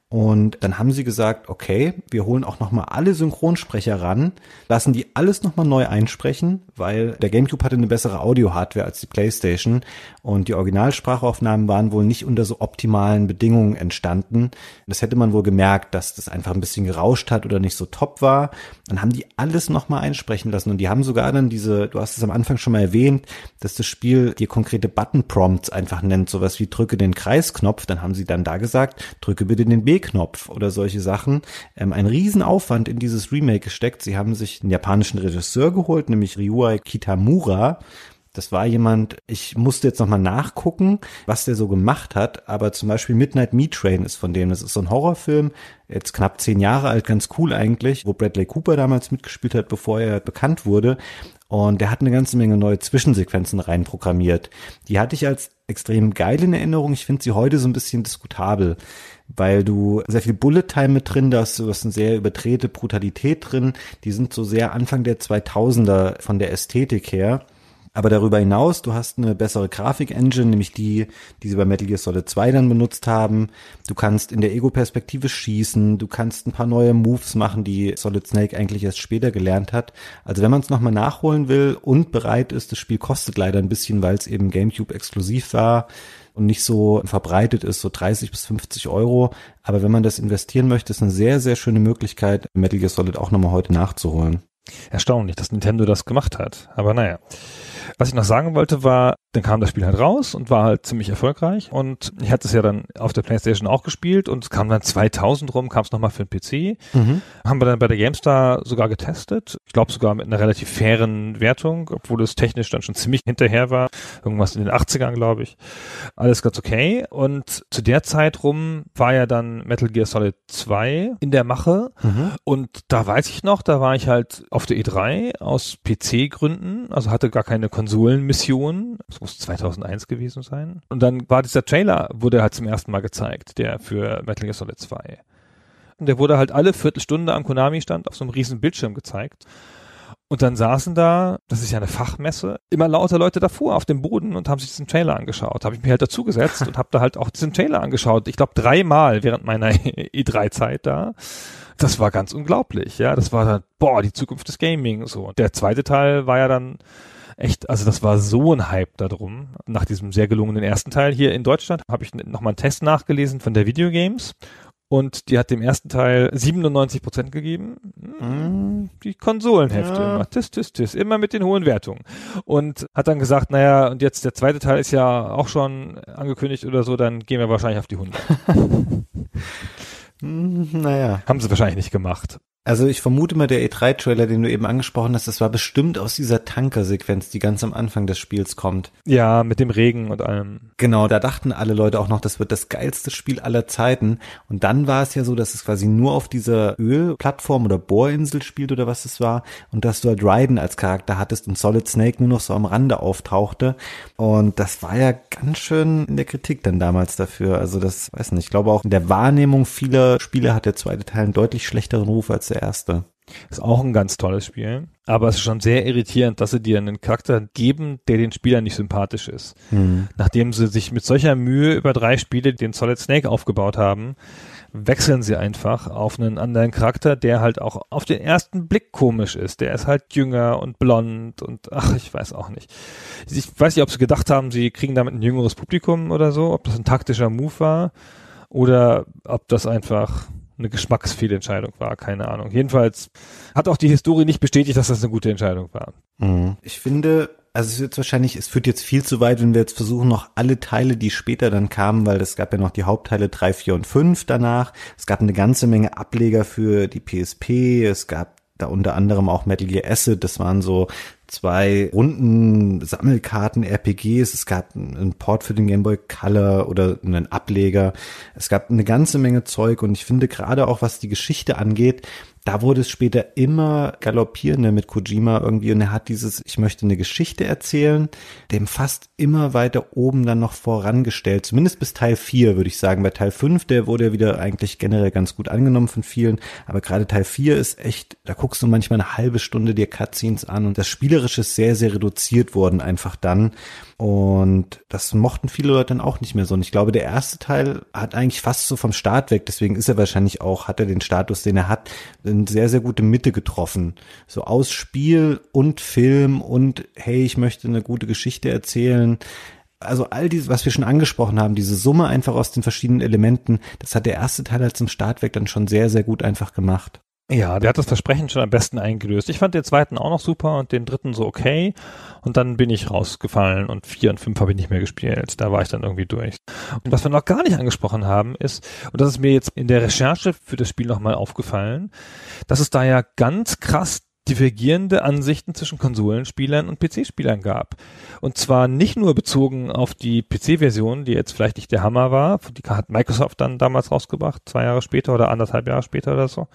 Und dann haben sie gesagt, okay, wir holen auch nochmal alle Synchronsprecher ran, lassen die alles nochmal neu einsprechen, weil der GameCube hatte eine bessere Audio-Hardware als die PlayStation und die Originalsprachaufnahmen waren wohl nicht unter so optimalen Bedingungen entstanden. Das hätte man wohl gemerkt, dass das einfach ein bisschen gerauscht hat oder nicht so top war. Dann haben die alles nochmal einsprechen lassen und die haben sogar dann du hast es am Anfang schon mal erwähnt, dass das Spiel dir konkrete Button-Prompts einfach nennt, sowas wie drücke den Kreisknopf, dann haben sie dann da gesagt, drücke bitte den B-Knopf oder solche Sachen. Ein Riesenaufwand in dieses Remake gesteckt. Sie haben sich einen japanischen Regisseur geholt, nämlich Ryuhei Kitamura. Das war jemand, ich musste jetzt nochmal nachgucken, was der so gemacht hat, aber zum Beispiel Midnight Meat Train ist von dem. Das ist so ein Horrorfilm, jetzt knapp 10 Jahre alt, ganz cool eigentlich, wo Bradley Cooper damals mitgespielt hat, bevor er bekannt wurde. Und der hat eine ganze Menge neue Zwischensequenzen reinprogrammiert. Die hatte ich als extrem geil in Erinnerung. Ich finde sie heute so ein bisschen diskutabel, weil du sehr viel Bullet Time mit drin, da hast du eine sehr überdrehte Brutalität drin. Die sind so sehr Anfang der 2000er von der Ästhetik her. Aber darüber hinaus, du hast eine bessere Grafik-Engine, nämlich die sie bei Metal Gear Solid 2 dann benutzt haben. Du kannst in der Ego-Perspektive schießen, du kannst ein paar neue Moves machen, die Solid Snake eigentlich erst später gelernt hat. Also wenn man es nochmal nachholen will und bereit ist, das Spiel kostet leider ein bisschen, weil es eben GameCube-exklusiv war und nicht so verbreitet ist, so 30 bis 50 Euro. Aber wenn man das investieren möchte, ist eine sehr, sehr schöne Möglichkeit, Metal Gear Solid auch nochmal heute nachzuholen. Erstaunlich, dass Nintendo das gemacht hat. Aber naja. Was ich noch sagen wollte war, dann kam das Spiel halt raus und war halt ziemlich erfolgreich und ich hatte es ja dann auf der PlayStation auch gespielt und es kam dann 2000 rum, kam es nochmal für den PC. Haben wir dann bei der GameStar sogar getestet. Ich glaube sogar mit einer relativ fairen Wertung, obwohl es technisch dann schon ziemlich hinterher war. Irgendwas in den 80ern, glaube ich. Alles ganz okay. Und zu der Zeit rum war ja dann Metal Gear Solid 2 in der Mache und da weiß ich noch, da war ich halt auf der E3 aus PC-Gründen, also hatte gar keine Konsolenmission. Das muss 2001 gewesen sein. Und dann war dieser Trailer, wurde halt zum ersten Mal gezeigt, der für Metal Gear Solid 2. Und der wurde halt alle Viertelstunde am Konami-Stand auf so einem riesen Bildschirm gezeigt. Und dann saßen da, das ist ja eine Fachmesse, immer lauter Leute davor auf dem Boden und haben sich diesen Trailer angeschaut. Habe ich mich halt dazugesetzt und habe da halt auch diesen Trailer angeschaut. Ich glaube 3-mal während meiner E3-Zeit da. Das war ganz unglaublich, ja. Das war dann, die Zukunft des Gaming. So. Und der zweite Teil war ja dann echt, also das war so ein Hype da drum. Nach diesem sehr gelungenen ersten Teil hier in Deutschland habe ich nochmal einen Test nachgelesen von der Videogames und die hat dem ersten Teil 97% gegeben. Die Konsolenhefte immer. Tis, immer mit den hohen Wertungen. Und hat dann gesagt, naja, und jetzt der zweite Teil ist ja auch schon angekündigt oder so, dann gehen wir wahrscheinlich auf die 100. Naja. Haben sie wahrscheinlich nicht gemacht. Also ich vermute mal, der E3-Trailer, den du eben angesprochen hast, das war bestimmt aus dieser Tanker-Sequenz, die ganz am Anfang des Spiels kommt. Ja, mit dem Regen und allem. Genau, da dachten alle Leute auch noch, das wird das geilste Spiel aller Zeiten. Und dann war es ja so, dass es quasi nur auf dieser Ölplattform oder Bohrinsel spielt oder was es war. Und dass du halt Raiden als Charakter hattest und Solid Snake nur noch so am Rande auftauchte. Und das war ja ganz schön in der Kritik dann damals dafür. Also das, weiß nicht, ich glaube auch in der Wahrnehmung vieler Spiele hat der zweite Teil einen deutlich schlechteren Ruf als der erste. Ist auch ein ganz tolles Spiel, aber es ist schon sehr irritierend, dass sie dir einen Charakter geben, der den Spielern nicht sympathisch ist. Nachdem sie sich mit solcher Mühe über 3 Spiele den Solid Snake aufgebaut haben, wechseln sie einfach auf einen anderen Charakter, der halt auch auf den ersten Blick komisch ist. Der ist halt jünger und blond und ich weiß auch nicht. Ich weiß nicht, ob sie gedacht haben, sie kriegen damit ein jüngeres Publikum oder so, ob das ein taktischer Move war oder ob das einfach eine Geschmacksfehlentscheidung war, keine Ahnung. Jedenfalls hat auch die Historie nicht bestätigt, dass das eine gute Entscheidung war. Ich finde, also es führt jetzt viel zu weit, wenn wir jetzt versuchen, noch alle Teile, die später dann kamen, weil es gab ja noch die Hauptteile 3, 4 und 5 danach. Es gab eine ganze Menge Ableger für die PSP. Es gab da unter anderem auch Metal Gear Acid. Das waren so 2 Runden Sammelkarten-RPGs. Es gab einen Port für den Game Boy Color oder einen Ableger. Es gab eine ganze Menge Zeug und ich finde gerade auch, was die Geschichte angeht, da wurde es später immer galoppierender mit Kojima irgendwie und er hat dieses, ich möchte eine Geschichte erzählen, dem fast immer weiter oben dann noch vorangestellt, zumindest bis Teil 4 würde ich sagen. Bei Teil 5, der wurde ja wieder eigentlich generell ganz gut angenommen von vielen, aber gerade Teil 4 ist echt, da guckst du manchmal eine halbe Stunde dir Cutscenes an und das Spielerische Spielerische ist sehr, sehr reduziert worden einfach dann. Und das mochten viele Leute dann auch nicht mehr so. Und ich glaube, der erste Teil hat eigentlich fast so vom Start weg, deswegen ist er wahrscheinlich auch, hat er den Status, den er hat, eine sehr, sehr gute Mitte getroffen. So aus Spiel und Film und hey, ich möchte eine gute Geschichte erzählen. Also all dieses, was wir schon angesprochen haben, diese Summe einfach aus den verschiedenen Elementen, das hat der erste Teil halt zum Start weg dann schon sehr, sehr gut einfach gemacht. Ja, der hat das Versprechen schon am besten eingelöst. Ich fand den zweiten auch noch super und den dritten so okay. Und dann bin ich rausgefallen und 4 und 5 habe ich nicht mehr gespielt. Da war ich dann irgendwie durch. Und was wir noch gar nicht angesprochen haben ist, und das ist mir jetzt in der Recherche für das Spiel nochmal aufgefallen, dass es da ja ganz krass divergierende Ansichten zwischen Konsolenspielern und PC-Spielern gab. Und zwar nicht nur bezogen auf die PC-Version, die jetzt vielleicht nicht der Hammer war, die hat Microsoft dann damals rausgebracht, 2 Jahre später oder 1,5 Jahre später oder so,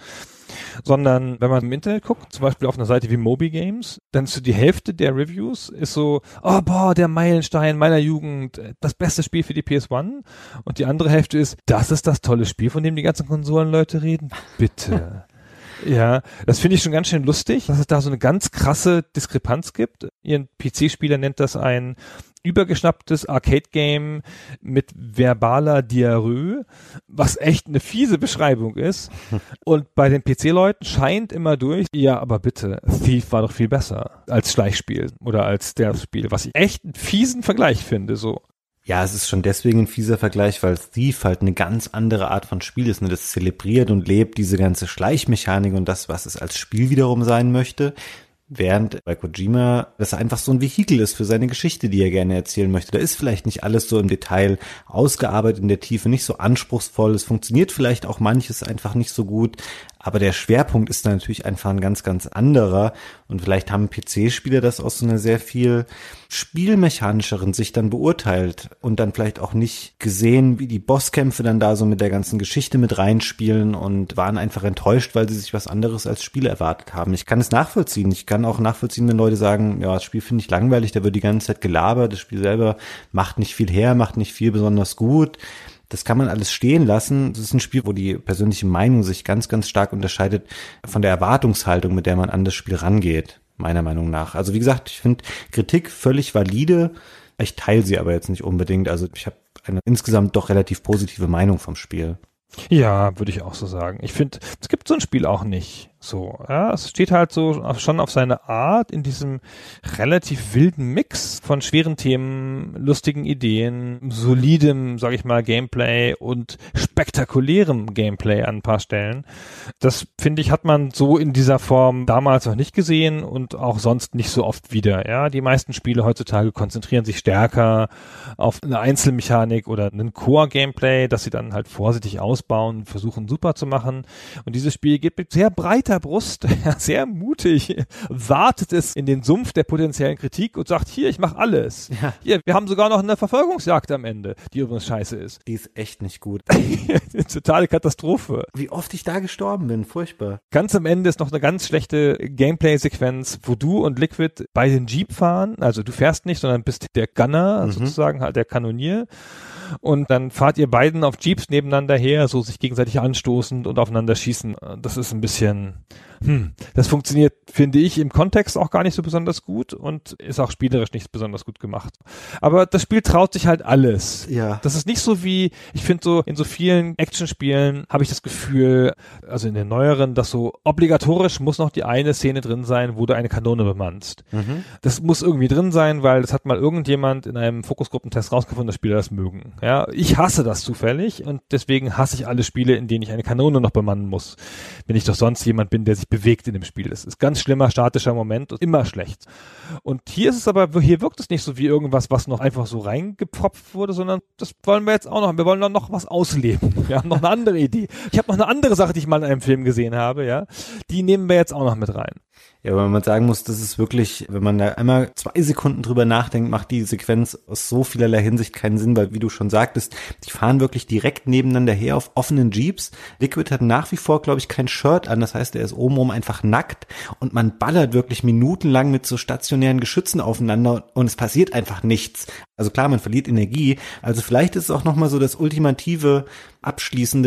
sondern wenn man im Internet guckt, zum Beispiel auf einer Seite wie Moby Games, dann ist so die Hälfte der Reviews ist so, oh boah, der Meilenstein meiner Jugend, das beste Spiel für die PS1, und die andere Hälfte ist, das ist das tolle Spiel, von dem die ganzen Konsolenleute reden, bitte. Ja, das finde ich schon ganz schön lustig, dass es da so eine ganz krasse Diskrepanz gibt. Ihr PC-Spieler nennt das ein übergeschnapptes Arcade-Game mit verbaler Diarrhoe, was echt eine fiese Beschreibung ist. Und bei den PC-Leuten scheint immer durch, ja, aber bitte, Thief war doch viel besser als Schleichspiel oder als Stealth-Spiel, was ich echt einen fiesen Vergleich finde, so. Ja, es ist schon deswegen ein fieser Vergleich, weil Thief halt eine ganz andere Art von Spiel ist. Ne? Das zelebriert und lebt diese ganze Schleichmechanik und das, was es als Spiel wiederum sein möchte. Während bei Kojima das einfach so ein Vehikel ist für seine Geschichte, die er gerne erzählen möchte. Da ist vielleicht nicht alles so im Detail ausgearbeitet in der Tiefe, nicht so anspruchsvoll. Es funktioniert vielleicht auch manches einfach nicht so gut. Aber der Schwerpunkt ist da natürlich einfach ein ganz, ganz anderer. Und vielleicht haben PC-Spieler das aus so einer sehr viel spielmechanischeren Sicht dann beurteilt und dann vielleicht auch nicht gesehen, wie die Bosskämpfe dann da so mit der ganzen Geschichte mit reinspielen und waren einfach enttäuscht, weil sie sich was anderes als Spiel erwartet haben. Ich kann es nachvollziehen. Ich kann auch nachvollziehen, wenn Leute sagen, ja, das Spiel finde ich langweilig, da wird die ganze Zeit gelabert, das Spiel selber macht nicht viel her, macht nicht viel besonders gut. Das kann man alles stehen lassen. Es ist ein Spiel, wo die persönliche Meinung sich ganz, ganz stark unterscheidet von der Erwartungshaltung, mit der man an das Spiel rangeht, meiner Meinung nach. Also wie gesagt, ich finde Kritik völlig valide. Ich teile sie aber jetzt nicht unbedingt. Also ich habe eine insgesamt doch relativ positive Meinung vom Spiel. Ja, würde ich auch so sagen. Ich finde, es gibt so ein Spiel auch nicht. So, ja, es steht halt so schon auf seine Art in diesem relativ wilden Mix von schweren Themen, lustigen Ideen, solidem, sag ich mal, Gameplay und spektakulärem Gameplay an ein paar Stellen. Das, finde ich, hat man so in dieser Form damals noch nicht gesehen und auch sonst nicht so oft wieder. Ja, die meisten Spiele heutzutage konzentrieren sich stärker auf eine Einzelmechanik oder einen Core-Gameplay, das sie dann halt vorsichtig ausbauen, versuchen super zu machen. Und dieses Spiel geht mit sehr breiter Brust, sehr mutig, wartet es in den Sumpf der potenziellen Kritik und sagt, hier, ich mache alles. Ja. Hier, wir haben sogar noch eine Verfolgungsjagd am Ende, die übrigens scheiße ist. Die ist echt nicht gut. Totale Katastrophe. Wie oft ich da gestorben bin, furchtbar. Ganz am Ende ist noch eine ganz schlechte Gameplay-Sequenz, wo du und Liquid bei den Jeep fahren, also du fährst nicht, sondern bist der Gunner, sozusagen halt der Kanonier. Und dann fahrt ihr beiden auf Jeeps nebeneinander her, so sich gegenseitig anstoßend und aufeinander schießen. Das ist ein bisschen, das funktioniert, finde ich, im Kontext auch gar nicht so besonders gut und ist auch spielerisch nicht besonders gut gemacht. Aber das Spiel traut sich halt alles. Ja. Das ist nicht so wie, ich finde so, in so vielen Actionspielen habe ich das Gefühl, also in den neueren, dass so obligatorisch muss noch die eine Szene drin sein, wo du eine Kanone bemannst. Das muss irgendwie drin sein, weil das hat mal irgendjemand in einem Fokusgruppentest rausgefunden, dass Spieler das mögen. Ja, ich hasse das zufällig und deswegen hasse ich alle Spiele, in denen ich eine Kanone noch bemannen muss, wenn ich doch sonst jemand bin, der sich bewegt in dem Spiel. Das ist ganz schlimmer statischer Moment und immer schlecht. Und hier ist es aber, hier wirkt es nicht so wie irgendwas, was noch einfach so reingepfropft wurde, sondern das wollen wir jetzt auch noch. Wir wollen noch was ausleben. Wir haben noch eine andere Idee. Ich habe noch eine andere Sache, die ich mal in einem Film gesehen habe, ja. Die nehmen wir jetzt auch noch mit rein. Ja, weil man sagen muss, das ist wirklich, wenn man da einmal 2 Sekunden drüber nachdenkt, macht die Sequenz aus so vielerlei Hinsicht keinen Sinn, weil, wie du schon sagtest, die fahren wirklich direkt nebeneinander her auf offenen Jeeps. Liquid hat nach wie vor, glaube ich, kein Shirt an, das heißt, er ist obenrum einfach nackt und man ballert wirklich minutenlang mit so stationären Geschützen aufeinander und es passiert einfach nichts. Also klar, man verliert Energie, also vielleicht ist es auch nochmal so das ultimative, abschließende,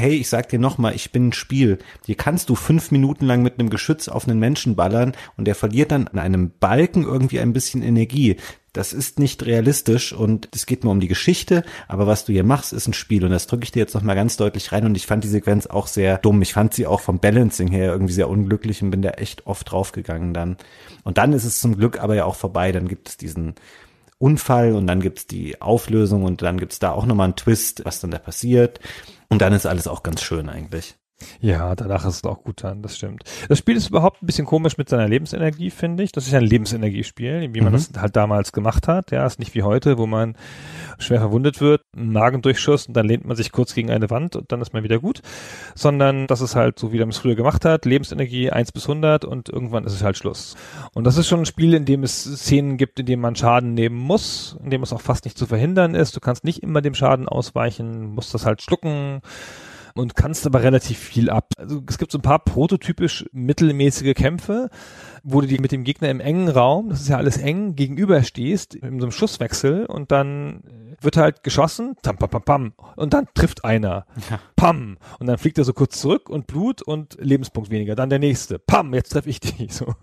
hey, ich sag dir nochmal, ich bin ein Spiel. Hier kannst du 5 Minuten lang mit einem Geschütz auf einen Menschen ballern und der verliert dann an einem Balken irgendwie ein bisschen Energie. Das ist nicht realistisch und es geht nur um die Geschichte, aber was du hier machst, ist ein Spiel und das drücke ich dir jetzt nochmal ganz deutlich rein und ich fand die Sequenz auch sehr dumm. Ich fand sie auch vom Balancing her irgendwie sehr unglücklich und bin da echt oft draufgegangen dann. Und dann ist es zum Glück aber ja auch vorbei, dann gibt es diesen Unfall und dann gibt's die Auflösung und dann gibt's da auch nochmal einen Twist, was dann da passiert und dann ist alles auch ganz schön eigentlich. Ja, danach ist es auch gut dann, das stimmt. Das Spiel ist überhaupt ein bisschen komisch mit seiner Lebensenergie, finde ich. Das ist ja ein Lebensenergiespiel, wie man das halt damals gemacht hat. Ja, ist nicht wie heute, wo man schwer verwundet wird, einen Magendurchschuss und dann lehnt man sich kurz gegen eine Wand und dann ist man wieder gut. Sondern das ist halt so, wie man es früher gemacht hat, Lebensenergie 1 bis 100 und irgendwann ist es halt Schluss. Und das ist schon ein Spiel, in dem es Szenen gibt, in denen man Schaden nehmen muss, in dem es auch fast nicht zu verhindern ist. Du kannst nicht immer dem Schaden ausweichen, musst das halt schlucken. Und kannst aber relativ viel ab. Also es gibt so ein paar prototypisch mittelmäßige Kämpfe, wo du dir mit dem Gegner im engen Raum, das ist ja alles eng, gegenüberstehst, in so einem Schusswechsel und dann wird halt geschossen, tam, pam, pam, pam, und dann trifft einer, pam, und dann fliegt er so kurz zurück und Blut und Lebenspunkt weniger, dann der nächste, pam, jetzt treffe ich dich, so.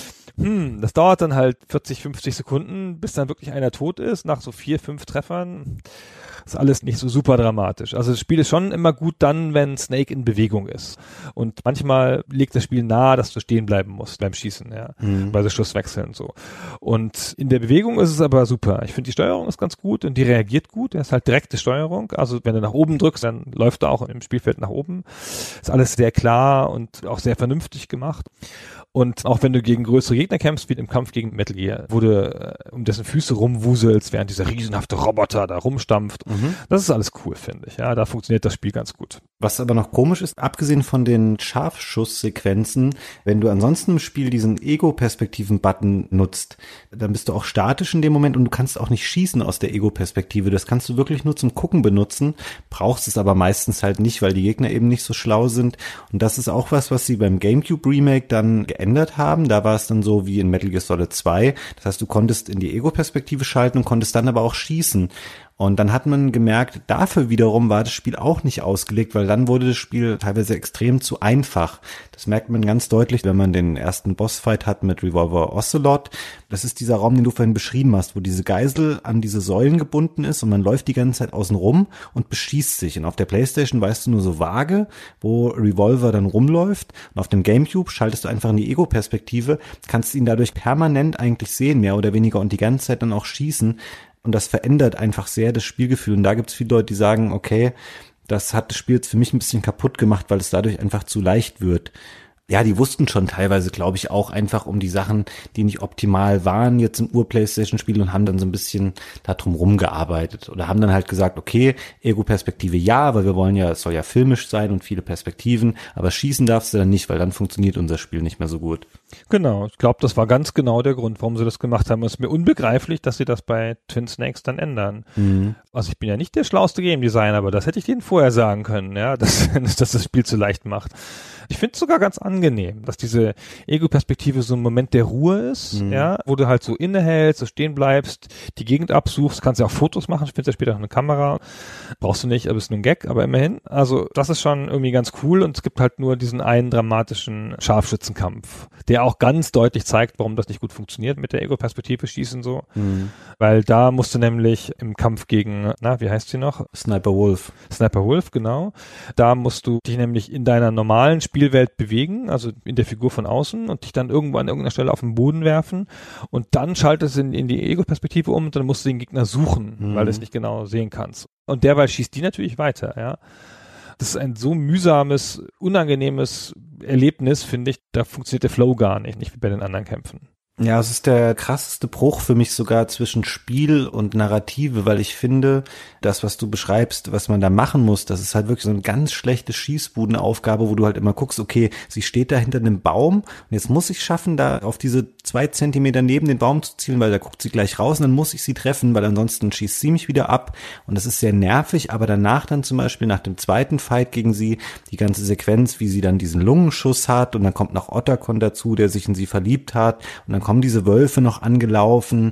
Das dauert dann halt 40, 50 Sekunden, bis dann wirklich einer tot ist, nach so 4, 5 Treffern. Ist alles nicht so super dramatisch. Also das Spiel ist schon immer gut dann, wenn Snake in Bewegung ist. Und manchmal legt das Spiel nahe, dass du stehen bleiben musst beim Schießen, ja, bei so Schusswechseln und so. Und in der Bewegung ist es aber super. Ich finde, die Steuerung ist ganz gut und die reagiert gut. Das ist halt direkte Steuerung. Also wenn du nach oben drückst, dann läuft er auch im Spielfeld nach oben. Ist alles sehr klar und auch sehr vernünftig gemacht. Und auch wenn du gegen größere Gegner kämpfst, wie im Kampf gegen Metal Gear, wo du um dessen Füße rumwuselst, während dieser riesenhafte Roboter da rumstampft. Das ist alles cool, finde ich. Ja, da funktioniert das Spiel ganz gut. Was aber noch komisch ist, abgesehen von den Scharfschusssequenzen, wenn du ansonsten im Spiel diesen Ego-Perspektiven-Button nutzt, dann bist du auch statisch in dem Moment und du kannst auch nicht schießen aus der Ego-Perspektive. Das kannst du wirklich nur zum Gucken benutzen, brauchst es aber meistens halt nicht, weil die Gegner eben nicht so schlau sind. Und das ist auch was sie beim GameCube Remake dann geändert haben. Da war es dann so wie in Metal Gear Solid 2. Das heißt, du konntest in die Ego-Perspektive schalten und konntest dann aber auch schießen. Und dann hat man gemerkt, dafür wiederum war das Spiel auch nicht ausgelegt, weil dann wurde das Spiel teilweise extrem zu einfach. Das merkt man ganz deutlich, wenn man den ersten Bossfight hat mit Revolver Ocelot. Das ist dieser Raum, den du vorhin beschrieben hast, wo diese Geisel an diese Säulen gebunden ist und man läuft die ganze Zeit außen rum und beschießt sich. Und auf der PlayStation weißt du nur so vage, wo Revolver dann rumläuft. Und auf dem GameCube schaltest du einfach in die Ego-Perspektive, kannst ihn dadurch permanent eigentlich sehen, mehr oder weniger, und die ganze Zeit dann auch schießen. Und das verändert einfach sehr das Spielgefühl. Und da gibt es viele Leute, die sagen, okay, das hat das Spiel jetzt für mich ein bisschen kaputt gemacht, weil es dadurch einfach zu leicht wird. Ja, die wussten schon teilweise, glaube ich, auch einfach um die Sachen, die nicht optimal waren jetzt im Ur-Playstation-Spiel und haben dann so ein bisschen da drum rumgearbeitet. Oder haben dann halt gesagt, okay, Ego-Perspektive ja, weil wir wollen ja, es soll ja filmisch sein und viele Perspektiven, aber schießen darfst du dann nicht, weil dann funktioniert unser Spiel nicht mehr so gut. Genau, ich glaube, das war ganz genau der Grund, warum sie das gemacht haben. Es ist mir unbegreiflich, dass sie das bei Twin Snakes dann ändern. Also ich bin ja nicht der schlauste Game Designer, aber das hätte ich denen vorher sagen können, ja, dass das Spiel zu leicht macht. Ich finde es sogar ganz angenehm, dass diese Ego-Perspektive so ein Moment der Ruhe ist, ja, wo du halt so innehältst, so stehen bleibst, die Gegend absuchst, kannst ja auch Fotos machen, ich finde ja später noch eine Kamera, brauchst du nicht, aber ist nur ein Gag, aber immerhin. Also das ist schon irgendwie ganz cool und es gibt halt nur diesen einen dramatischen Scharfschützenkampf, der auch ganz deutlich zeigt, warum das nicht gut funktioniert mit der Ego-Perspektive schießen so, weil da musst du nämlich im Kampf gegen, wie heißt sie noch? Sniper Wolf, genau. Da musst du dich nämlich in deiner normalen Spielwelt bewegen, also in der Figur von außen und dich dann irgendwo an irgendeiner Stelle auf den Boden werfen und dann schaltest du in die Ego-Perspektive um und dann musst du den Gegner suchen, weil du es nicht genau sehen kannst. Und derweil schießt die natürlich weiter, ja. Das ist ein so mühsames, unangenehmes Erlebnis, finde ich, da funktioniert der Flow gar nicht wie bei den anderen Kämpfen. Ja, es ist der krasseste Bruch für mich sogar zwischen Spiel und Narrative, weil ich finde, das, was du beschreibst, was man da machen muss, das ist halt wirklich so eine ganz schlechte Schießbudenaufgabe, wo du halt immer guckst, okay, sie steht da hinter einem Baum und jetzt muss ich schaffen, da auf diese 2 Zentimeter neben den Baum zu zielen, weil da guckt sie gleich raus und dann muss ich sie treffen, weil ansonsten schießt sie mich wieder ab und das ist sehr nervig, aber danach dann zum Beispiel nach dem zweiten Fight gegen sie, die ganze Sequenz, wie sie dann diesen Lungenschuss hat und dann kommt noch Otacon dazu, der sich in sie verliebt hat und dann kommen diese Wölfe noch angelaufen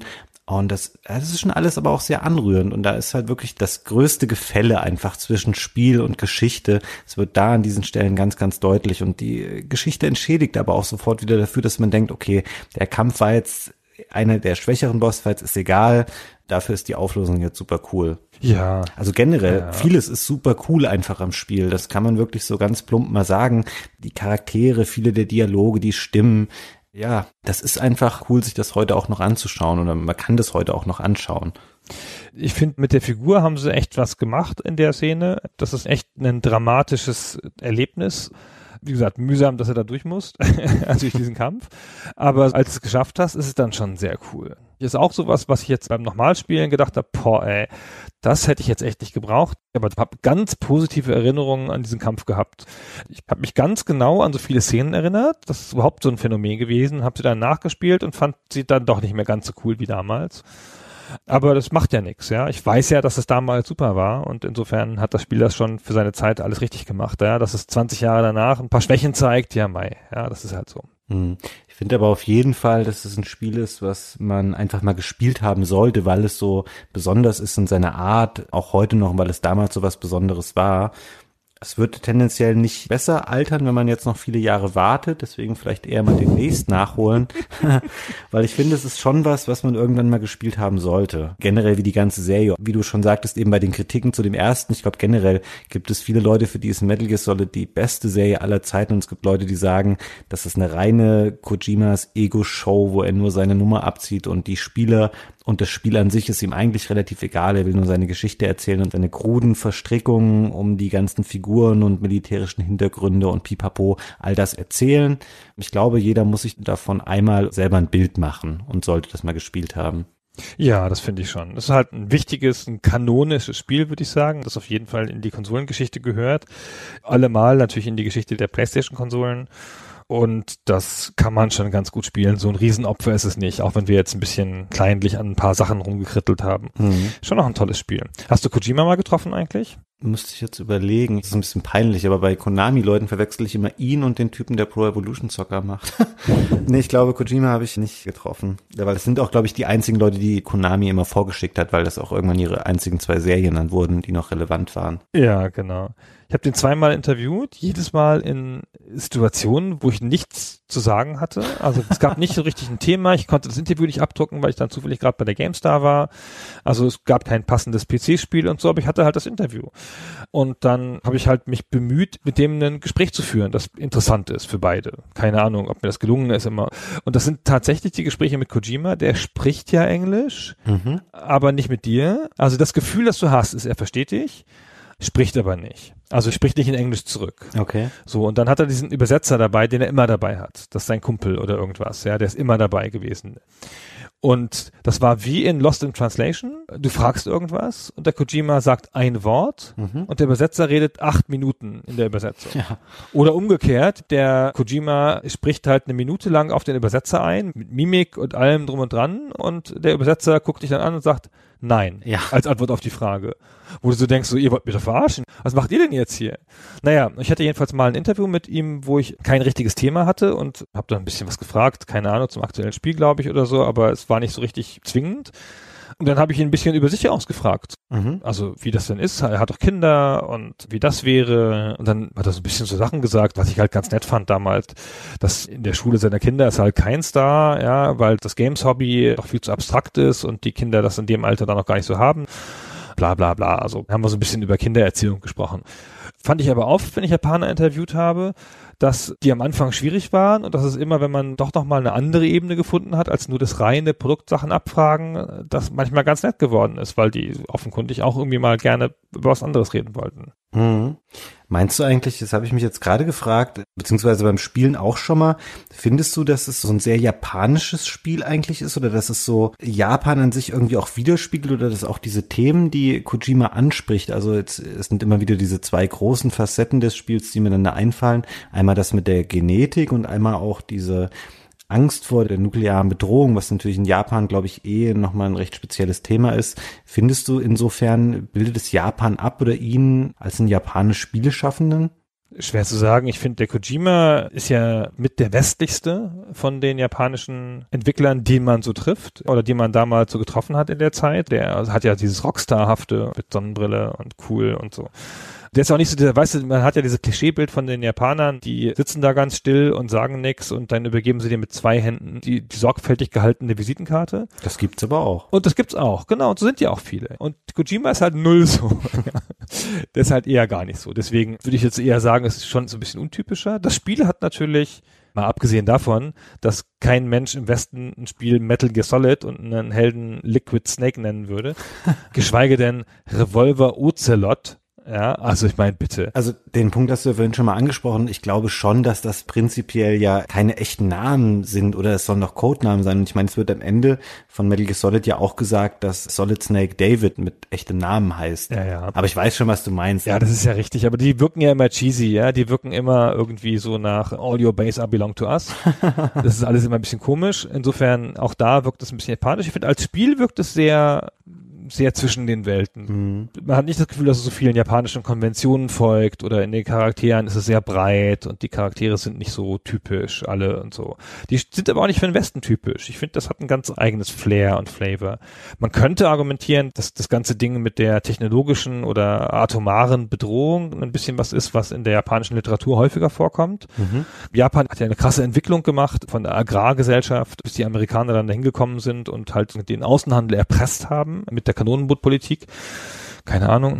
Und das ist schon alles aber auch sehr anrührend und da ist halt wirklich das größte Gefälle einfach zwischen Spiel und Geschichte. Es wird da an diesen Stellen ganz, ganz deutlich und die Geschichte entschädigt aber auch sofort wieder dafür, dass man denkt, okay, der Kampf war jetzt einer der schwächeren Bossfights, ist egal, dafür ist die Auflösung jetzt super cool. Ja. Also generell, vieles ist super cool einfach am Spiel, das kann man wirklich so ganz plump mal sagen. Die Charaktere, viele der Dialoge, die Stimmen, ja, das ist einfach cool, sich das heute auch noch anzuschauen oder man kann das heute auch noch anschauen. Ich finde, mit der Figur haben sie echt was gemacht in der Szene. Das ist echt ein dramatisches Erlebnis. Wie gesagt, mühsam, dass er da durch muss, also durch diesen Kampf. Aber als du es geschafft hast, ist es dann schon sehr cool. Ist auch sowas, was ich jetzt beim Nochmalspielen gedacht habe, boah ey, das hätte ich jetzt echt nicht gebraucht. Aber ich habe ganz positive Erinnerungen an diesen Kampf gehabt. Ich habe mich ganz genau an so viele Szenen erinnert. Das ist überhaupt so ein Phänomen gewesen. Habe sie dann nachgespielt und fand sie dann doch nicht mehr ganz so cool wie damals. Aber das macht ja nichts, ja. Ich weiß ja, dass es damals super war und insofern hat das Spiel das schon für seine Zeit alles richtig gemacht, ja. Dass es 20 Jahre danach ein paar Schwächen zeigt, ja mei, ja, das ist halt so. Ich finde aber auf jeden Fall, dass es ein Spiel ist, was man einfach mal gespielt haben sollte, weil es so besonders ist in seiner Art, auch heute noch, weil es damals so was Besonderes war. Es wird tendenziell nicht besser altern, wenn man jetzt noch viele Jahre wartet, deswegen vielleicht eher mal demnächst nachholen, weil ich finde, es ist schon was man irgendwann mal gespielt haben sollte. Generell wie die ganze Serie, wie du schon sagtest, eben bei den Kritiken zu dem ersten, ich glaube generell gibt es viele Leute, für die ist Metal Gear Solid die beste Serie aller Zeiten und es gibt Leute, die sagen, das ist eine reine Kojimas Ego-Show, wo er nur seine Nummer abzieht und die Spieler und das Spiel an sich ist ihm eigentlich relativ egal. Er will nur seine Geschichte erzählen und seine kruden Verstrickungen um die ganzen Figuren und militärischen Hintergründe und Pipapo, all das erzählen. Ich glaube, jeder muss sich davon einmal selber ein Bild machen und sollte das mal gespielt haben. Ja, das finde ich schon. Das ist halt ein wichtiges, ein kanonisches Spiel, würde ich sagen, das auf jeden Fall in die Konsolengeschichte gehört. Allemal natürlich in die Geschichte der PlayStation-Konsolen. Und das kann man schon ganz gut spielen. So ein Riesenopfer ist es nicht, auch wenn wir jetzt ein bisschen kleinlich an ein paar Sachen rumgekrittelt haben. Schon noch ein tolles Spiel. Hast du Kojima mal getroffen eigentlich? Müsste ich jetzt überlegen. Das ist ein bisschen peinlich, aber bei Konami-Leuten verwechsel ich immer ihn und den Typen, der Pro Evolution Soccer macht. Nee, ich glaube, Kojima habe ich nicht getroffen. Ja, weil das sind auch, glaube ich, die einzigen Leute, die Konami immer vorgeschickt hat, weil das auch irgendwann ihre einzigen 2 Serien dann wurden, die noch relevant waren. Ja, genau. Ich habe den 2-mal interviewt, jedes Mal in Situationen, wo ich nichts zu sagen hatte. Also es gab nicht so richtig ein Thema. Ich konnte das Interview nicht abdrucken, weil ich dann zufällig gerade bei der GameStar war. Also es gab kein passendes PC-Spiel und so, aber ich hatte halt das Interview. Und dann habe ich halt mich bemüht, mit dem ein Gespräch zu führen, das interessant ist für beide. Keine Ahnung, ob mir das gelungen ist immer. Und das sind tatsächlich die Gespräche mit Kojima. Der spricht ja Englisch, aber nicht mit dir. Also das Gefühl, das du hast, ist, er versteht dich, spricht aber nicht. Also spricht nicht in Englisch zurück. Okay. So, und dann hat er diesen Übersetzer dabei, den er immer dabei hat. Das ist sein Kumpel oder irgendwas, ja, der ist immer dabei gewesen. Und das war wie in Lost in Translation. Du fragst irgendwas und der Kojima sagt ein Wort und der Übersetzer redet 8 Minuten in der Übersetzung. Ja. Oder umgekehrt, der Kojima spricht halt 1 Minute lang auf den Übersetzer ein, mit Mimik und allem drum und dran und der Übersetzer guckt dich dann an und sagt nein, als Antwort auf die Frage. Wo du so denkst, so, ihr wollt mich doch verarschen. Was macht ihr denn jetzt hier? Naja, ich hatte jedenfalls mal ein Interview mit ihm, wo ich kein richtiges Thema hatte und habe da ein bisschen was gefragt, keine Ahnung, zum aktuellen Spiel, glaube ich, oder so, aber es war nicht so richtig zwingend. Und dann habe ich ihn ein bisschen über sich ausgefragt. Also wie das denn ist, er hat doch Kinder und wie das wäre. Und dann hat er so ein bisschen so Sachen gesagt, was ich halt ganz nett fand damals, dass in der Schule seiner Kinder ist halt kein Star, ja, weil das Games-Hobby doch viel zu abstrakt ist und die Kinder das in dem Alter dann noch gar nicht so haben. Bla bla bla. Also haben wir so ein bisschen über Kindererziehung gesprochen. Fand ich aber oft, wenn ich Japaner interviewt habe, dass die am Anfang schwierig waren und dass es immer, wenn man doch nochmal eine andere Ebene gefunden hat, als nur das reine Produktsachen abfragen, das manchmal ganz nett geworden ist, weil die offenkundig auch irgendwie mal gerne über was anderes reden wollten. Meinst du eigentlich, das habe ich mich jetzt gerade gefragt, beziehungsweise beim Spielen auch schon mal, findest du, dass es so ein sehr japanisches Spiel eigentlich ist oder dass es so Japan an sich irgendwie auch widerspiegelt oder dass auch diese Themen, die Kojima anspricht, also jetzt, es sind immer wieder diese 2 großen Facetten des Spiels, die mir dann da einfallen, einmal das mit der Genetik und einmal auch diese Angst vor der nuklearen Bedrohung, was natürlich in Japan, glaube ich, nochmal ein recht spezielles Thema ist. Findest du insofern, bildet es Japan ab oder ihn als einen japanischen Spieleschaffenden? Schwer zu sagen. Ich finde, der Kojima ist ja mit der westlichste von den japanischen Entwicklern, die man so trifft oder die man damals so getroffen hat in der Zeit. Der hat ja dieses Rockstar-hafte mit Sonnenbrille und cool und so. Der ist auch nicht so, weißt du, man hat ja dieses Klischeebild von den Japanern, die sitzen da ganz still und sagen nichts und dann übergeben sie dir mit 2 Händen die sorgfältig gehaltene Visitenkarte. Das gibt's aber auch. Und das gibt's auch, genau, und so sind ja auch viele. Und Kojima ist halt null so. Der ist halt eher gar nicht so. Deswegen würde ich jetzt eher sagen, es ist schon so ein bisschen untypischer. Das Spiel hat natürlich, mal abgesehen davon, dass kein Mensch im Westen ein Spiel Metal Gear Solid und einen Helden Liquid Snake nennen würde, geschweige denn Revolver Ocelot. Ja, also ich meine, bitte. Also den Punkt hast du ja vorhin schon mal angesprochen. Ich glaube schon, dass das prinzipiell ja keine echten Namen sind oder es sollen noch Codenamen sein. Und ich meine, es wird am Ende von Metal Gear Solid ja auch gesagt, dass Solid Snake David mit echtem Namen heißt. Ja. Aber ich weiß schon, was du meinst. Ja, das ist ja richtig. Aber die wirken ja immer cheesy, ja. Die wirken immer irgendwie so nach All Your Base belong to us. Das ist alles immer ein bisschen komisch. Insofern, auch da wirkt es ein bisschen japanisch. Ich finde, als Spiel wirkt es sehr zwischen den Welten. Man hat nicht das Gefühl, dass es so vielen japanischen Konventionen folgt oder in den Charakteren ist es sehr breit und die Charaktere sind nicht so typisch alle und so. Die sind aber auch nicht für den Westen typisch. Ich finde, das hat ein ganz eigenes Flair und Flavor. Man könnte argumentieren, dass das ganze Ding mit der technologischen oder atomaren Bedrohung ein bisschen was ist, was in der japanischen Literatur häufiger vorkommt. Japan hat ja eine krasse Entwicklung gemacht von der Agrargesellschaft, bis die Amerikaner dann dahin gekommen sind und halt den Außenhandel erpresst haben mit der Kanonenbootpolitik, keine Ahnung,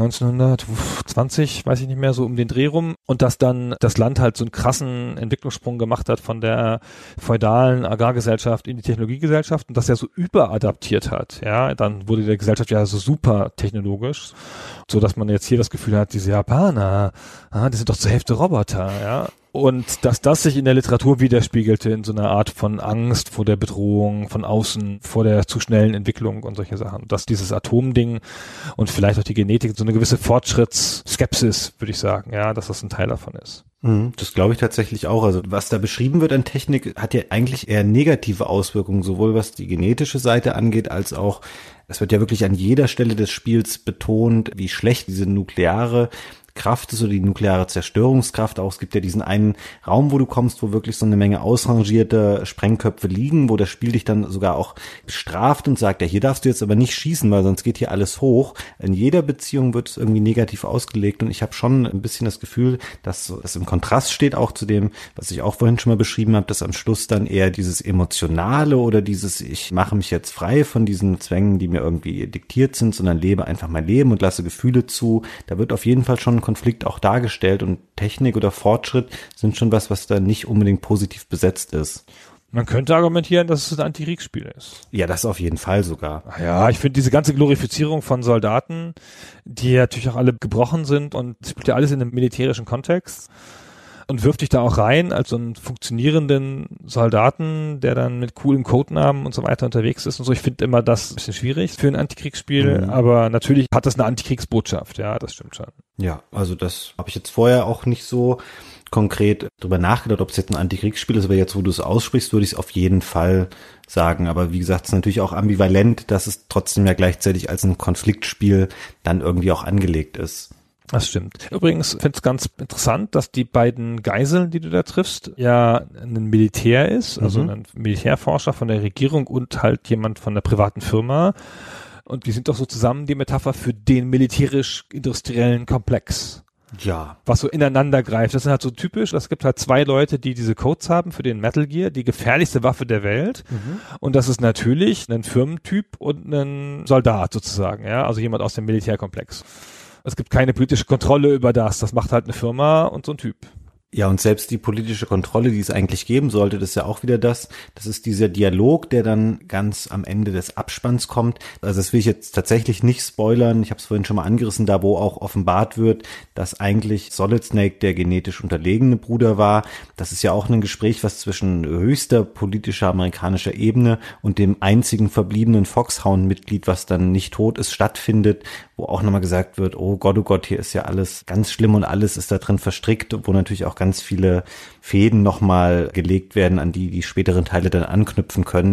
1920, weiß ich nicht mehr, so um den Dreh rum. Und dass dann das Land halt so einen krassen Entwicklungssprung gemacht hat von der feudalen Agrargesellschaft in die Technologiegesellschaft und das ja so überadaptiert hat. Ja, dann wurde die Gesellschaft ja so super technologisch, so dass man jetzt hier das Gefühl hat, diese Japaner, die sind doch zur Hälfte Roboter, ja. Und dass das sich in der Literatur widerspiegelte in so einer Art von Angst vor der Bedrohung von außen, vor der zu schnellen Entwicklung und solche Sachen. Dass dieses Atomding und vielleicht auch die Genetik so eine gewisse Fortschrittsskepsis, würde ich sagen, ja, dass das ein Teil davon ist. Das glaube ich tatsächlich auch. Also was da beschrieben wird an Technik, hat ja eigentlich eher negative Auswirkungen, sowohl was die genetische Seite angeht, als auch, es wird ja wirklich an jeder Stelle des Spiels betont, wie schlecht diese nukleare Kraft ist oder die nukleare Zerstörungskraft auch. Es gibt ja diesen einen Raum, wo du kommst, wo wirklich so eine Menge ausrangierte Sprengköpfe liegen, wo das Spiel dich dann sogar auch bestraft und sagt, ja, hier darfst du jetzt aber nicht schießen, weil sonst geht hier alles hoch. In jeder Beziehung wird es irgendwie negativ ausgelegt und ich habe schon ein bisschen das Gefühl, dass das im Kontrast steht auch zu dem, was ich auch vorhin schon mal beschrieben habe, dass am Schluss dann eher dieses Emotionale oder dieses, ich mache mich jetzt frei von diesen Zwängen, die mir irgendwie diktiert sind, sondern lebe einfach mein Leben und lasse Gefühle zu. Da wird auf jeden Fall schon Konflikt auch dargestellt und Technik oder Fortschritt sind schon was da nicht unbedingt positiv besetzt ist. Man könnte argumentieren, dass es ein Antikriegsspiel ist. Ja, das auf jeden Fall sogar. Ja, ich finde diese ganze Glorifizierung von Soldaten, die natürlich auch alle gebrochen sind und es spielt ja alles in einem militärischen Kontext und wirft dich da auch rein als so einen funktionierenden Soldaten, der dann mit coolen Codenamen und so weiter unterwegs ist und so. Ich finde immer das ein bisschen schwierig für ein Antikriegsspiel, aber natürlich hat das eine Antikriegsbotschaft, ja, das stimmt schon. Ja, also das habe ich jetzt vorher auch nicht so konkret drüber nachgedacht, ob es jetzt ein Antikriegsspiel ist, aber jetzt, wo du es aussprichst, würde ich es auf jeden Fall sagen. Aber wie gesagt, es ist natürlich auch ambivalent, dass es trotzdem ja gleichzeitig als ein Konfliktspiel dann irgendwie auch angelegt ist. Das stimmt. Übrigens finde ich es ganz interessant, dass die beiden Geiseln, die du da triffst, ja ein Militär ist, also ein Militärforscher von der Regierung und halt jemand von der privaten Firma. Und die sind doch so zusammen die Metapher für den militärisch-industriellen Komplex. Ja. Was so ineinander greift. Das sind halt so typisch. Es gibt halt 2 Leute, die diese Codes haben für den Metal Gear, die gefährlichste Waffe der Welt. Und das ist natürlich ein Firmentyp und ein Soldat sozusagen, ja, also jemand aus dem Militärkomplex. Es gibt keine politische Kontrolle über das. Das macht halt eine Firma und so ein Typ. Ja, und selbst die politische Kontrolle, die es eigentlich geben sollte, das ist ja auch wieder das ist dieser Dialog, der dann ganz am Ende des Abspanns kommt. Also das will ich jetzt tatsächlich nicht spoilern. Ich habe es vorhin schon mal angerissen, da wo auch offenbart wird, dass eigentlich Solid Snake der genetisch unterlegene Bruder war. Das ist ja auch ein Gespräch, was zwischen höchster politischer amerikanischer Ebene und dem einzigen verbliebenen Foxhound-Mitglied, was dann nicht tot ist, stattfindet, wo auch nochmal gesagt wird, oh Gott, hier ist ja alles ganz schlimm und alles ist da drin verstrickt, wo natürlich auch ganz viele Fäden nochmal gelegt werden, an die späteren Teile dann anknüpfen können.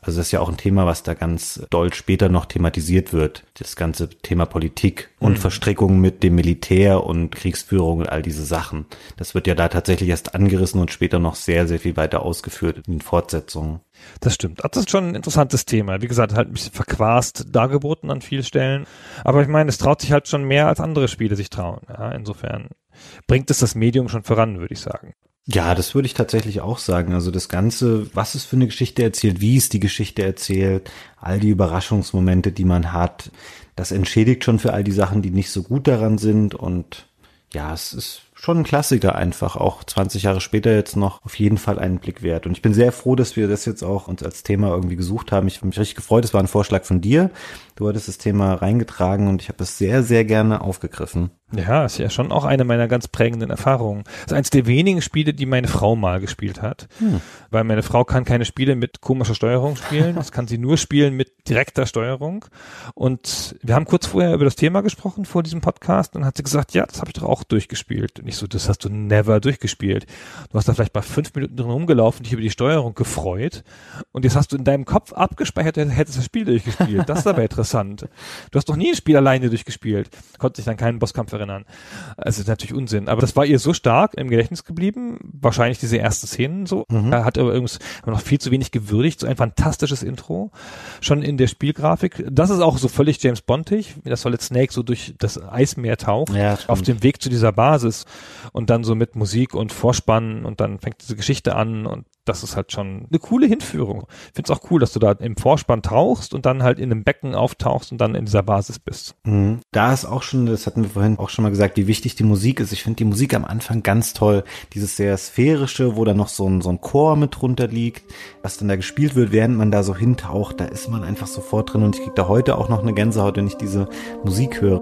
Also das ist ja auch ein Thema, was da ganz doll später noch thematisiert wird. Das ganze Thema Politik und Verstrickung mit dem Militär und Kriegsführung und all diese Sachen. Das wird ja da tatsächlich erst angerissen und später noch sehr, sehr viel weiter ausgeführt in den Fortsetzungen. Das stimmt. Das ist schon ein interessantes Thema. Wie gesagt, halt ein bisschen verquast dargeboten an vielen Stellen. Aber ich meine, es traut sich halt schon mehr, als andere Spiele sich trauen. Ja, insofern bringt es das Medium schon voran, würde ich sagen. Ja, das würde ich tatsächlich auch sagen. Also das Ganze, was es für eine Geschichte erzählt, wie es die Geschichte erzählt, all die Überraschungsmomente, die man hat, das entschädigt schon für all die Sachen, die nicht so gut daran sind. Und ja, es ist schon ein Klassiker einfach, auch 20 Jahre später jetzt noch auf jeden Fall einen Blick wert. Und ich bin sehr froh, dass wir das jetzt auch uns als Thema irgendwie gesucht haben. Ich habe mich richtig gefreut, es war ein Vorschlag von dir. Du hattest das Thema reingetragen und ich habe es sehr, sehr gerne aufgegriffen. Ja, ist ja schon auch eine meiner ganz prägenden Erfahrungen. Das ist eines der wenigen Spiele, die meine Frau mal gespielt hat. Weil meine Frau kann keine Spiele mit komischer Steuerung spielen. Das kann sie nur spielen mit direkter Steuerung. Und wir haben kurz vorher über das Thema gesprochen, vor diesem Podcast. Und dann hat sie gesagt, ja, das habe ich doch auch durchgespielt. Und ich so, das hast du never durchgespielt. Du hast da vielleicht mal 5 Minuten drin rumgelaufen, dich über die Steuerung gefreut. Und jetzt hast du in deinem Kopf abgespeichert, du hättest das Spiel durchgespielt. Das ist aber interessant. Du hast noch nie ein Spiel alleine durchgespielt. Konnte sich dann keinen Bosskampf erinnern. Also ist natürlich Unsinn. Aber das war ihr so stark im Gedächtnis geblieben. Wahrscheinlich diese ersten Szenen so. Hat aber irgendwas noch viel zu wenig gewürdigt. So ein fantastisches Intro. Schon in der Spielgrafik. Das ist auch so völlig James Bondig, wie das Solid Snake so durch das Eismeer taucht. Ja, auf dem Weg zu dieser Basis. Und dann so mit Musik und Vorspann und dann fängt diese Geschichte an und das ist halt schon eine coole Hinführung. Ich finde es auch cool, dass du da im Vorspann tauchst und dann halt in einem Becken auftauchst und dann in dieser Basis bist. Da ist auch schon, das hatten wir vorhin auch schon mal gesagt, wie wichtig die Musik ist. Ich finde die Musik am Anfang ganz toll. Dieses sehr sphärische, wo da noch so ein Chor mit drunter liegt, was dann da gespielt wird, während man da so hintaucht. Da ist man einfach sofort drin und ich kriege da heute auch noch eine Gänsehaut, wenn ich diese Musik höre.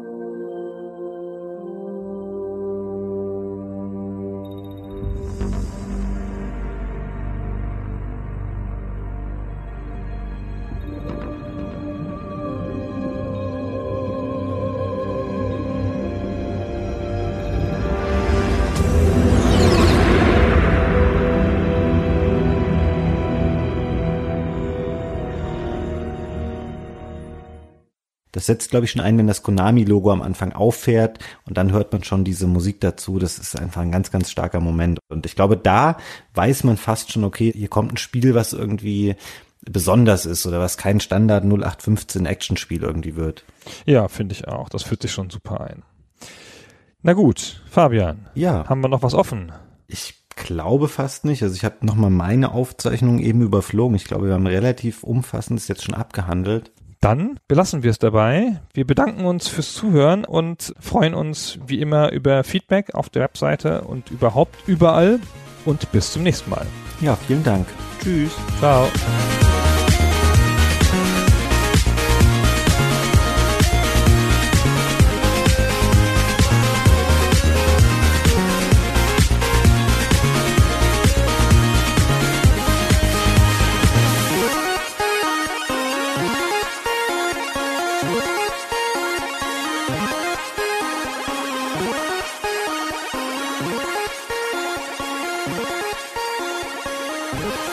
Das setzt, glaube ich, schon ein, wenn das Konami-Logo am Anfang auffährt und dann hört man schon diese Musik dazu. Das ist einfach ein ganz, ganz starker Moment. Und ich glaube, da weiß man fast schon, okay, hier kommt ein Spiel, was irgendwie besonders ist oder was kein Standard 0815 Actionspiel irgendwie wird. Ja, finde ich auch. Das fühlt sich schon super ein. Na gut, Fabian. Ja. Haben wir noch was offen? Ich glaube fast nicht. Also ich habe nochmal meine Aufzeichnung eben überflogen. Ich glaube, wir haben relativ umfassendes jetzt schon abgehandelt. Dann belassen wir es dabei. Wir bedanken uns fürs Zuhören und freuen uns wie immer über Feedback auf der Webseite und überhaupt überall. Und bis zum nächsten Mal. Ja, vielen Dank. Tschüss. Ciao. Yeah.